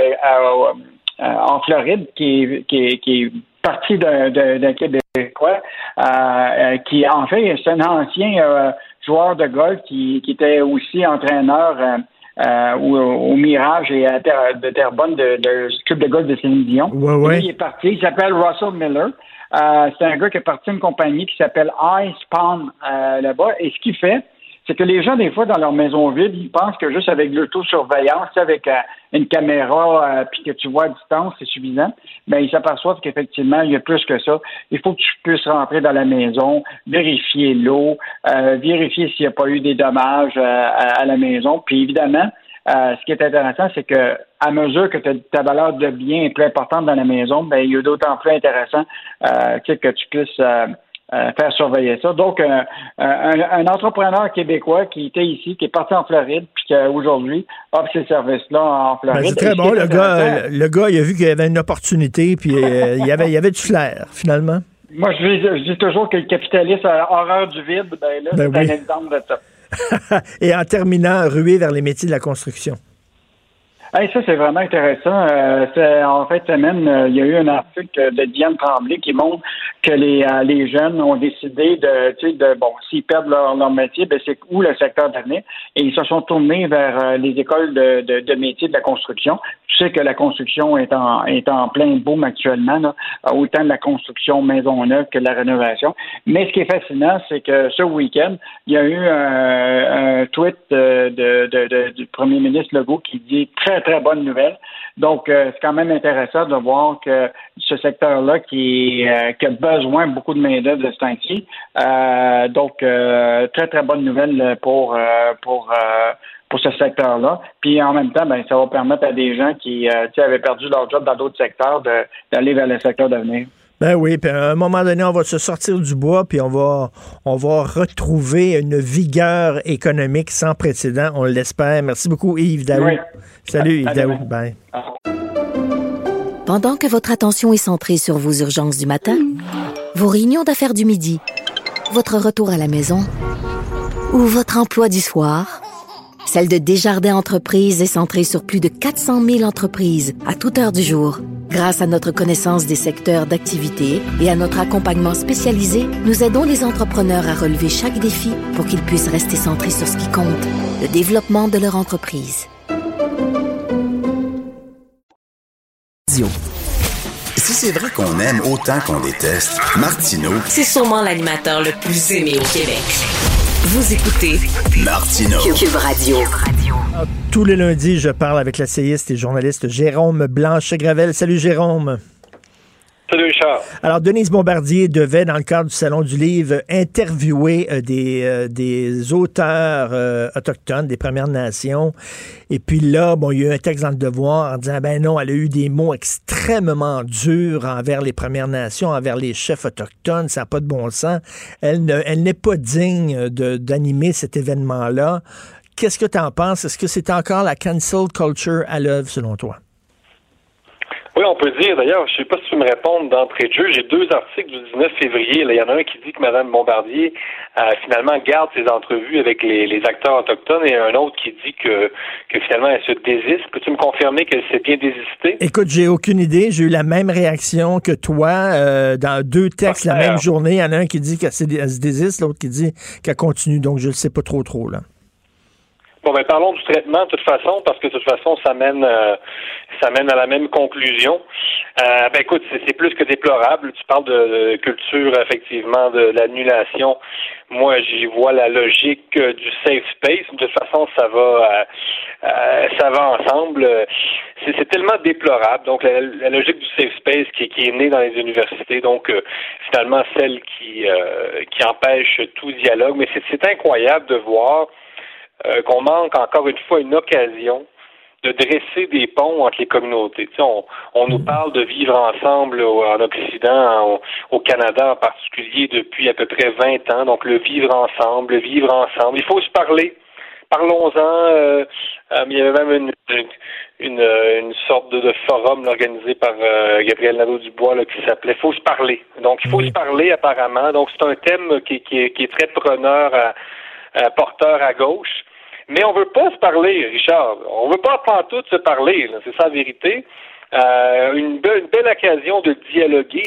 en Floride qui est partie d'un Québécois qui, en fait, c'est un ancien joueur de golf qui était aussi entraîneur au Mirage et à Terrebonne de club de golf de Céline Dion. Ouais. Il est parti, il s'appelle Russell Miller. C'est un gars qui est parti d'une compagnie qui s'appelle iSpawn là-bas. Et ce qu'il fait, c'est que les gens, des fois, dans leur maison vide, ils pensent que juste avec l'autosurveillance, avec une caméra, puis que tu vois à distance, c'est suffisant. Mais ils s'aperçoivent qu'effectivement, il y a plus que ça. Il faut que tu puisses rentrer dans la maison, vérifier l'eau, vérifier s'il n'y a pas eu des dommages à la maison. Puis évidemment, ce qui est intéressant, c'est que à mesure que ta valeur de bien est plus importante dans la maison, ben il y a d'autant plus intéressant que tu puisses faire surveiller ça. Donc, un entrepreneur québécois qui était ici, qui est parti en Floride, puis qui aujourd'hui offre ces services-là en Floride. Ben, c'est très bon. Le gars, il a vu qu'il y avait une opportunité, puis il y avait du flair, finalement. Moi, je dis toujours que le capitaliste a horreur du vide. Ben là, c'est un exemple de ça. Et en terminant, ruer vers les métiers de la construction. Hey, ça, c'est vraiment intéressant. En fait, semaine, il y a eu un article de Diane Tremblay qui montre que les jeunes ont décidé s'ils perdent leur métier, ben c'est où le secteur d'avenir. Et ils se sont tournés vers les écoles de métiers de la construction. Tu sais que la construction est en plein boom actuellement, là, autant de la construction maison neuve que de la rénovation. Mais ce qui est fascinant, c'est que ce week-end, il y a eu un tweet du premier ministre Legault qui dit très, très bonne nouvelle. Donc, c'est quand même intéressant de voir que ce secteur-là qui a besoin beaucoup de main-d'œuvre de ce temps-ci. Donc, très, très bonne nouvelle pour ce secteur-là. Puis en même temps, ben ça va permettre à des gens qui avaient perdu leur job dans d'autres secteurs d'aller vers le secteur d'avenir. Ben oui, puis à un moment donné, on va se sortir du bois, puis on va retrouver une vigueur économique sans précédent, on l'espère. Merci beaucoup, Yves Daou. Oui. Salut, Yves Daou. Bye. Pendant que votre attention est centrée sur vos urgences du matin, vos réunions d'affaires du midi, votre retour à la maison ou votre emploi du soir, celle de Desjardins Entreprises est centrée sur plus de 400 000 entreprises à toute heure du jour. Grâce à notre connaissance des secteurs d'activité et à notre accompagnement spécialisé, nous aidons les entrepreneurs à relever chaque défi pour qu'ils puissent rester centrés sur ce qui compte, le développement de leur entreprise. Si c'est vrai qu'on aime autant qu'on déteste, Martineau, c'est sûrement l'animateur le plus aimé au Québec. Vous écoutez Martineau. Cube Radio. Tous les lundis, je parle avec l'essayiste et journaliste Jérôme Blanchet-Gravel. Salut Jérôme. Salut Richard. Alors, Denise Bombardier devait, dans le cadre du Salon du Livre, interviewer des auteurs autochtones des Premières Nations. Et puis là, il y a eu un texte dans le Devoir en disant, ben non, elle a eu des mots extrêmement durs envers les Premières Nations, envers les chefs autochtones, ça n'a pas de bon sens. Elle n'est pas digne d'animer cet événement-là. Qu'est-ce que tu en penses? Est-ce que c'est encore la cancel culture à l'œuvre, selon toi? Oui, on peut dire, d'ailleurs, je ne sais pas si tu me réponds d'entrée de jeu, j'ai 2 articles du 19 février. Là, il y en a un qui dit que Mme Bombardier finalement garde ses entrevues avec les acteurs autochtones et un autre qui dit que finalement elle se désiste. Peux-tu me confirmer qu'elle s'est bien désistée? Écoute, j'ai aucune idée. J'ai eu la même réaction que toi dans 2 textes la même journée. Il y en a un qui dit qu'elle se désiste, l'autre qui dit qu'elle continue. Donc, je ne le sais pas trop, là. Bon, ben parlons du traitement de toute façon, parce que de toute façon, ça mène à la même conclusion. Ben écoute, c'est plus que déplorable. Tu parles de culture, effectivement, de l'annulation. Moi, j'y vois la logique du safe space. De toute façon, ça va ensemble. C'est tellement déplorable. Donc, la logique du safe space qui est née dans les universités, donc finalement celle qui empêche tout dialogue. Mais c'est incroyable de voir qu'on manque encore une fois une occasion de dresser des ponts entre les communautés. Tu sais, on nous parle de vivre ensemble en Occident, au Canada en particulier, depuis à peu près 20 ans. Donc, le vivre ensemble. Il faut se parler. Parlons-en. Il y avait même une sorte de forum organisé par Gabriel Nadeau-Dubois qui s'appelait « Faut se parler ». Donc, il faut se parler apparemment. Donc, c'est un thème qui est très preneur, porteur à gauche. Mais on veut pas se parler, Richard. On veut pas pantoute se parler, là. C'est ça la vérité. Une belle occasion de dialoguer.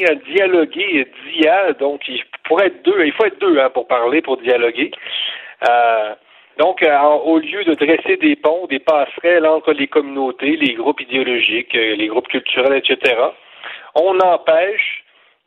Donc il faut être deux pour parler, pour dialoguer. Donc, au lieu de dresser des ponts, des passerelles entre les communautés, les groupes idéologiques, les groupes culturels, etc., on empêche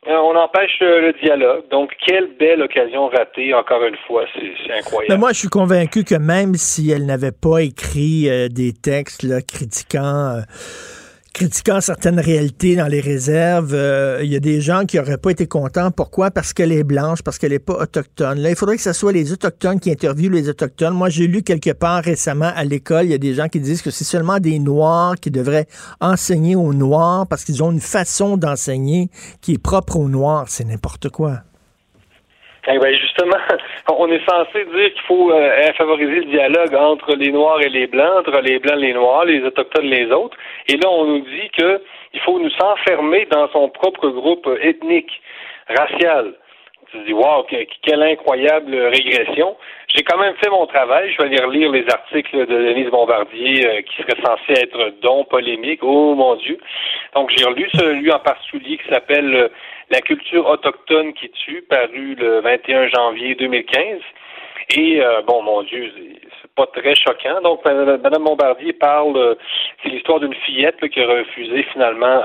le dialogue. Donc, quelle belle occasion ratée, encore une fois. C'est incroyable. Mais moi, je suis convaincu que même si elle n'avait pas écrit des textes là, critiquant certaines réalités dans les réserves, il y a des gens qui n'auraient pas été contents. Pourquoi? Parce qu'elle est blanche, parce qu'elle n'est pas autochtone. Là, il faudrait que ce soit les Autochtones qui interviewent les Autochtones. Moi, j'ai lu quelque part récemment à l'école, il y a des gens qui disent que c'est seulement des Noirs qui devraient enseigner aux Noirs parce qu'ils ont une façon d'enseigner qui est propre aux Noirs. C'est n'importe quoi. Eh bien, justement, on est censé dire qu'il faut favoriser le dialogue entre les Noirs et les Blancs, entre les Blancs et les Noirs, les Autochtones et les autres. Et là, on nous dit qu'il faut nous enfermer dans son propre groupe ethnique, racial. Tu te dis, wow, quelle incroyable régression. J'ai quand même fait mon travail. Je vais aller relire les articles de Denise Bombardier qui serait censé être polémique. Oh mon Dieu. Donc, j'ai relu celui en particulier qui s'appelle La culture autochtone qui tue, paru le 21 janvier 2015. Et, bon, mon Dieu, c'est pas très choquant. Donc, Mme Bombardier parle, c'est l'histoire d'une fillette là, qui a refusé finalement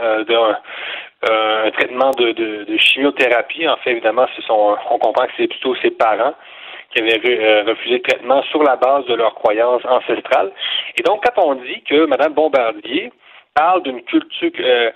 un traitement de chimiothérapie. En fait, évidemment, on comprend que c'est plutôt ses parents qui avaient refusé le traitement sur la base de leurs croyances ancestrales. Et donc, quand on dit que Mme Bombardier parle d'une culture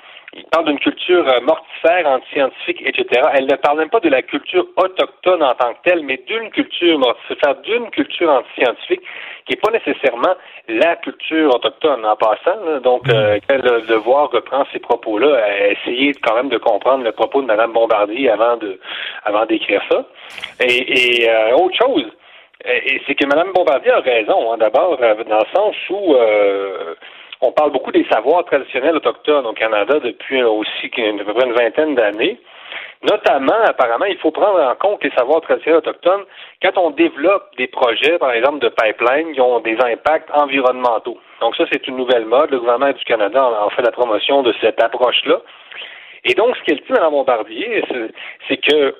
mortifère, anti-scientifique, etc. Elle ne parle même pas de la culture autochtone en tant que telle, mais d'une culture mortifère, d'une culture anti-scientifique, qui n'est pas nécessairement la culture autochtone en passant. Là. Donc, quand le Devoir reprend ces propos-là, essayer quand même de comprendre le propos de Mme Bombardier avant d'écrire ça. Et autre chose, c'est que Mme Bombardier a raison, hein, d'abord, dans le sens où on parle beaucoup des savoirs traditionnels autochtones au Canada depuis aussi à peu près une vingtaine d'années. Notamment, apparemment, il faut prendre en compte les savoirs traditionnels autochtones quand on développe des projets, par exemple, de pipeline qui ont des impacts environnementaux. Donc ça, c'est une nouvelle mode. Le gouvernement du Canada en fait la promotion de cette approche-là. Et donc, ce qu'elle dit, Mme Bombardier, c'est que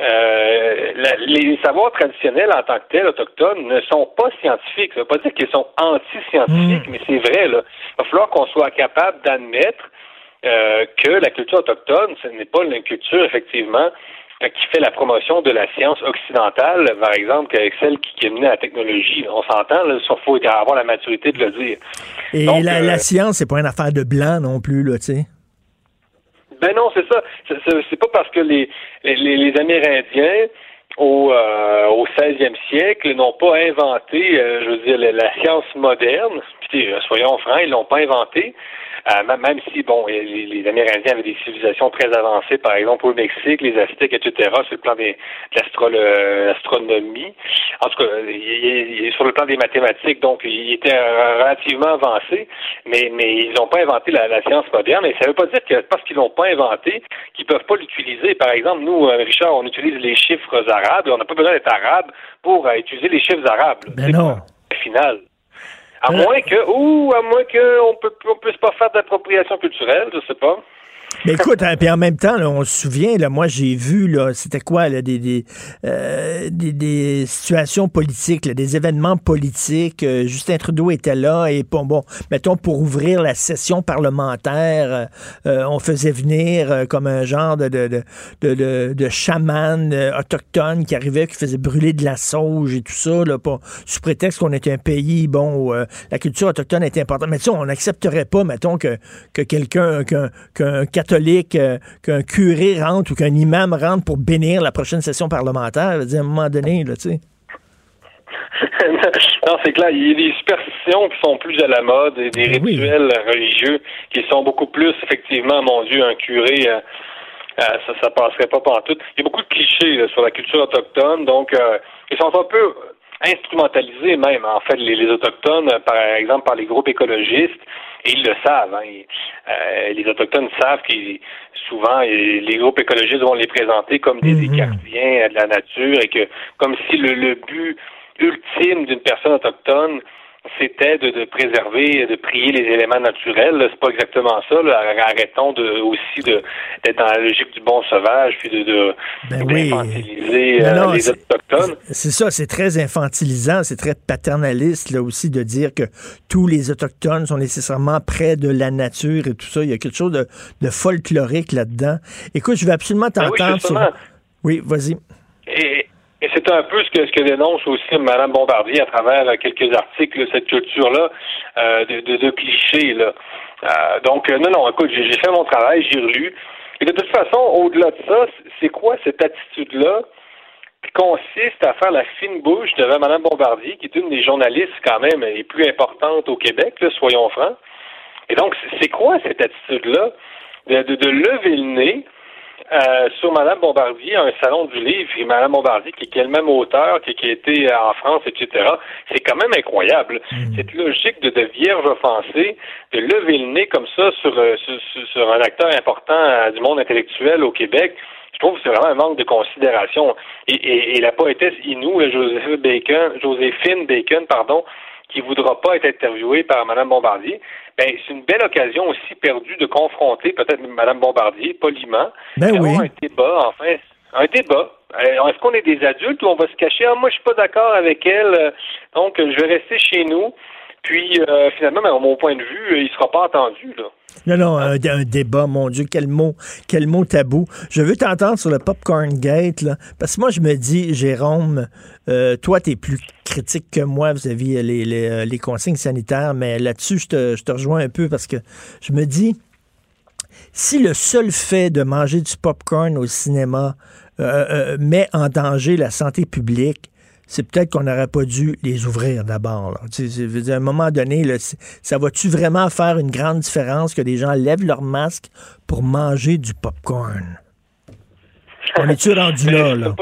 les savoirs traditionnels en tant que tels autochtones ne sont pas scientifiques. Ça ne veut pas dire qu'ils sont anti-scientifiques, mais c'est vrai, là. Il va falloir qu'on soit capable d'admettre que la culture autochtone, ce n'est pas une culture, effectivement, qui fait la promotion de la science occidentale, par exemple, qu'avec celle qui est menée à la technologie. On s'entend, là, il faut avoir la maturité de le dire. Et donc, la science, c'est pas une affaire de blanc non plus, là, tu sais. Ben non, c'est ça. C'est pas parce que les Amérindiens au 16e siècle n'ont pas inventé, je veux dire, la science moderne. Puis, soyons francs, ils l'ont pas inventé. Même si, bon, les Amérindiens avaient des civilisations très avancées, par exemple au Mexique, les Aztèques, etc., sur le plan de l'astronomie. En tout cas, sur le plan des mathématiques, donc, ils étaient relativement avancés, mais ils n'ont pas inventé la science moderne. Et ça ne veut pas dire que parce qu'ils l'ont pas inventé, qu'ils peuvent pas l'utiliser. Par exemple, nous, Richard, on utilise les chiffres arabes. On n'a pas besoin d'être arabe pour utiliser les chiffres arabes. Ben non. Au final. À moins qu'on puisse pas faire d'appropriation culturelle, je sais pas. Mais écoute, puis en même temps, là, on se souvient, là, moi j'ai vu, là, c'était quoi, là, des situations politiques, là, des événements politiques. Justin Trudeau était là et bon, mettons pour ouvrir la session parlementaire, on faisait venir comme un genre de chaman autochtone qui arrivait, qui faisait brûler de la sauge et tout ça, là, sous prétexte qu'on était un pays, bon, où la culture autochtone était importante. Mais tu sais, on n'accepterait pas, mettons, que quelqu'un, qu'un catholique, qu'un curé rentre ou qu'un imam rentre pour bénir la prochaine session parlementaire. Je veux dire, à un moment donné, là, tu sais. Non, c'est clair. Il y a des superstitions qui sont plus à la mode et des rituels religieux qui sont beaucoup plus, effectivement, mon Dieu, un curé, ça passerait pas pantoute. Il y a beaucoup de clichés là, sur la culture autochtone, donc ils sont un peu instrumentalisés même, en fait, les Autochtones, par exemple, par les groupes écologistes, et ils le savent. Les Autochtones savent que souvent, les groupes écologistes vont les présenter comme des écartiens de la nature, et que comme si le but ultime d'une personne autochtone, c'était de préserver, de prier les éléments naturels. Là, c'est pas exactement ça. Là. Arrêtons d'être dans la logique du bon sauvage, puis d'infantiliser les Autochtones. C'est ça, c'est très infantilisant, c'est très paternaliste là aussi de dire que tous les Autochtones sont nécessairement près de la nature et tout ça. Il y a quelque chose de folklorique là-dedans. Écoute, je vais absolument t'entendre sur... Oui, vas-y. Et c'est un peu ce que dénonce aussi Mme Bombardier à travers quelques articles, cette culture-là de clichés. Là. Donc, non, écoute, j'ai fait mon travail, j'ai relu. Et de toute façon, au-delà de ça, c'est quoi cette attitude-là qui consiste à faire la fine bouche devant Mme Bombardier, qui est une des journalistes quand même les plus importantes au Québec, là, soyons francs. Et donc, c'est quoi cette attitude-là de lever le nez sur Mme Bombardier, un salon du livre, et Mme Bombardier, qui est elle-même auteure, qui a été en France, etc., c'est quand même incroyable. Cette logique de vierge offensée, de lever le nez comme ça sur un acteur important du monde intellectuel au Québec, je trouve que c'est vraiment un manque de considération. Et la poétesse Inou, Joséphine Bacon, qui voudra pas être interviewée par Mme Bombardier, ben c'est une belle occasion aussi perdue de confronter peut-être Mme Bombardier poliment, avoir un débat, un débat. Est-ce qu'on est des adultes ou on va se cacher? Moi, je suis pas d'accord avec elle, donc je vais rester chez nous. Puis, finalement, à mon point de vue, il sera pas entendu, là. Non, un débat, mon Dieu, quel mot tabou. Je veux t'entendre sur le Popcorn Gate, là, parce que moi, je me dis, Jérôme, toi, t'es plus critique que moi vis-à-vis les consignes sanitaires, mais là-dessus, je te rejoins un peu parce que je me dis, si le seul fait de manger du popcorn au cinéma met en danger la santé publique, c'est peut-être qu'on n'aurait pas dû les ouvrir d'abord. À un moment donné, là, ça va-tu vraiment faire une grande différence que des gens lèvent leur masque pour manger du popcorn? On est-tu rendu là?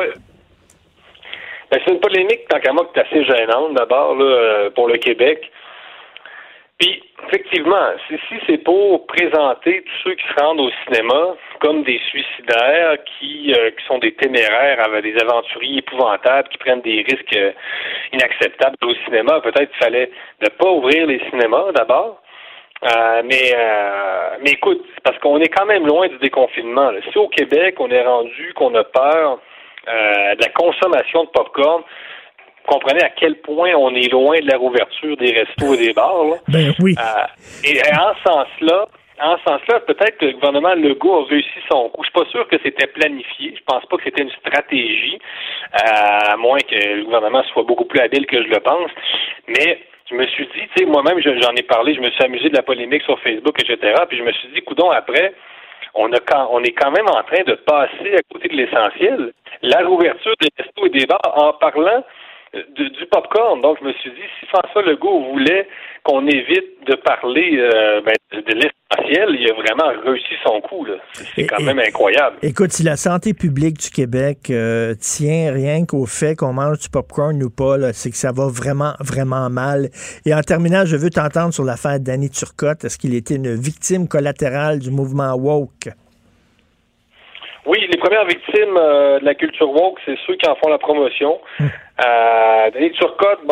C'est une polémique, tant qu'à moi, qui est assez gênante, d'abord, là, pour le Québec. Puis, effectivement, si c'est pour présenter tous ceux qui se rendent au cinéma comme des suicidaires, qui sont des téméraires, des aventuriers épouvantables, qui prennent des risques inacceptables au cinéma, peut-être qu'il fallait ne pas ouvrir les cinémas d'abord. Mais écoute, parce qu'on est quand même loin du déconfinement. Là. Si au Québec, on est rendu qu'on a peur de la consommation de popcorn, comprenez à quel point on est loin de la rouverture des restos et des bars. Là. Ben oui. Et en ce sens-là, peut-être que le gouvernement Legault a réussi son coup. Je suis pas sûr que c'était planifié. Je pense pas que c'était une stratégie, à moins que le gouvernement soit beaucoup plus habile que je le pense. Mais je me suis dit, moi-même, j'en ai parlé, je me suis amusé de la polémique sur Facebook, etc. Puis je me suis dit, coudonc, après, on est quand même en train de passer à côté de l'essentiel. La réouverture des restos et des bars en parlant du popcorn. Donc, je me suis dit, si François Legault voulait qu'on évite de parler de l'essentiel, il a vraiment réussi son coup, là. C'est quand même incroyable. Écoute, si la santé publique du Québec tient rien qu'au fait qu'on mange du popcorn ou pas, là, c'est que ça va vraiment, vraiment mal. Et en terminant, je veux t'entendre sur l'affaire d'Annie Turcotte. Est-ce qu'il était une victime collatérale du mouvement woke? Oui, les premières victimes de la culture woke, c'est ceux qui en font la promotion. Annie Turcotte,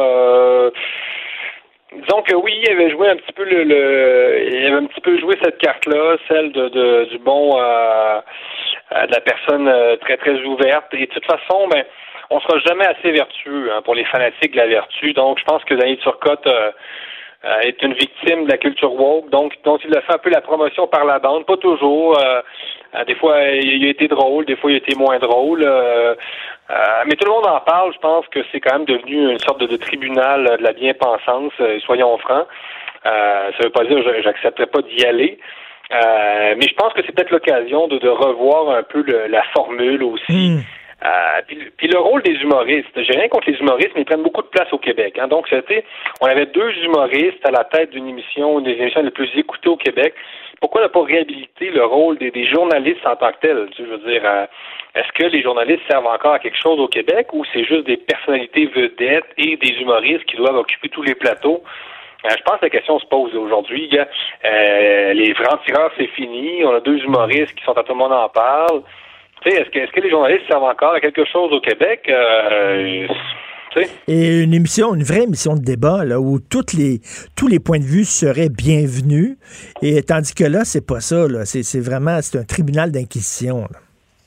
disons que oui, il avait joué un petit peu il avait un petit peu joué cette carte-là, celle de la personne très très ouverte. Et de toute façon, on sera jamais assez vertueux pour les fanatiques de la vertu. Donc, je pense que Annie Turcotte est une victime de la culture woke, donc il a fait un peu la promotion par la bande, pas toujours. Des fois, il a été drôle, des fois, il a été moins drôle. Mais tout le monde en parle. Je pense que c'est quand même devenu une sorte de tribunal de la bien-pensance, soyons francs. Ça veut pas dire que j'accepterais pas d'y aller. Mais je pense que c'est peut-être l'occasion de revoir un peu la formule aussi. Puis le rôle des humoristes, j'ai rien contre les humoristes, mais ils prennent beaucoup de place au Québec. Donc, on avait 2 humoristes à la tête une des émissions les plus écoutées au Québec. Pourquoi ne pas réhabiliter le rôle des journalistes en tant que tels? Je veux dire, est-ce que les journalistes servent encore à quelque chose au Québec ou c'est juste des personnalités vedettes et des humoristes qui doivent occuper tous les plateaux? Je pense que la question se pose aujourd'hui. Les francs-tireurs, c'est fini. On a 2 humoristes qui sont à tout le monde en parle. Est-ce que les journalistes servent encore à quelque chose au Québec? Et une vraie émission de débat là, où tous les points de vue seraient bienvenus. Et tandis que là, c'est pas ça. Là. C'est vraiment un tribunal d'inquisition. Là.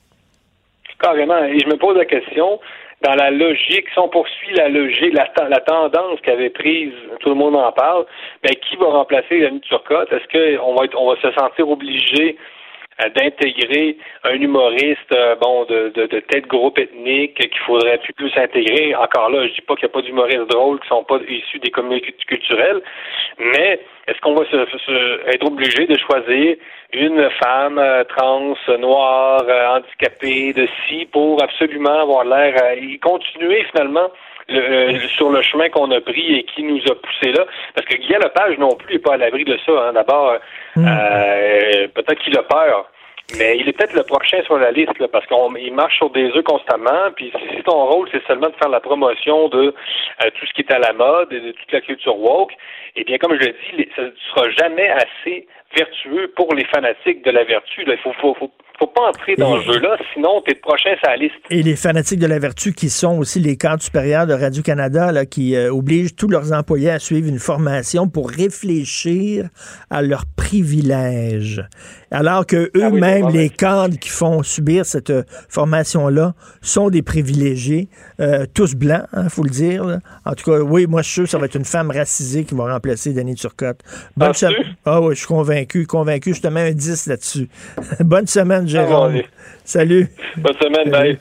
Carrément. Et je me pose la question, dans la logique, si on poursuit la logique, la tendance qu'avait prise, tout le monde en parle, qui va remplacer Annie Turcotte? Est-ce qu'on va se sentir obligé d'intégrer un humoriste de tête groupe ethnique qu'il faudrait plus intégrer? Encore là, je dis pas qu'il n'y a pas d'humoristes drôles qui sont pas issus des communautés culturelles, mais est-ce qu'on va être obligé de choisir une femme trans, noire, handicapée, de ci, pour absolument avoir l'air et continuer finalement sur le chemin qu'on a pris et qui nous a poussé là? Parce que Guy Lepage non plus n'est pas à l'abri de ça. D'abord, peut-être qu'il a peur, mais il est peut-être le prochain sur la liste, là, parce qu'il marche sur des œufs constamment, puis si ton rôle, c'est seulement de faire la promotion de tout ce qui est à la mode et de toute la culture woke, eh bien, comme je l'ai dit, ça ne sera jamais assez vertueux pour les fanatiques de la vertu. Là. Il faut pas entrer dans le jeu-là, sinon t'es le prochain sur la liste. Et les fanatiques de la vertu qui sont aussi les cadres supérieurs de Radio-Canada, là, qui obligent tous leurs employés à suivre une formation pour réfléchir à leurs privilèges. Alors que eux-mêmes, les cadres qui font subir cette formation-là, sont des privilégiés, tous blancs, faut le dire. Là. En tout cas, oui, moi je suis sûr que ça va être une femme racisée qui va remplacer Annie Turcotte. Bonne semaine. Ah oui, je suis convaincu, je te mets un 10 là-dessus. Bonne semaine, Jérôme. Salut. Bonne semaine, bye.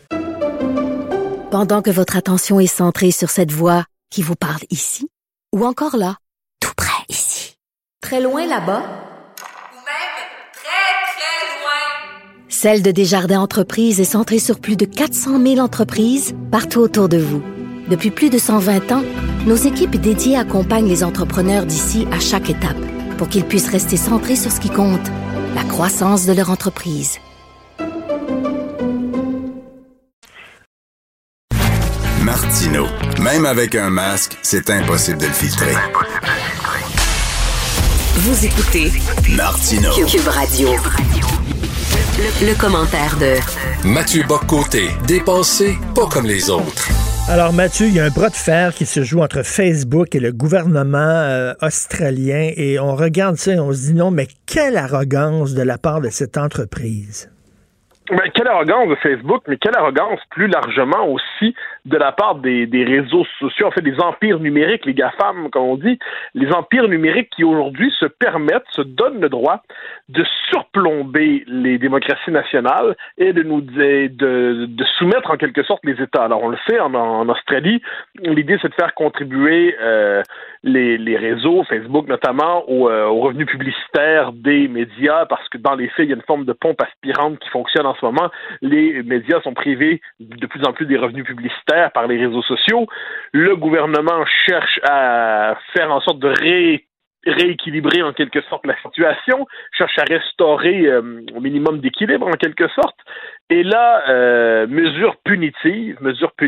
Pendant que votre attention est centrée sur cette voix qui vous parle ici, ou encore là, tout près ici, très loin là-bas, ou même très, très loin, Celle de Desjardins Entreprises est centrée sur plus de 400 000 entreprises partout autour de vous. Depuis plus de 120 ans, nos équipes dédiées accompagnent les entrepreneurs d'ici à chaque étape pour qu'ils puissent rester centrés sur ce qui compte, la croissance de leur entreprise. Martineau. Même avec un masque, c'est impossible de le filtrer. Vous écoutez Martineau. Cube Radio. Le commentaire de Mathieu Bock-Côté. Dépensé pas comme les autres. Alors Mathieu, il y a un bras de fer qui se joue entre Facebook et le gouvernement australien et on regarde ça et on se dit non, mais quelle arrogance de la part de cette entreprise. Quelle arrogance de Facebook, mais quelle arrogance plus largement aussi de la part des réseaux sociaux, en fait des empires numériques, les GAFAM comme on dit, les empires numériques qui aujourd'hui se donnent le droit de surplomber les démocraties nationales et de soumettre en quelque sorte les États. Alors on le sait, en Australie, l'idée c'est de faire contribuer les réseaux, Facebook notamment, aux revenus publicitaires des médias, parce que dans les faits, il y a une forme de pompe aspirante qui fonctionne en ce moment. Les médias sont privés de plus en plus des revenus publicitaires par les réseaux sociaux. Le gouvernement cherche à faire en sorte de rééquilibrer en quelque sorte la situation, cherche à restaurer au minimum d'équilibre en quelque sorte. Et là, mesure punitive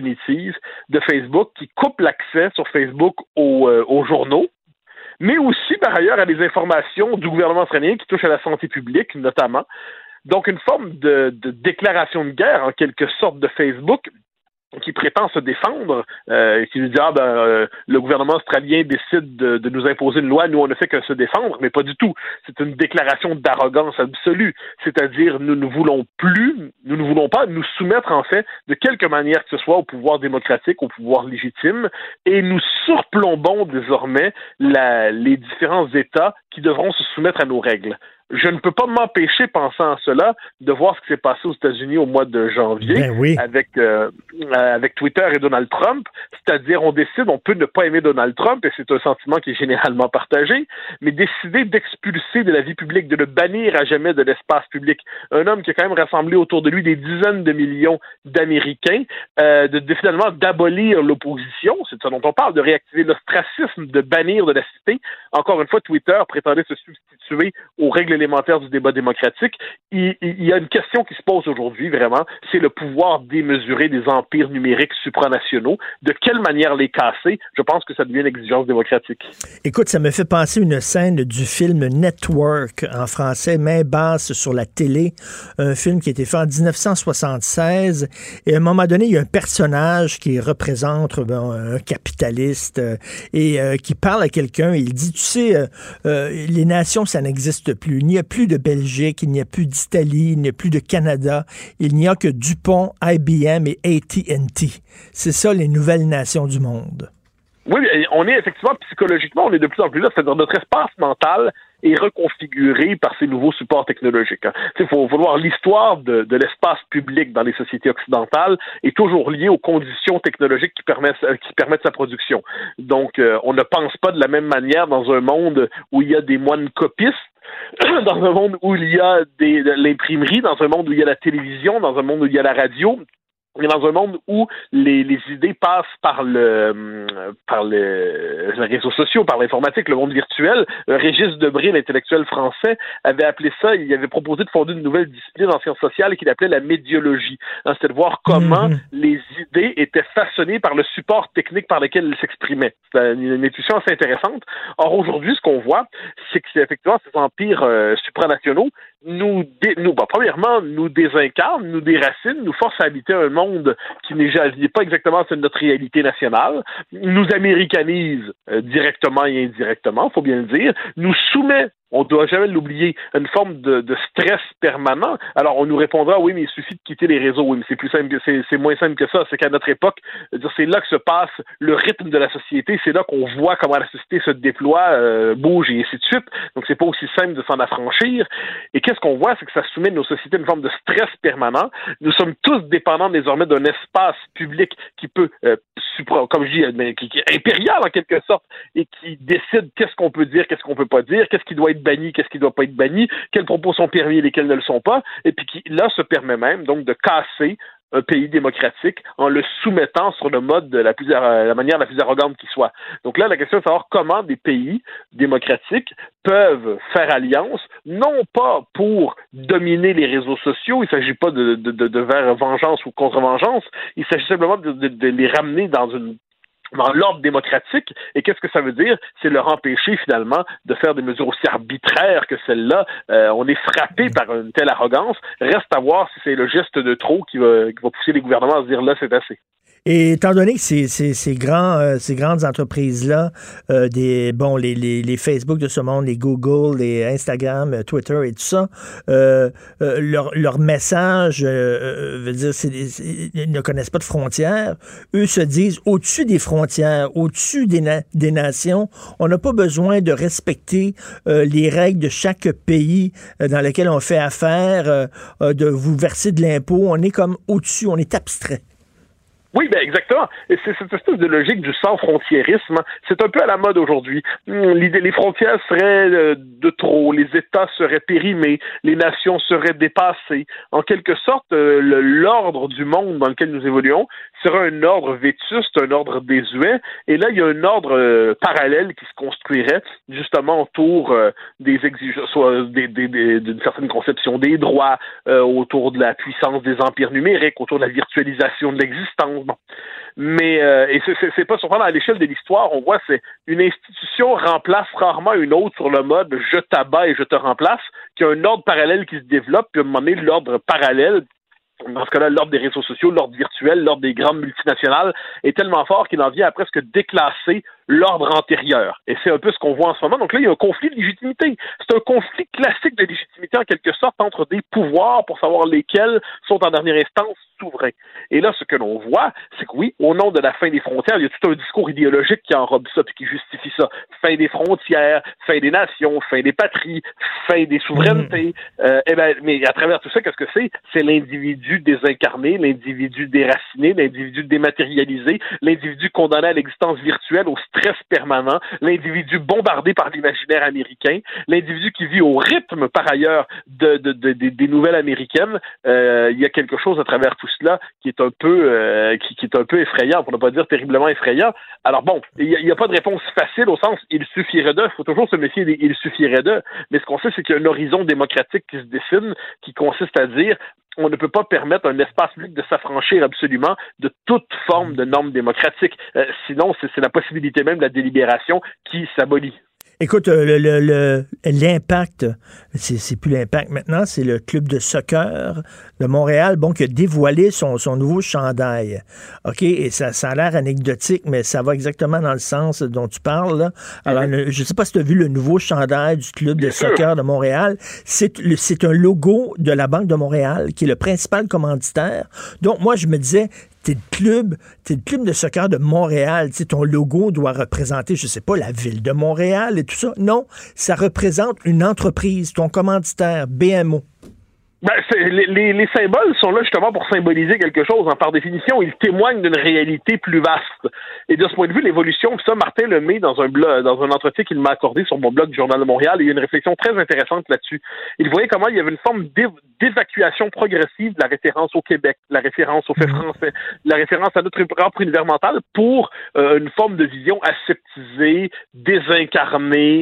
de Facebook qui coupe l'accès sur Facebook aux journaux, mais aussi par ailleurs à des informations du gouvernement australien qui touchent à la santé publique notamment. Donc une forme de déclaration de guerre en quelque sorte de Facebook qui prétend se défendre, qui nous dit le gouvernement australien décide de nous imposer une loi, nous on ne fait que se défendre, mais pas du tout. C'est une déclaration d'arrogance absolue, c'est-à-dire nous ne voulons pas nous soumettre en fait de quelque manière que ce soit au pouvoir démocratique, au pouvoir légitime, et nous surplombons désormais les différents États qui devront se soumettre à nos règles. Je ne peux pas m'empêcher, pensant à cela, de voir ce qui s'est passé aux États-Unis au mois de janvier avec Twitter et Donald Trump. C'est-à-dire, on peut ne pas aimer Donald Trump, et c'est un sentiment qui est généralement partagé, mais décider d'expulser de la vie publique, de le bannir à jamais de l'espace public. Un homme qui a quand même rassemblé autour de lui des dizaines de millions d'Américains, finalement d'abolir l'opposition, c'est de ça dont on parle, de réactiver l'ostracisme, de bannir de la cité. Encore une fois, Twitter prétendait se substituer aux règles élémentaires du débat démocratique. Il y a une question qui se pose aujourd'hui, vraiment, c'est le pouvoir démesuré des empires numériques supranationaux. De quelle manière les casser? Je pense que ça devient une exigence démocratique. Écoute, ça me fait penser une scène du film Network, en français, Main basse sur la télé, un film qui a été fait en 1976, et à un moment donné, il y a un personnage qui représente un capitaliste et qui parle à quelqu'un, et il dit, tu sais, les nations, ça n'existe plus. Il n'y a plus de Belgique, il n'y a plus d'Italie, il n'y a plus de Canada. Il n'y a que DuPont, IBM et AT&T. C'est ça, les nouvelles nations du monde. Oui, on est effectivement, psychologiquement, on est de plus en plus là. C'est-à-dire notre espace mental est reconfiguré par ces nouveaux supports technologiques. Il faut voir l'histoire de l'espace public dans les sociétés occidentales est toujours liée aux conditions technologiques qui permettent sa production. Donc, on ne pense pas de la même manière dans un monde où il y a des moines copistes, dans un monde où il y a de l'imprimerie, dans un monde où il y a la télévision, dans un monde où il y a la radio, et dans un monde où les idées passent par les réseaux sociaux, par l'informatique, le monde virtuel. Régis Debray, l'intellectuel français, avait appelé ça, il avait proposé de fonder une nouvelle discipline en sciences sociales qu'il appelait la médiologie. C'était de voir comment les idées étaient façonnées par le support technique par lequel elles s'exprimaient. C'est une intuition assez intéressante. Or, aujourd'hui, ce qu'on voit, c'est que effectivement, ces empires supranationaux premièrement, nous désincarnent, nous déracinent, nous forcent à habiter un monde qui n'est pas exactement notre réalité nationale, nous américanisent directement et indirectement, faut bien le dire, nous soumet, on ne doit jamais l'oublier, une forme de stress permanent. Alors, on nous répondra, oui, mais il suffit de quitter les réseaux. Oui, mais c'est plus simple c'est moins simple que ça. C'est qu'à notre époque, c'est là que se passe le rythme de la société. C'est là qu'on voit comment la société se déploie, bouge et ainsi de suite. Donc, c'est pas aussi simple de s'en affranchir. Et qu'est-ce qu'on voit? C'est que ça soumet nos sociétés à une forme de stress permanent. Nous sommes tous dépendants désormais d'un espace public qui peut, comme je dis, qui est impérial en quelque sorte, et qui décide qu'est-ce qu'on peut dire, qu'est-ce qu'on peut pas dire, qu'est-ce qui doit être banni, qu'est-ce qui doit pas être banni, quels propos sont permis et lesquels ne le sont pas, et puis qui, là, se permet même donc de casser un pays démocratique en le soumettant sur le mode de la manière la plus arrogante qui soit. Donc là, la question est de savoir comment des pays démocratiques peuvent faire alliance, non pas pour dominer les réseaux sociaux, il ne s'agit pas de vers vengeance ou contre-vengeance, il s'agit simplement de les ramener dans l'ordre démocratique. Et qu'est-ce que ça veut dire? C'est leur empêcher finalement de faire des mesures aussi arbitraires que celles-là. On est frappé par une telle arrogance. Reste à voir si c'est le geste de trop qui va pousser les gouvernements à se dire là, c'est assez. Et étant donné que ces grandes entreprises-là, les Facebook de ce monde, les Google, les Instagram, Twitter et tout ça, leur message, veut dire, ils ne connaissent pas de frontières. Eux se disent, au-dessus des frontières, au-dessus des nations, on n'a pas besoin de respecter les règles de chaque pays dans lequel on fait affaire, de vous verser de l'impôt. On est comme au-dessus, on est abstrait. Oui, ben exactement. Et c'est cette espèce de logique du sans-frontiérisme. C'est un peu à la mode aujourd'hui. Les frontières seraient de trop, les États seraient périmés, les nations seraient dépassées. En quelque sorte, l'ordre du monde dans lequel nous évoluons sera un ordre vétuste, un ordre désuet. Et là, il y a un ordre parallèle qui se construirait justement autour des exigences, soit d'une certaine conception des droits, autour de la puissance des empires numériques, autour de la virtualisation de l'existence. Bon. Mais et c'est pas surprenant, à l'échelle de l'histoire, on voit c'est une institution remplace rarement une autre sur le mode je t'abats et je te remplace, qu'il y a un ordre parallèle qui se développe, puis à un moment donné, l'ordre parallèle, dans ce cas-là, l'ordre des réseaux sociaux, l'ordre virtuel, l'ordre des grandes multinationales est tellement fort qu'il en vient à presque déclasser l'ordre antérieur. Et c'est un peu ce qu'on voit en ce moment. Donc là, il y a un conflit de légitimité. C'est un conflit classique de légitimité, en quelque sorte, entre des pouvoirs pour savoir lesquels sont en dernière instance souverains. Et là, ce que l'on voit, c'est que oui, au nom de la fin des frontières, il y a tout un discours idéologique qui enrobe ça puis qui justifie ça. Fin des frontières, fin des nations, fin des patries, fin des souverainetés. Mais à travers tout ça, qu'est-ce que c'est? C'est l'individu désincarné, l'individu déraciné, l'individu dématérialisé, l'individu condamné à l'existence virtuelle, au stress permanent, l'individu bombardé par l'imaginaire américain, l'individu qui vit au rythme, par ailleurs, des nouvelles américaines. Il y a quelque chose à travers tout cela qui est un peu qui est un peu effrayant, pour ne pas dire terriblement effrayant. Alors bon, il n'y a pas de réponse facile au sens il suffirait d'eux. Il faut toujours se méfier des il suffirait d'eux. Mais ce qu'on sait, c'est qu'il y a un horizon démocratique qui se dessine, qui consiste à dire on ne peut pas permettre à un espace public de s'affranchir absolument de toute forme de normes démocratiques. Sinon, c'est la possibilité même de la délibération qui s'abolit. Écoute, l'impact, c'est plus l'impact maintenant, c'est le club de soccer de Montréal, qui a dévoilé son nouveau chandail. OK? Et ça a l'air anecdotique, mais ça va exactement dans le sens dont tu parles, là. Alors, je sais pas si tu as vu le nouveau chandail du club de soccer de Montréal. C'est un logo de la Banque de Montréal, qui est le principal commanditaire. Donc, moi, je me disais, t'es le club de soccer de Montréal. T'sais, ton logo doit représenter, je sais pas, la ville de Montréal et tout ça. Non, ça représente une entreprise, ton commanditaire, BMO. Ben, les symboles sont là justement pour symboliser quelque chose. Par définition, ils témoignent d'une réalité plus vaste. Et de ce point de vue, l'évolution, ça, Martin Lemay, dans un entretien qu'il m'a accordé sur mon blog du Journal de Montréal, il y a une réflexion très intéressante là-dessus. Il voyait comment il y avait une forme d'évacuation progressive de la référence au Québec, la référence au fait français, la référence à notre propre univers mental pour une forme de vision aseptisée, désincarnée,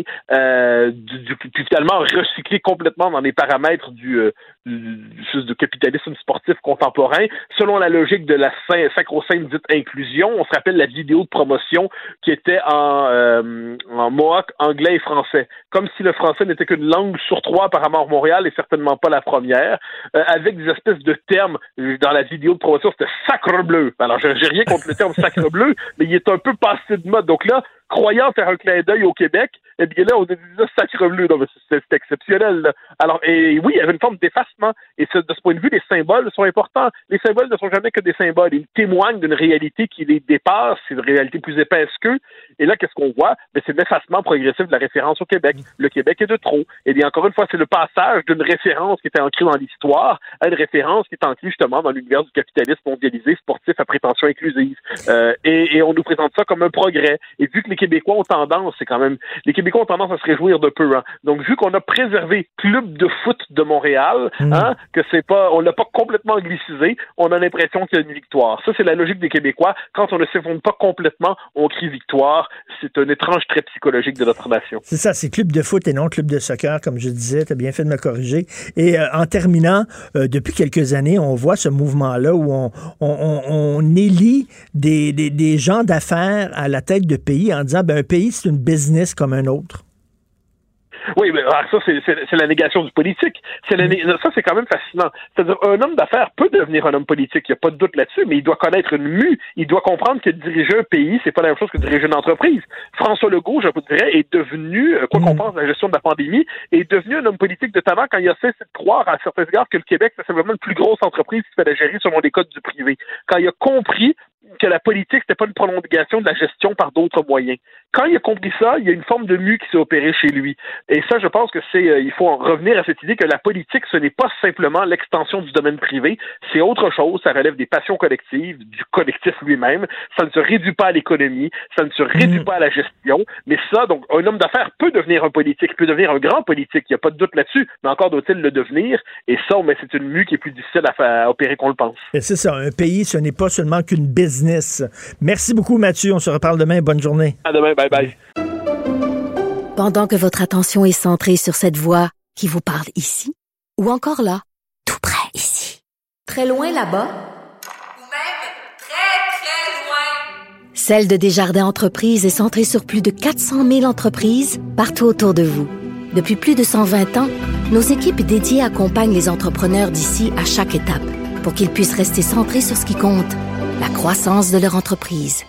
puis finalement recyclée complètement dans les paramètres du capitalisme sportif contemporain, selon la logique de la sacro-sainte dite inclusion. On se rappelle la vidéo de promotion qui était en mohawk, anglais et français. Comme si le français n'était qu'une langue sur 3 apparemment à Montréal et certainement pas la première, avec des espèces de termes dans la vidéo de promotion, c'était sacre bleu. Alors, j'ai rien contre le terme sacre bleu, mais il est un peu passé de mode. Donc là, croyant faire un clin d'œil au Québec, eh bien là, on a dit sacre bleu. Non, mais c'est exceptionnel, là. Alors, et oui, il y avait une forme d'effacement. Et de ce point de vue, les symboles sont importants. Les symboles ne sont jamais que des symboles. Ils témoignent d'une réalité qui les dépasse. C'est une réalité plus épaisse qu'eux. Et là, qu'est-ce qu'on voit? Ben, c'est l'effacement progressif de la référence au Québec. Le Québec est de trop. Et bien, encore une fois, c'est le passage d'une référence qui était ancrée dans l'histoire à une référence qui est ancrée justement dans l'univers du capitalisme mondialisé, sportif à prétention inclusive. Et on nous présente ça comme un progrès. Et vu que les Québécois ont tendance, les Québécois ont tendance à se réjouir de peu, hein. Donc, vu qu'on a préservé Club de foot de Montréal, que on l'a pas complètement glycisé, on a l'impression qu'il y a une victoire. Ça, c'est la logique des Québécois. Quand on ne s'effondre pas complètement, on crie victoire. C'est un étrange trait psychologique de notre nation. C'est ça, c'est club de foot et non club de soccer, comme je disais. T'as bien fait de me corriger. Et en terminant, depuis quelques années, on voit ce mouvement-là où on élit des gens d'affaires à la tête de pays en disant, un pays, c'est une business comme un autre. Oui, mais ça, c'est la négation du politique. Ça, c'est quand même fascinant. C'est-à-dire, un homme d'affaires peut devenir un homme politique, il n'y a pas de doute là-dessus, mais il doit connaître une mue. Il doit comprendre que diriger un pays, c'est pas la même chose que diriger une entreprise. François Legault, je vous dirais, est devenu, quoi qu'on pense de la gestion de la pandémie, est devenu un homme politique de talent quand il a cessé de croire à certains égards que le Québec, c'est vraiment une plus grosse entreprise qui se fait la gérer selon les codes du privé. Quand il a compris que la politique, c'était pas une prolongation de la gestion par d'autres moyens. Quand il a compris ça, il y a une forme de mue qui s'est opérée chez lui. Et ça, je pense que il faut en revenir à cette idée que la politique, ce n'est pas simplement l'extension du domaine privé, c'est autre chose, ça relève des passions collectives, du collectif lui-même, ça ne se réduit pas à l'économie, ça ne se réduit pas à la gestion, mais ça, donc, un homme d'affaires peut devenir un politique, peut devenir un grand politique, il n'y a pas de doute là-dessus, mais encore doit-il le devenir, et ça, mais c'est une mue qui est plus difficile à opérer qu'on le pense. Et c'est ça, un pays, ce n'est pas seulement qu'une business. Merci beaucoup, Mathieu, on se reparle demain, bonne journée. À demain, bye bye. Pendant que votre attention est centrée sur cette voix qui vous parle ici, ou encore là, tout près ici, très loin là-bas, ou même très, très loin. Celle de Desjardins Entreprises est centrée sur plus de 400 000 entreprises partout autour de vous. Depuis plus de 120 ans, nos équipes dédiées accompagnent les entrepreneurs d'ici à chaque étape pour qu'ils puissent rester centrés sur ce qui compte, la croissance de leur entreprise.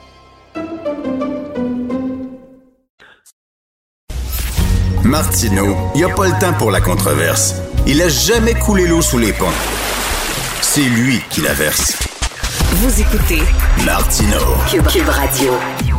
Martineau, il n'y a pas le temps pour la controverse. Il a jamais coulé l'eau sous les ponts. C'est lui qui la verse. Vous écoutez Martineau. Cube Radio.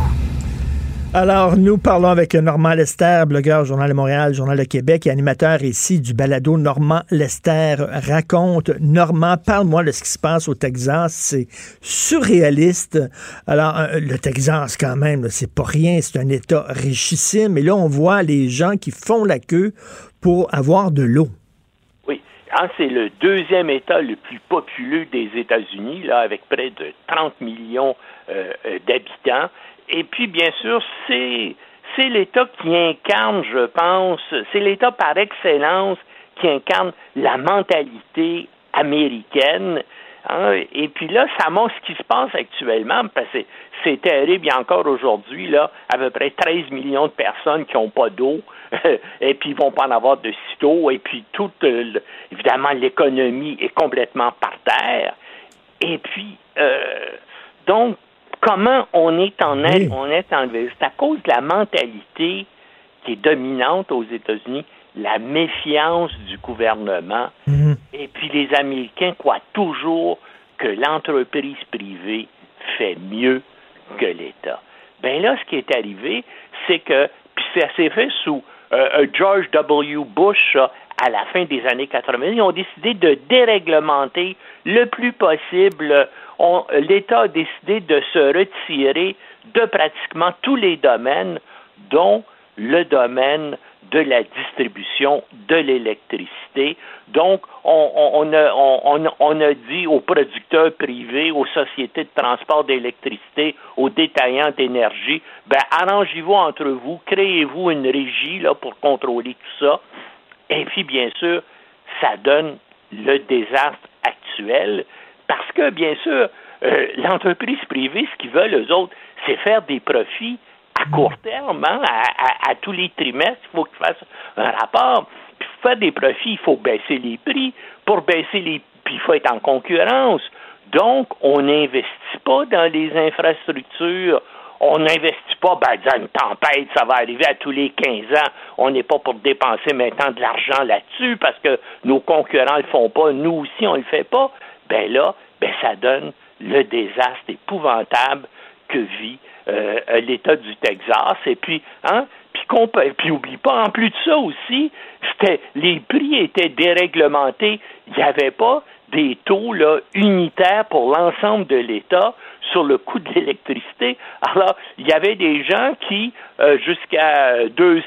Alors, nous parlons avec Normand Lester, blogueur Journal de Montréal, Journal de Québec et animateur ici du balado Normand Lester raconte. Normand, parle-moi de ce qui se passe au Texas. C'est surréaliste. Alors, le Texas, quand même, c'est pas rien. C'est un État richissime. Et là, on voit les gens qui font la queue pour avoir de l'eau. Oui. C'est le deuxième État le plus populeux des États-Unis, là, avec près de 30 millions d'habitants. Et puis, bien sûr, c'est l'État qui incarne, je pense, c'est l'État par excellence qui incarne la mentalité américaine. Hein? Et puis là, ça montre ce qui se passe actuellement, parce que c'est terrible. Il y a encore aujourd'hui, là, à peu près 13 millions de personnes qui n'ont pas d'eau, et puis ils vont pas en avoir de sitôt, et puis évidemment, l'économie est complètement par terre. Et puis, donc, comment on est en aide, c'est à cause de la mentalité qui est dominante aux États-Unis, la méfiance du gouvernement. Et puis les Américains croient toujours que l'entreprise privée fait mieux que l'État. Ben là, ce qui est arrivé, c'est que, puis ça s'est fait sous George W. Bush à la fin des années 80, ils ont décidé de déréglementer le plus possible. L'État a décidé de se retirer de pratiquement tous les domaines, dont le domaine de la distribution de l'électricité. Donc, on a dit aux producteurs privés, aux sociétés de transport d'électricité, aux détaillants d'énergie, arrangez-vous entre vous, créez-vous une régie là, pour contrôler tout ça. Et puis, bien sûr, ça donne le désastre actuel. Parce que, bien sûr, l'entreprise privée, ce qu'ils veulent, eux autres, c'est faire des profits à court terme, hein, à tous les trimestres. Il faut qu'ils fassent un rapport. Puis pour faire des profits, il faut baisser les prix. Pour baisser les prix, il faut être en concurrence. Donc, on n'investit pas dans les infrastructures. On n'investit pas, dans une tempête, ça va arriver à tous les 15 ans. On n'est pas pour dépenser maintenant de l'argent là-dessus parce que nos concurrents le font pas. Nous aussi, on le fait pas. Ça donne le désastre épouvantable que vit l'État du Texas. Et puis, puis oublie pas, en plus de ça aussi, les prix étaient déréglementés. Il n'y avait pas des taux là, unitaires pour l'ensemble de l'État sur le coût de l'électricité. Alors, il y avait des gens qui, jusqu'à 2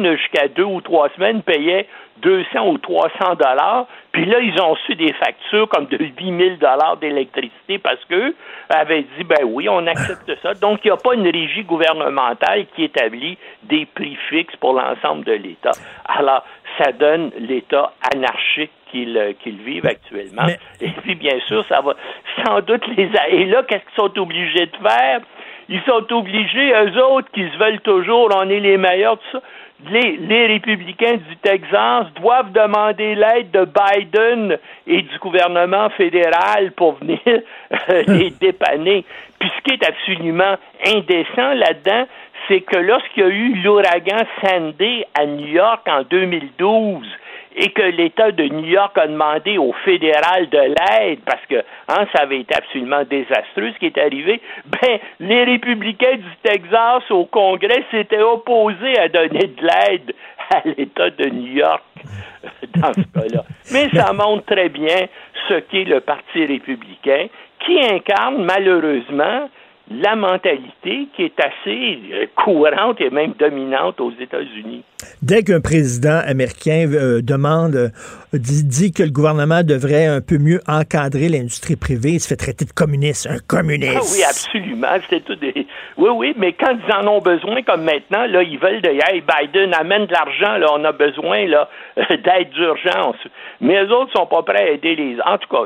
ou 3 semaines, payaient 200 ou 300 $, puis là, ils ont reçu des factures comme de 8 000 $ d'électricité parce qu'eux avaient dit, oui, on accepte ça. Donc, il n'y a pas une régie gouvernementale qui établit des prix fixes pour l'ensemble de l'État. Alors, ça donne l'État anarchique qu'ils vivent actuellement. Et puis, bien sûr, ça va sans doute et là, qu'est-ce qu'ils sont obligés de faire? ils sont obligés, eux autres qui se veulent toujours, on est les meilleurs, tout ça. Les républicains du Texas doivent demander l'aide de Biden et du gouvernement fédéral pour venir les dépanner. Puis ce qui est absolument indécent là-dedans, c'est que lorsqu'il y a eu l'ouragan Sandy à New York en 2012 et que l'État de New York a demandé au fédéral de l'aide parce que ça avait été absolument désastreux ce qui est arrivé, les républicains du Texas au Congrès s'étaient opposés à donner de l'aide à l'État de New York dans ce cas-là. Mais ça montre très bien ce qu'est le Parti républicain qui incarne malheureusement la mentalité qui est assez courante et même dominante aux États-Unis. Dès qu'un président américain dit que le gouvernement devrait un peu mieux encadrer l'industrie privée, il se fait traiter de communiste, un communiste. Ah oui, absolument. C'était tout des... Oui, mais quand ils en ont besoin, comme maintenant, là, ils veulent hey, Biden amène de l'argent, là, on a besoin là, d'aide d'urgence. Mais eux autres sont pas prêts à aider les... En tout cas,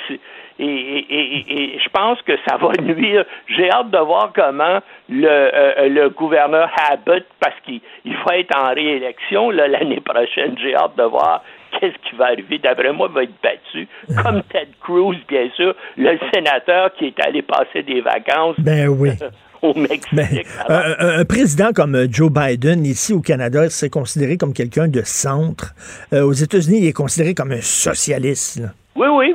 Et je pense que ça va nuire. J'ai hâte de voir comment le gouverneur Abbott, parce qu'il va être en réélection l'année prochaine, j'ai hâte de voir qu'est-ce qui va arriver. D'après moi, il va être battu, comme Ted Cruz, bien sûr, le sénateur qui est allé passer des vacances. Au Mexique. Un président comme Joe Biden, ici au Canada, c'est considéré comme quelqu'un de centre. Aux États-Unis, il est considéré comme un socialiste, là. Oui,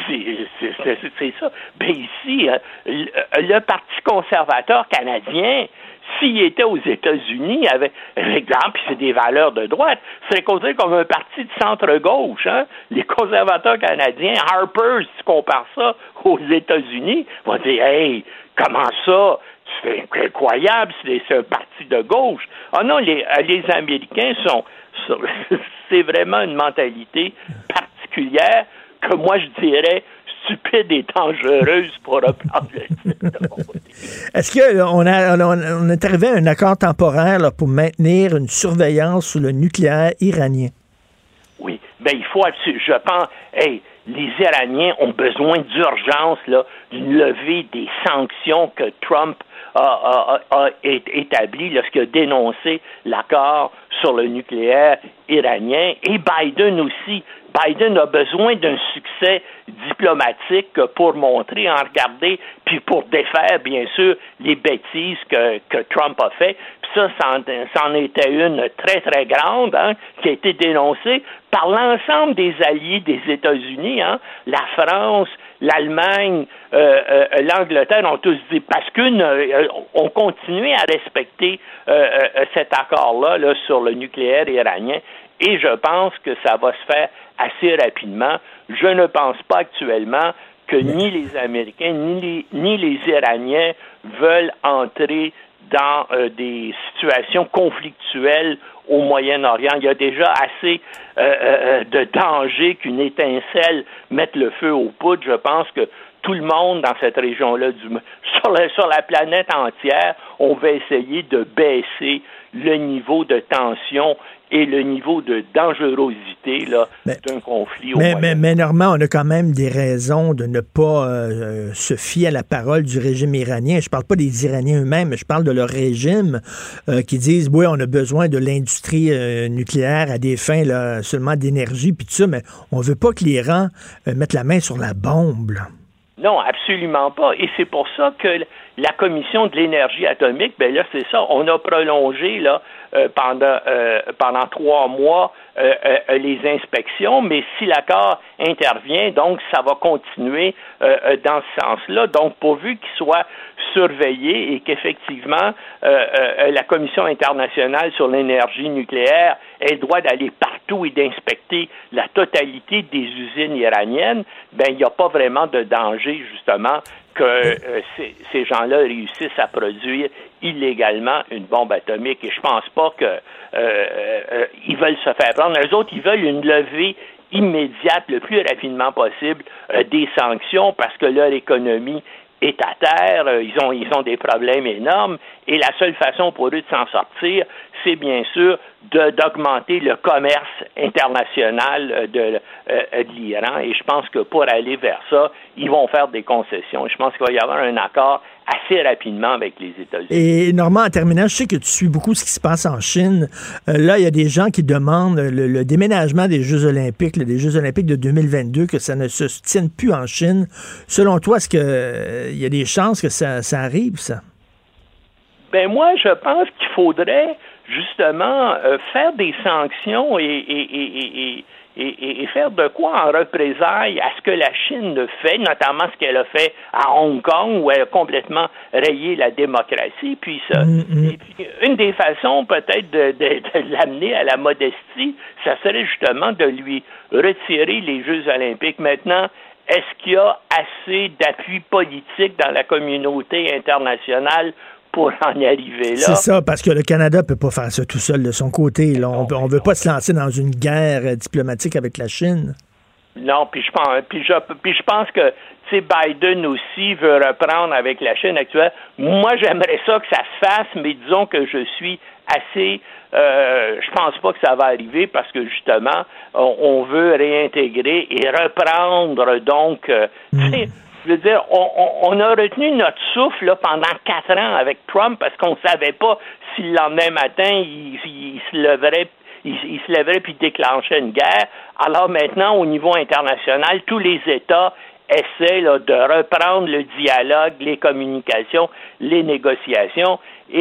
c'est ça. Ici, le Parti conservateur canadien, s'il était aux États-Unis, avec exemple, puis c'est des valeurs de droite, serait considéré comme un parti de centre-gauche. Les conservateurs canadiens, Harper, si tu compares ça aux États-Unis, vont dire, hey, comment ça? C'est incroyable, c'est un parti de gauche. Ah non, les Américains c'est vraiment une mentalité particulière que moi je dirais stupide et dangereuse pour reprendre le titre de mon côté. Est-ce qu'on est arrivé à un accord temporaire là, pour maintenir une surveillance sur le nucléaire iranien? Oui, il faut je pense, les Iraniens ont besoin d'urgence d'une levée des sanctions que Trump a établi lorsqu'il a dénoncé l'accord sur le nucléaire iranien, et Biden aussi. Biden a besoin d'un succès diplomatique pour montrer, regarder, puis pour défaire, bien sûr, les bêtises que Trump a fait. Puis ça c'en était une très, très grande, qui a été dénoncée par l'ensemble des alliés des États-Unis, la France, l'Allemagne, l'Angleterre ont tous dit, parce qu'on continuait à respecter cet accord-là sur le nucléaire iranien, et je pense que ça va se faire assez rapidement. Je ne pense pas actuellement que ni les Américains ni les Iraniens veulent entrer dans des situations conflictuelles au Moyen-Orient. Il y a déjà assez de danger qu'une étincelle mette le feu aux poudres. Je pense que tout le monde dans cette région-là, sur la planète entière, on va essayer de baisser le niveau de tension et le niveau de dangerosité d'un conflit au Moyen-Orient. Mais Normand, on a quand même des raisons de ne pas se fier à la parole du régime iranien. Je parle pas des Iraniens eux-mêmes, mais je parle de leur régime qui disent, oui, on a besoin de l'industrie nucléaire à des fins seulement d'énergie, puis tout ça, mais on veut pas que l'Iran mette la main sur la bombe, là. Non, absolument pas. Et c'est pour ça que la Commission de l'énergie atomique, c'est ça, on a prolongé pendant 3 mois les inspections, mais si l'accord intervient, donc ça va continuer dans ce sens-là. Donc, pourvu qu'il soit surveillé et qu'effectivement la Commission internationale sur l'énergie nucléaire ait le droit d'aller partout et d'inspecter la totalité des usines iraniennes, il n'y a pas vraiment de danger, justement, que ces gens-là réussissent à produire illégalement une bombe atomique. Et je pense pas que ils veulent se faire prendre. Eux autres, ils veulent une levée immédiate, le plus rapidement possible, des sanctions parce que leur économie est à terre, ils ont des problèmes énormes, et la seule façon pour eux de s'en sortir, c'est bien sûr d'augmenter le commerce international de l'Iran, et je pense que pour aller vers ça, ils vont faire des concessions. Je pense qu'il va y avoir un accord assez rapidement avec les États-Unis. Et Normand, en terminant, je sais que tu suis beaucoup ce qui se passe en Chine. Là, il y a des gens qui demandent le déménagement des Jeux olympiques, des Jeux olympiques de 2022, que ça ne se tienne plus en Chine. Selon toi, est-ce qu'il y a des chances que ça arrive, ça? Ben moi, je pense qu'il faudrait justement faire des sanctions et faire de quoi en représailles à ce que la Chine fait, notamment ce qu'elle a fait à Hong Kong, où elle a complètement rayé la démocratie. Puis et puis, une des façons peut-être de l'amener à la modestie, ça serait justement de lui retirer les Jeux olympiques. Maintenant, est-ce qu'il y a assez d'appui politique dans la communauté internationale pour en arriver là? C'est ça, parce que le Canada ne peut pas faire ça tout seul de son côté. Là. On ne veut pas se lancer dans une guerre diplomatique avec la Chine. Non, puis je pense que Biden aussi veut reprendre avec la Chine actuelle. Moi, j'aimerais ça que ça se fasse, mais disons que je suis assez... je pense pas que ça va arriver parce que justement, on veut réintégrer et reprendre donc... Je veux dire, on a retenu notre souffle là, pendant 4 ans avec Trump parce qu'on savait pas si le lendemain matin il se lèverait puis déclenchait une guerre. Alors maintenant, au niveau international, tous les États essaient là, de reprendre le dialogue, les communications, les négociations.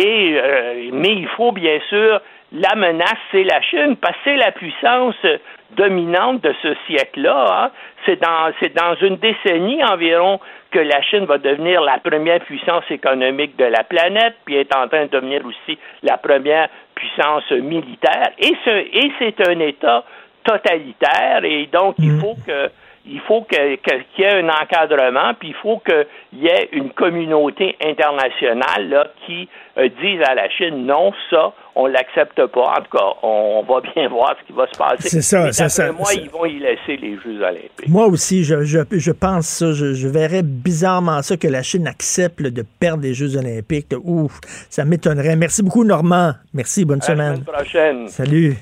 Mais il faut bien sûr, la menace, c'est la Chine, parce que c'est la puissance dominante de ce siècle-là. Hein. C'est dans une décennie environ que la Chine va devenir la première puissance économique de la planète, puis est en train de devenir aussi la première puissance militaire. Et c'est un État totalitaire, et donc il faut qu'il y ait un encadrement, puis il faut qu'il y ait une communauté internationale là, qui dise à la Chine non, ça, on l'accepte pas. En tout cas, on va bien voir ce qui va se passer. C'est ça, c'est ça. Moi, ils vont y laisser les Jeux olympiques. Moi aussi, je pense ça. Je verrais bizarrement ça que la Chine accepte de perdre les Jeux olympiques. Ouf, ça m'étonnerait. Merci beaucoup, Normand. Merci, bonne semaine. À la semaine prochaine. Salut.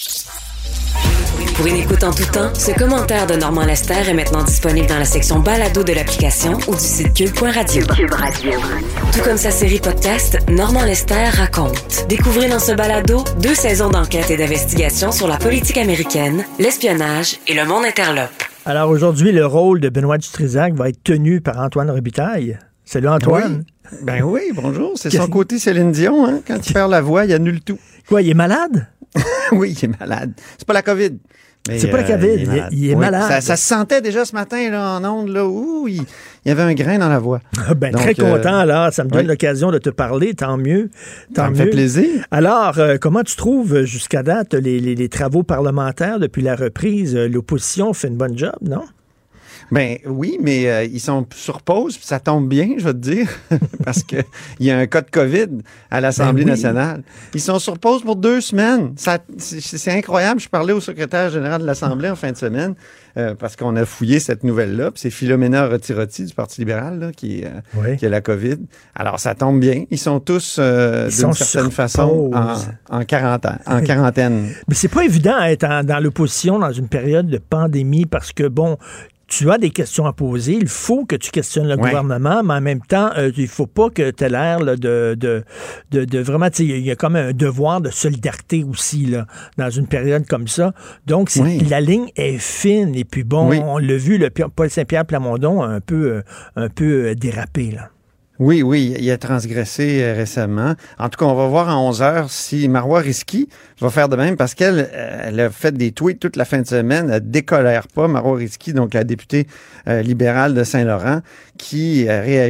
Pour une écoute en tout temps, ce commentaire de Normand Lester est maintenant disponible dans la section balado de l'application ou du site cube.radio. Cube Radio. Tout comme sa série podcast, Normand Lester raconte. Découvrez dans ce balado 2 saisons d'enquête et d'investigation sur la politique américaine, l'espionnage et le monde interlope. Alors aujourd'hui, le rôle de Benoît Dutrisac va être tenu par Antoine Robitaille. Salut Antoine. Oui. Ben oui, bonjour. C'est son côté Céline Dion. Hein? Quand il perd la voix, il annule tout. Quoi, il est malade? Oui, il est malade. C'est pas la COVID. C'est pas la COVID, il est malade. Ça se sentait déjà ce matin là, en ondes, là, où il y avait un grain dans la voix. Donc, très content, alors. Ça me donne l'occasion de te parler, tant mieux. Ça me fait plaisir. Alors, comment tu trouves jusqu'à date les travaux parlementaires depuis la reprise? L'opposition fait une bonne job, non? Ben oui, mais ils sont sur pause, puis ça tombe bien, je vais te dire, parce que il y a un cas de COVID à l'Assemblée nationale. Ils sont sur pause pour 2 semaines. C'est incroyable. Je parlais au secrétaire général de l'Assemblée en fin de semaine, parce qu'on a fouillé cette nouvelle-là, puis c'est Philomena Retirotti du Parti libéral là, qui a la COVID. Alors, ça tombe bien. Ils sont tous, d'une certaine façon, en quarantaine. Mais c'est pas évident à être dans l'opposition dans une période de pandémie, parce que, bon, tu as des questions à poser, il faut que tu questionnes le gouvernement, mais en même temps, il faut pas que tu aies l'air là, de vraiment, il y a comme un devoir de solidarité aussi là, dans une période comme ça. Donc, la ligne est fine, et puis bon, on l'a vu, le Paul Saint-Pierre Plamondon a un peu dérapé, là. Oui, il a transgressé récemment. En tout cas, on va voir à 11h si Marois Risky va faire de même, parce qu'elle a fait des tweets toute la fin de semaine. Elle décolère pas, Marois Risky, donc la députée libérale de Saint-Laurent, qui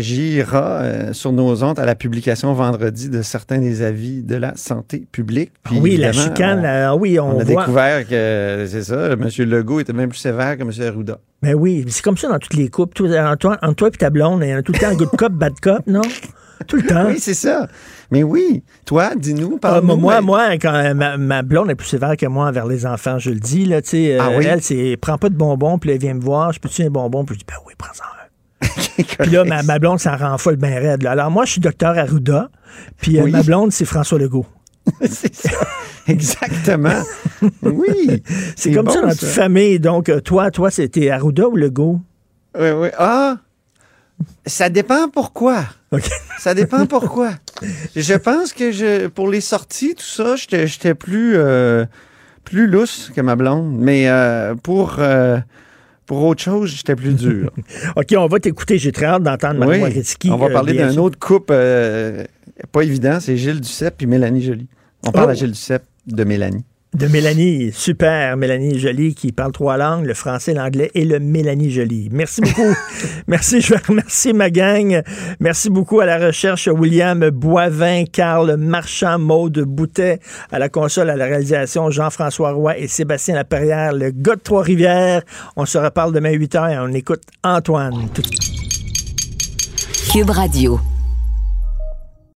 réagira sur nos ondes à la publication vendredi de certains des avis de la santé publique. Puis, la chicane, on a découvert que, c'est ça, M. Legault était même plus sévère que M. Arruda. Ben oui, c'est comme ça dans toutes les couples. Entre toi et ta blonde, il y a tout le temps un good cop, bad cop, non? Tout le temps. Oui, c'est ça. Mais oui, toi, dis-nous, parle-nous. Moi, quand ma blonde est plus sévère que moi envers les enfants, je le dis, là, tu sais, elle, prends pas de bonbons, puis elle vient me voir, je peux-tu un bonbon? Puis je dis, ben oui, prends-en un. Puis là, ma blonde s'en rend folle bien raide. Là. Alors moi, je suis docteur Arruda, puis ma blonde, c'est François Legault. C'est ça, exactement. Oui. C'est comme bon, ça dans notre famille. Donc, toi, c'était Arruda ou Legault? Oui. Ah! Ça dépend pourquoi. Okay. Ça dépend pourquoi. Je pense que pour les sorties, tout ça, j'étais plus lousse que ma blonde. Mais pour autre chose, j'étais plus dur. OK, on va t'écouter. J'ai très hâte d'entendre Mme Waritzky. On va parler d'un autre couple pas évident. C'est Gilles Duceppe et Mélanie Joly. On parle à Gilles Duceppe de Mélanie. De Mélanie, super, Mélanie Joly qui parle 3 langues, le français, l'anglais et le Mélanie Joly. Merci beaucoup. Merci, je vais remercier ma gang. Merci beaucoup à la recherche, William Boivin, Carl Marchand, Maude Boutet, à la console, à la réalisation, Jean-François Roy et Sébastien Laperrière, le gars de Trois-Rivières. On se reparle demain 8h et on écoute Antoine. Cube Radio.